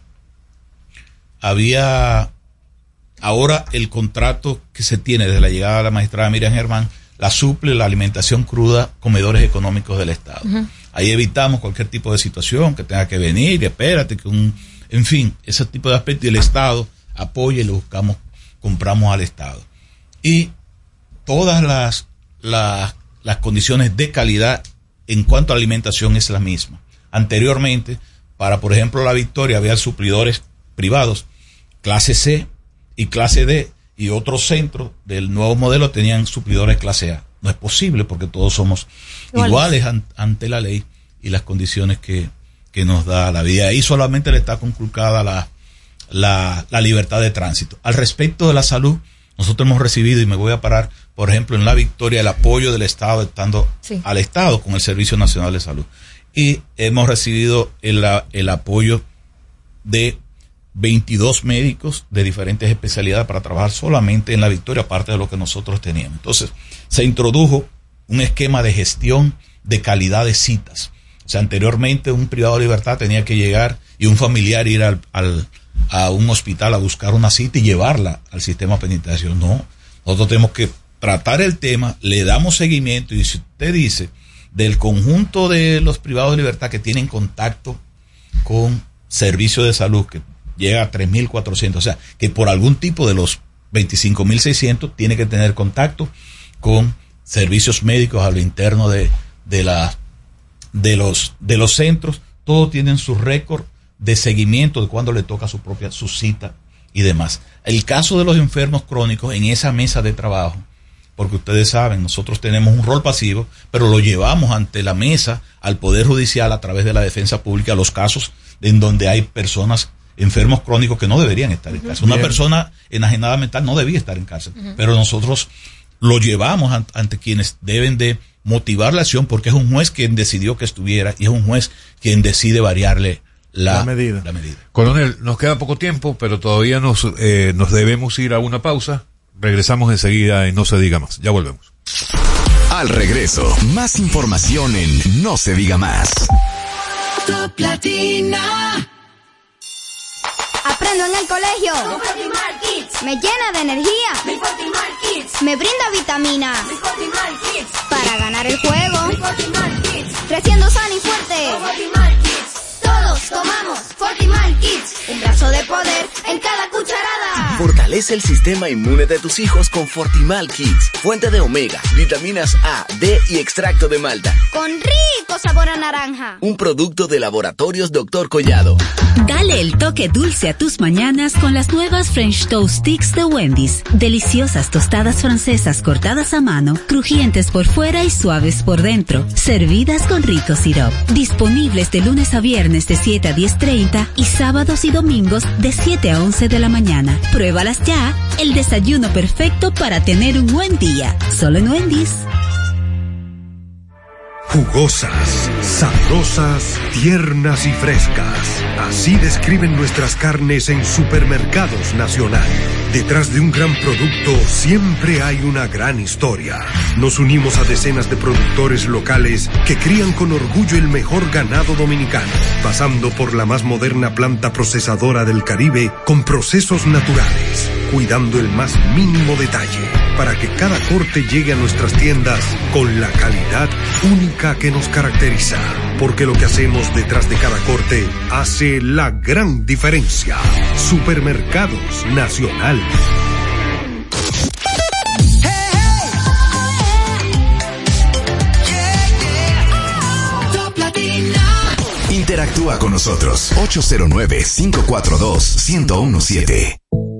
ahora el contrato que se tiene desde la llegada de la magistrada Miriam Germán la suple la alimentación cruda, comedores económicos del Estado. Ahí evitamos cualquier tipo de situación que tenga que venir, espérate, en fin, ese tipo de aspectos, y el Estado apoya y lo compramos al Estado. Y todas las condiciones de calidad en cuanto a alimentación es la misma. Anteriormente, para por ejemplo La Victoria, había suplidores privados, clase C y clase D, y otros centros del nuevo modelo tenían suplidores clase A. No es posible porque todos somos iguales ante la ley y las condiciones que nos da la vida. Ahí solamente le está conculcada la libertad de tránsito. Al respecto de la salud, nosotros hemos recibido, y me voy a parar, por ejemplo, en La Victoria, el apoyo del Estado, estando al Estado con el Servicio Nacional de Salud. Y hemos recibido el apoyo de 22 médicos de diferentes especialidades para trabajar solamente en La Victoria, aparte de lo que nosotros teníamos. Entonces, se introdujo un esquema de gestión de calidad de citas. O sea, anteriormente un privado de libertad tenía que llegar y un familiar ir a un hospital a buscar una cita y llevarla al sistema penitenciario. No, nosotros tenemos que tratar el tema, le damos seguimiento, y si usted dice del conjunto de los privados de libertad que tienen contacto con servicios de salud, que llega a 3.400, o sea, que por algún tipo de los 25.600 tiene que tener contacto con servicios médicos a lo interno de los centros, todos tienen su récord de seguimiento de cuándo le toca su cita y demás. El caso de los enfermos crónicos, en esa mesa de trabajo, porque ustedes saben, nosotros tenemos un rol pasivo, pero lo llevamos ante la mesa, al Poder Judicial, a través de la defensa pública, los casos en donde hay personas enfermos crónicos que no deberían estar en cárcel. Una persona enajenada mental no debía estar en cárcel, pero nosotros lo llevamos ante quienes deben de motivar la acción, porque es un juez quien decidió que estuviera y es un juez quien decide variarle la medida. Coronel, nos queda poco tiempo, pero todavía nos debemos ir a una pausa. Regresamos enseguida en No se diga más. Ya volvemos. Al regreso, más información en No se diga más. Top Latina. Aprendo en el colegio. Con Fortimal Kids. Me llena de energía. Mi Fortimal Kids. Me brinda vitamina. Mi Fortimal Kids. Para ganar el juego. Mi Fortimal Kids. Creciendo sano y fuerte. Con Fortimal Kids. Todos tomamos Fortimal Kids. Un brazo de poder en cada cucharada. Fortalece el sistema inmune de tus hijos con Fortimal Kids. Fuente de omega, vitaminas A, D y extracto de malta. Con rico sabor a naranja. Un producto de Laboratorios Dr. Collado. Dale el toque dulce a tus mañanas con las nuevas French Toast Sticks de Wendy's. Deliciosas tostadas francesas cortadas a mano, crujientes por fuera y suaves por dentro. Servidas con rico sirope. Disponibles de lunes a viernes de 7 a 10:30 y sábados y domingos de 7 a 11 de la mañana. Pruébalas ya. El desayuno perfecto para tener un buen día. Solo en Wendy's. Jugosas, sabrosas, tiernas y frescas. Así describen nuestras carnes en Supermercados Nacional. Detrás de un gran producto siempre hay una gran historia. Nos unimos a decenas de productores locales que crían con orgullo el mejor ganado dominicano, pasando por la más moderna planta procesadora del Caribe con procesos naturales, cuidando el más mínimo detalle para que cada corte llegue a nuestras tiendas con la calidad única que nos caracteriza, porque lo que hacemos detrás de cada corte hace la gran diferencia. Supermercados Nacional. Interactúa con nosotros. 809-542-1017.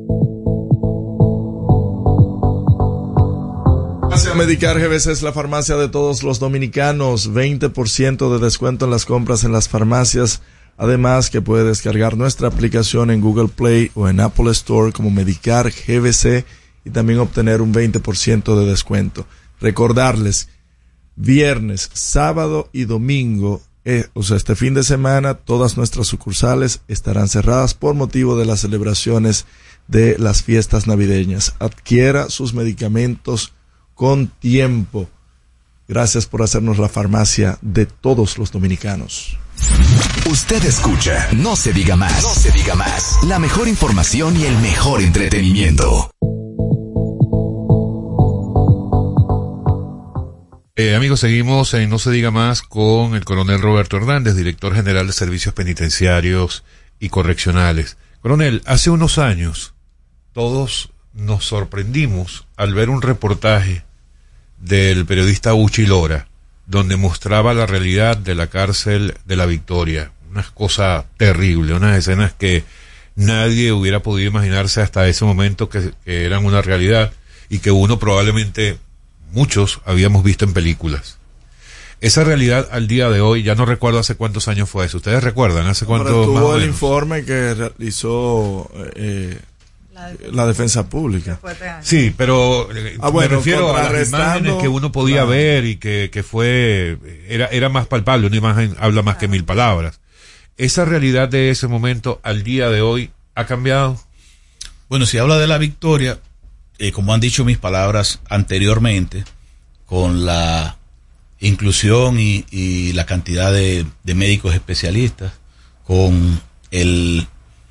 Farmacia Medicar GBC es la farmacia de todos los dominicanos. 20% de descuento en las compras en las farmacias. Además que puede descargar nuestra aplicación en Google Play o en Apple Store como Medicar GBC y también obtener un 20% de descuento. Recordarles, viernes, sábado y domingo, este fin de semana, todas nuestras sucursales estarán cerradas por motivo de las celebraciones de las fiestas navideñas. Adquiera sus medicamentos con tiempo. Gracias por hacernos la farmacia de todos los dominicanos. Usted escucha No se diga más. No se diga más. La mejor información y el mejor entretenimiento. Amigos, seguimos en No se diga más con el coronel Roberto Hernández, director general de Servicios Penitenciarios y Correccionales. Coronel, hace unos años todos nos sorprendimos al ver un reportaje del periodista Uchi Lora, donde mostraba la realidad de la cárcel de La Victoria. Una cosa terrible, unas escenas que nadie hubiera podido imaginarse hasta ese momento que eran una realidad y que uno probablemente, muchos, habíamos visto en películas. Esa realidad al día de hoy, ya no recuerdo hace cuántos años fue eso. ¿Ustedes recuerdan? ¿Hace cuánto? Tuvo el informe que realizó la defensa pública. Sí, pero me refiero a las imágenes que uno podía ver y que fue, era más palpable, una imagen habla más que mil palabras. ¿Esa realidad de ese momento al día de hoy ha cambiado? Bueno, si habla de La Victoria, como han dicho mis palabras anteriormente, con la inclusión y la cantidad de médicos especialistas, con el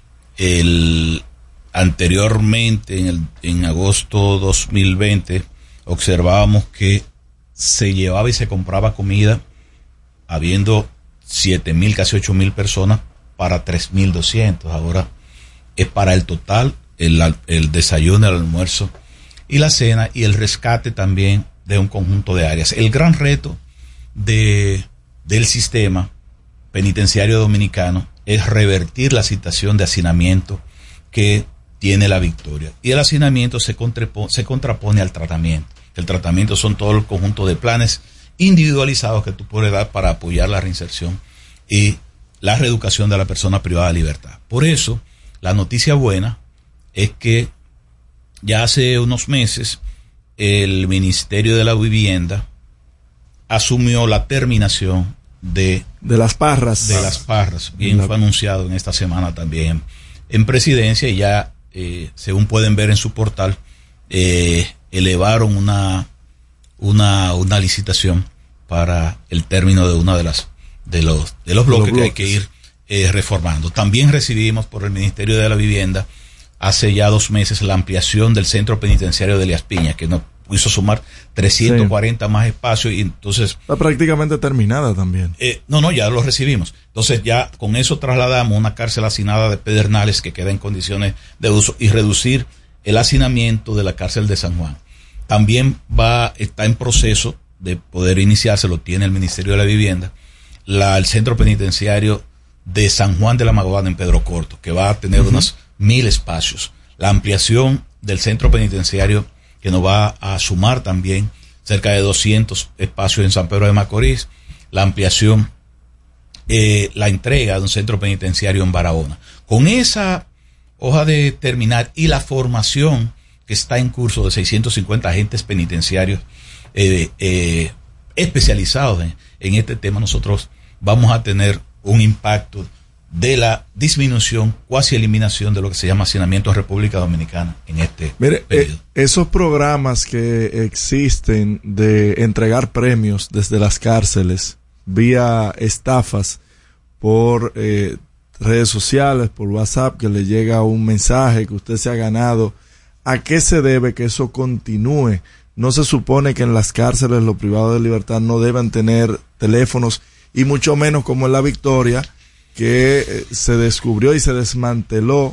anteriormente, en agosto 2020, observábamos que se llevaba y se compraba comida habiendo 7,000, casi 8,000 personas para 3,200. Ahora es para el total, el desayuno, el almuerzo y la cena, y el rescate también de un conjunto de áreas. El gran reto del sistema penitenciario dominicano es revertir la situación de hacinamiento que tiene La Victoria. Y el hacinamiento se contrapone al tratamiento. El tratamiento son todo el conjunto de planes individualizados que tú puedes dar para apoyar la reinserción y la reeducación de la persona privada de libertad. Por eso, la noticia buena es que ya hace unos meses el Ministerio de la Vivienda asumió la terminación de las parras. Bien fue anunciado en esta semana también en Presidencia, y ya, según pueden ver en su portal, elevaron una licitación para el término de una de los bloques que hay que ir reformando. También recibimos por el Ministerio de la Vivienda hace ya 2 meses la ampliación del centro penitenciario de Elías Piña, que nos hizo sumar 340 más espacios, y entonces está prácticamente terminada también. No, ya lo recibimos. Entonces ya con eso trasladamos una cárcel hacinada de Pedernales que queda en condiciones de uso, y reducir el hacinamiento de la cárcel de San Juan. También está en proceso de poder iniciarse, lo tiene el Ministerio de la Vivienda, el centro penitenciario de San Juan de la Maguana en Pedro Corto, que va a tener unos 1000 espacios. La ampliación del centro penitenciario, que nos va a sumar también cerca de 200 espacios en San Pedro de Macorís. La ampliación, la entrega de un centro penitenciario en Barahona. Con esa hoja de terminar y la formación que está en curso de 650 agentes penitenciarios especializados en este tema, nosotros vamos a tener un impacto de la disminución, cuasi eliminación de lo que se llama hacinamiento en República Dominicana en este periodo. Esos programas que existen de entregar premios desde las cárceles vía estafas por redes sociales, por WhatsApp, que le llega un mensaje que usted se ha ganado, ¿a qué se debe que eso continúe? ¿No se supone que en las cárceles los privados de libertad no deben tener teléfonos, y mucho menos como en La Victoria, que se descubrió y se desmanteló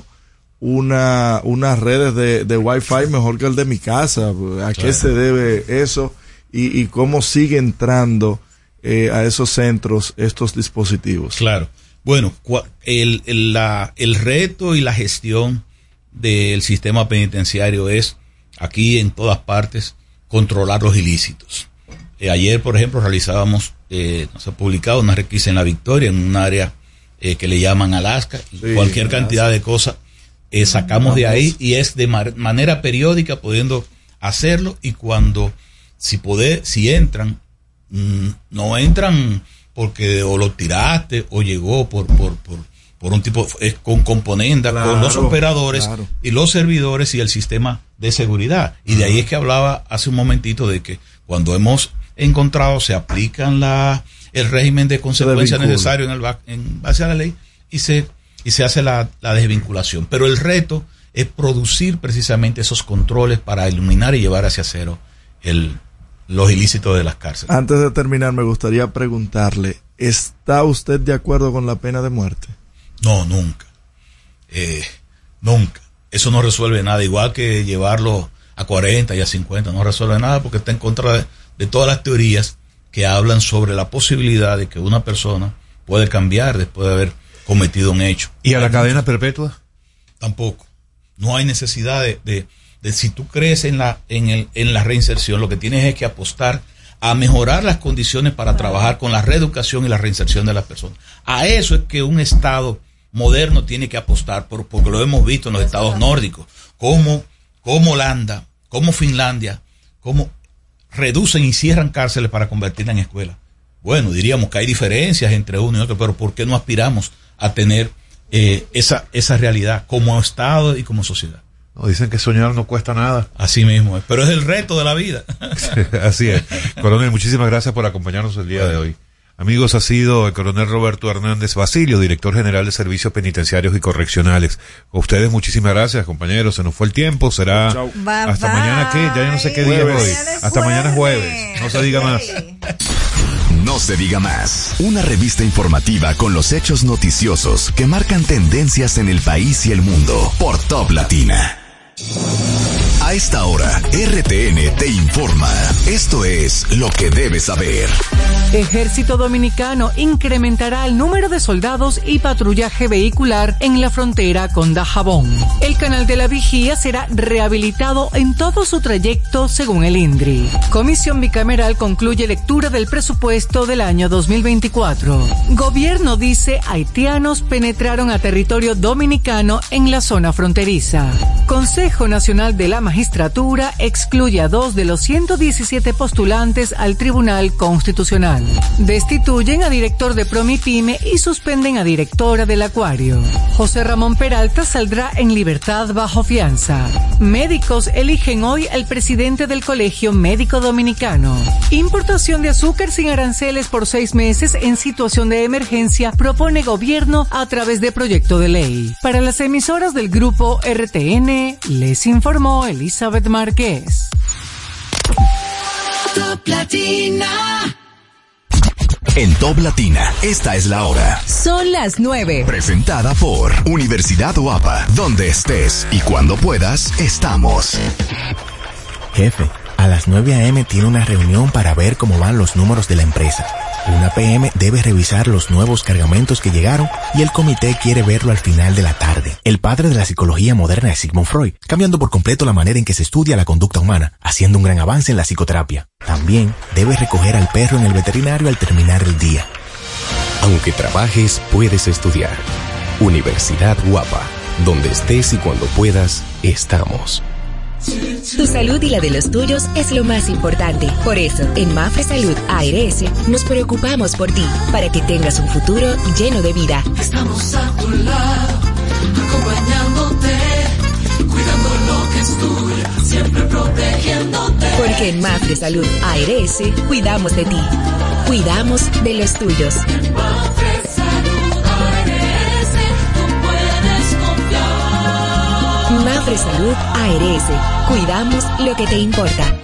unas redes de Wi-Fi mejor que el de mi casa? ¿A qué se debe eso? Y cómo sigue entrando a esos centros estos dispositivos. Claro. Bueno, el reto y la gestión del sistema penitenciario es, aquí en todas partes, controlar los ilícitos. Ayer, por ejemplo, realizábamos, nos ha publicado una requisa en La Victoria, en un área que le llaman Alaska, y cualquier cantidad de cosas sacamos de ahí, y es de manera periódica pudiendo hacerlo, y cuando si entran, no entran porque o lo tiraste o llegó por un tipo, con componenda, con los operadores y los servidores y el sistema de seguridad. Y de ahí es que hablaba hace un momentito de que cuando hemos encontrado, se aplican el régimen de consecuencia necesario en base a la ley, y se hace la desvinculación. Pero el reto es producir precisamente esos controles para eliminar y llevar hacia cero los ilícitos de las cárceles. Antes de terminar, me gustaría preguntarle, ¿está usted de acuerdo con la pena de muerte? No, nunca. Nunca. Eso no resuelve nada. Igual que llevarlo a 40 y a 50, no resuelve nada, porque está en contra de todas las teorías que hablan sobre la posibilidad de que una persona puede cambiar después de haber cometido un hecho. ¿Y a la cadena perpetua? Tampoco. No hay necesidad de si tú crees en la reinserción, lo que tienes es que apostar a mejorar las condiciones para trabajar con la reeducación y la reinserción de las personas. A eso es que un Estado moderno tiene que apostar, porque lo hemos visto en los estados nórdicos, como Holanda, como Finlandia, como reducen y cierran cárceles para convertirlas en escuelas. Bueno, diríamos que hay diferencias entre uno y otro, pero ¿por qué no aspiramos a tener esa realidad como Estado y como sociedad? No, dicen que soñar no cuesta nada. Así mismo es, pero es el reto de la vida. Así es. Coronel, muchísimas gracias por acompañarnos el día de hoy. Amigos, ha sido el coronel Roberto Hernández Basilio, director general de Servicios Penitenciarios y Correccionales. A ustedes muchísimas gracias, compañeros. Se nos fue el tiempo. Será hasta mañana, ¿qué? Ya yo no sé qué día es hoy. Hasta mañana jueves. No se diga más. No se diga más. Una revista informativa con los hechos noticiosos que marcan tendencias en el país y el mundo por Top Latina. A esta hora, RTN te informa. Esto es lo que debes saber. Ejército Dominicano incrementará el número de soldados y patrullaje vehicular en la frontera con Dajabón. El canal de la Vigía será rehabilitado en todo su trayecto según el INDRI. Comisión bicameral concluye lectura del presupuesto del año 2024. Gobierno dice haitianos penetraron a territorio dominicano en la zona fronteriza. Consejo Nacional de la Magistratura excluye a 2 de los 117 postulantes al Tribunal Constitucional. Destituyen a director de Promipyme y suspenden a directora del Acuario. José Ramón Peralta saldrá en libertad bajo fianza. Médicos eligen hoy al presidente del Colegio Médico Dominicano. Importación de azúcar sin aranceles por 6 meses en situación de emergencia propone gobierno a través de proyecto de ley. Para las emisoras del grupo RTN, les informó Elizabeth Márquez. Top Latina. En Top Latina, esta es la hora. Son las 9. Presentada por Universidad UAPA. Donde estés y cuando puedas, estamos. Jefe, a las 9 a.m. tiene una reunión para ver cómo van los números de la empresa. Una p.m. debe revisar los nuevos cargamentos que llegaron y el comité quiere verlo al final de la tarde. El padre de la psicología moderna es Sigmund Freud, cambiando por completo la manera en que se estudia la conducta humana, haciendo un gran avance en la psicoterapia. También debe recoger al perro en el veterinario al terminar el día. Aunque trabajes, puedes estudiar. Universidad UAPA. Donde estés y cuando puedas, estamos. Tu salud y la de los tuyos es lo más importante. Por eso, en Mafre Salud ARS nos preocupamos por ti, para que tengas un futuro lleno de vida. Estamos a tu lado, acompañándote, cuidando lo que es tuyo, siempre protegiéndote. Porque en Mafre Salud ARS cuidamos de ti, cuidamos de los tuyos. En Mafre Salud ARS tú puedes confiar. Mafre Salud ARS, cuidamos lo que te importa.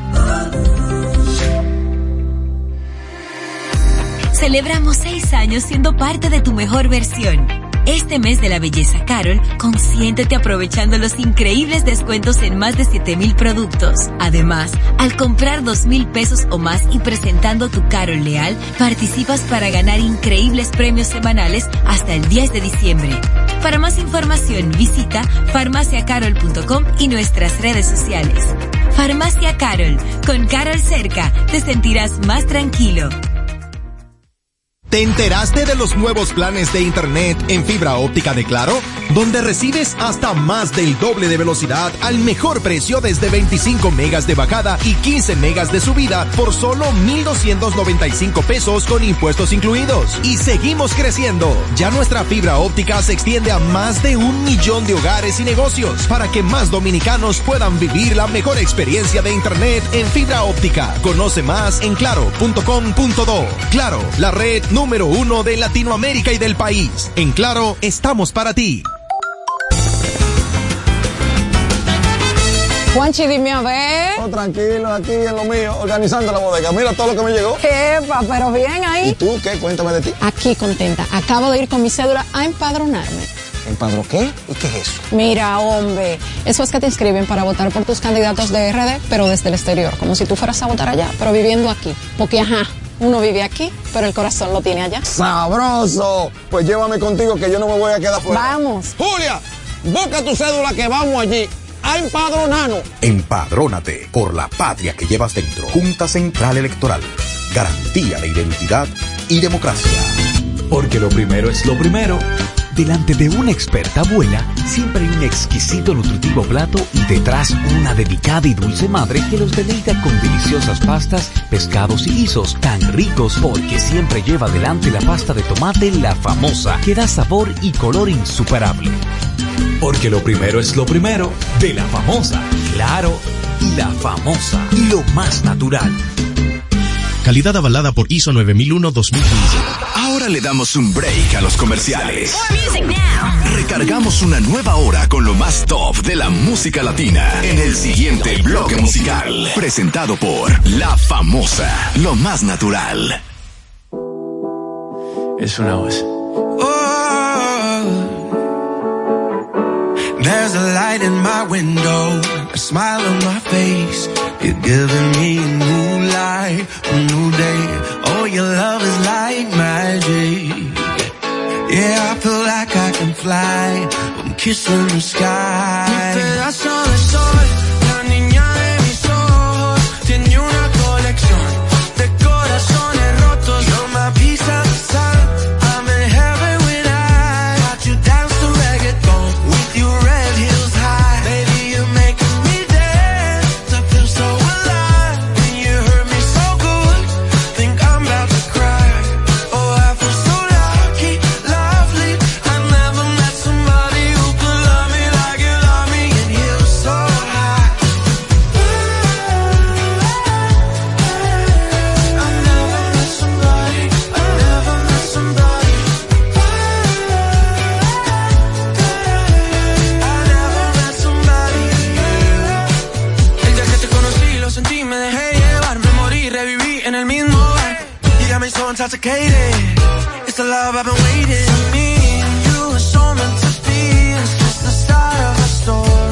Celebramos 6 años siendo parte de tu mejor versión. Este mes de la belleza Carol, consiéntete aprovechando los increíbles descuentos en más de 7,000 productos. Además, al comprar 2,000 pesos o más y presentando tu Carol Leal, participas para ganar increíbles premios semanales hasta el 10 de diciembre. Para más información, visita farmaciacarol.com y nuestras redes sociales. Farmacia Carol, con Carol cerca, te sentirás más tranquilo. ¿Te enteraste de los nuevos planes de internet en fibra óptica de Claro? Donde recibes hasta más del doble de velocidad al mejor precio desde 25 megas de bajada y 15 megas de subida por solo 1,295 pesos con impuestos incluidos. Y seguimos creciendo. Ya nuestra fibra óptica se extiende a más de 1 millón de hogares y negocios para que más dominicanos puedan vivir la mejor experiencia de internet en fibra óptica. Conoce más en claro.com.do. Claro, la red número 1 de Latinoamérica y del país. En Claro, estamos para ti. Juanchi, dime a ver. Oh, tranquilo, aquí en lo mío, organizando la bodega. Mira todo lo que me llegó. Epa, pero bien ahí. ¿Y tú qué? Cuéntame de ti. Aquí contenta. Acabo de ir con mi cédula a empadronarme. ¿Empadro qué? ¿Y qué es eso? Mira, hombre, eso es que te inscriben para votar por tus candidatos de RD, pero desde el exterior, como si tú fueras a votar allá, pero viviendo aquí. Porque, ajá, uno vive aquí, pero el corazón lo tiene allá. ¡Sabroso! Pues llévame contigo que yo no me voy a quedar fuera. ¡Vamos! ¡Julia! Busca tu cédula que vamos allí a empadronarnos. Empadrónate por la patria que llevas dentro. Junta Central Electoral. Garantía de identidad y democracia. Porque lo primero es lo primero. Delante de una experta abuela, siempre hay un exquisito nutritivo plato y detrás una delicada y dulce madre que los deleita con deliciosas pastas, pescados y guisos tan ricos porque siempre lleva delante la pasta de tomate La Famosa, que da sabor y color insuperable. Porque lo primero es lo primero de La Famosa. Claro, La Famosa, lo más natural. Calidad avalada por ISO 9001-2015. Ahora le damos un break a los comerciales. Recargamos una nueva hora con lo más top de la música latina en el siguiente bloque musical. Presentado por La Famosa, lo más natural. Es una voz. There's a light in my window. a smile on my face. You're giving me a new life, a new day. Oh, your love is like magic. Yeah, I feel like I can fly. I'm kissing the sky. Mi pedazo de sol, la niña de mis ojos, tiene una colección de corazones rotos. You're my piece of the sun. I'm in heaven when I watch you dance to reggaeton with your red heels high. Baby, you're making me dance. I feel so alive when you hurt me so good. Think I'm about to cry. Oh, I feel so lucky, lovely. I never met somebody who could love me like you love me, and you so high. I never met somebody. I never met somebody. I never met somebody. El día que te conocí, lo sentí, me dejé llevar, me morí, reviví en el mismo bar. You got me so intoxicated. It's the love I've been waiting. Me and you are so meant to be. It's just the start of a story.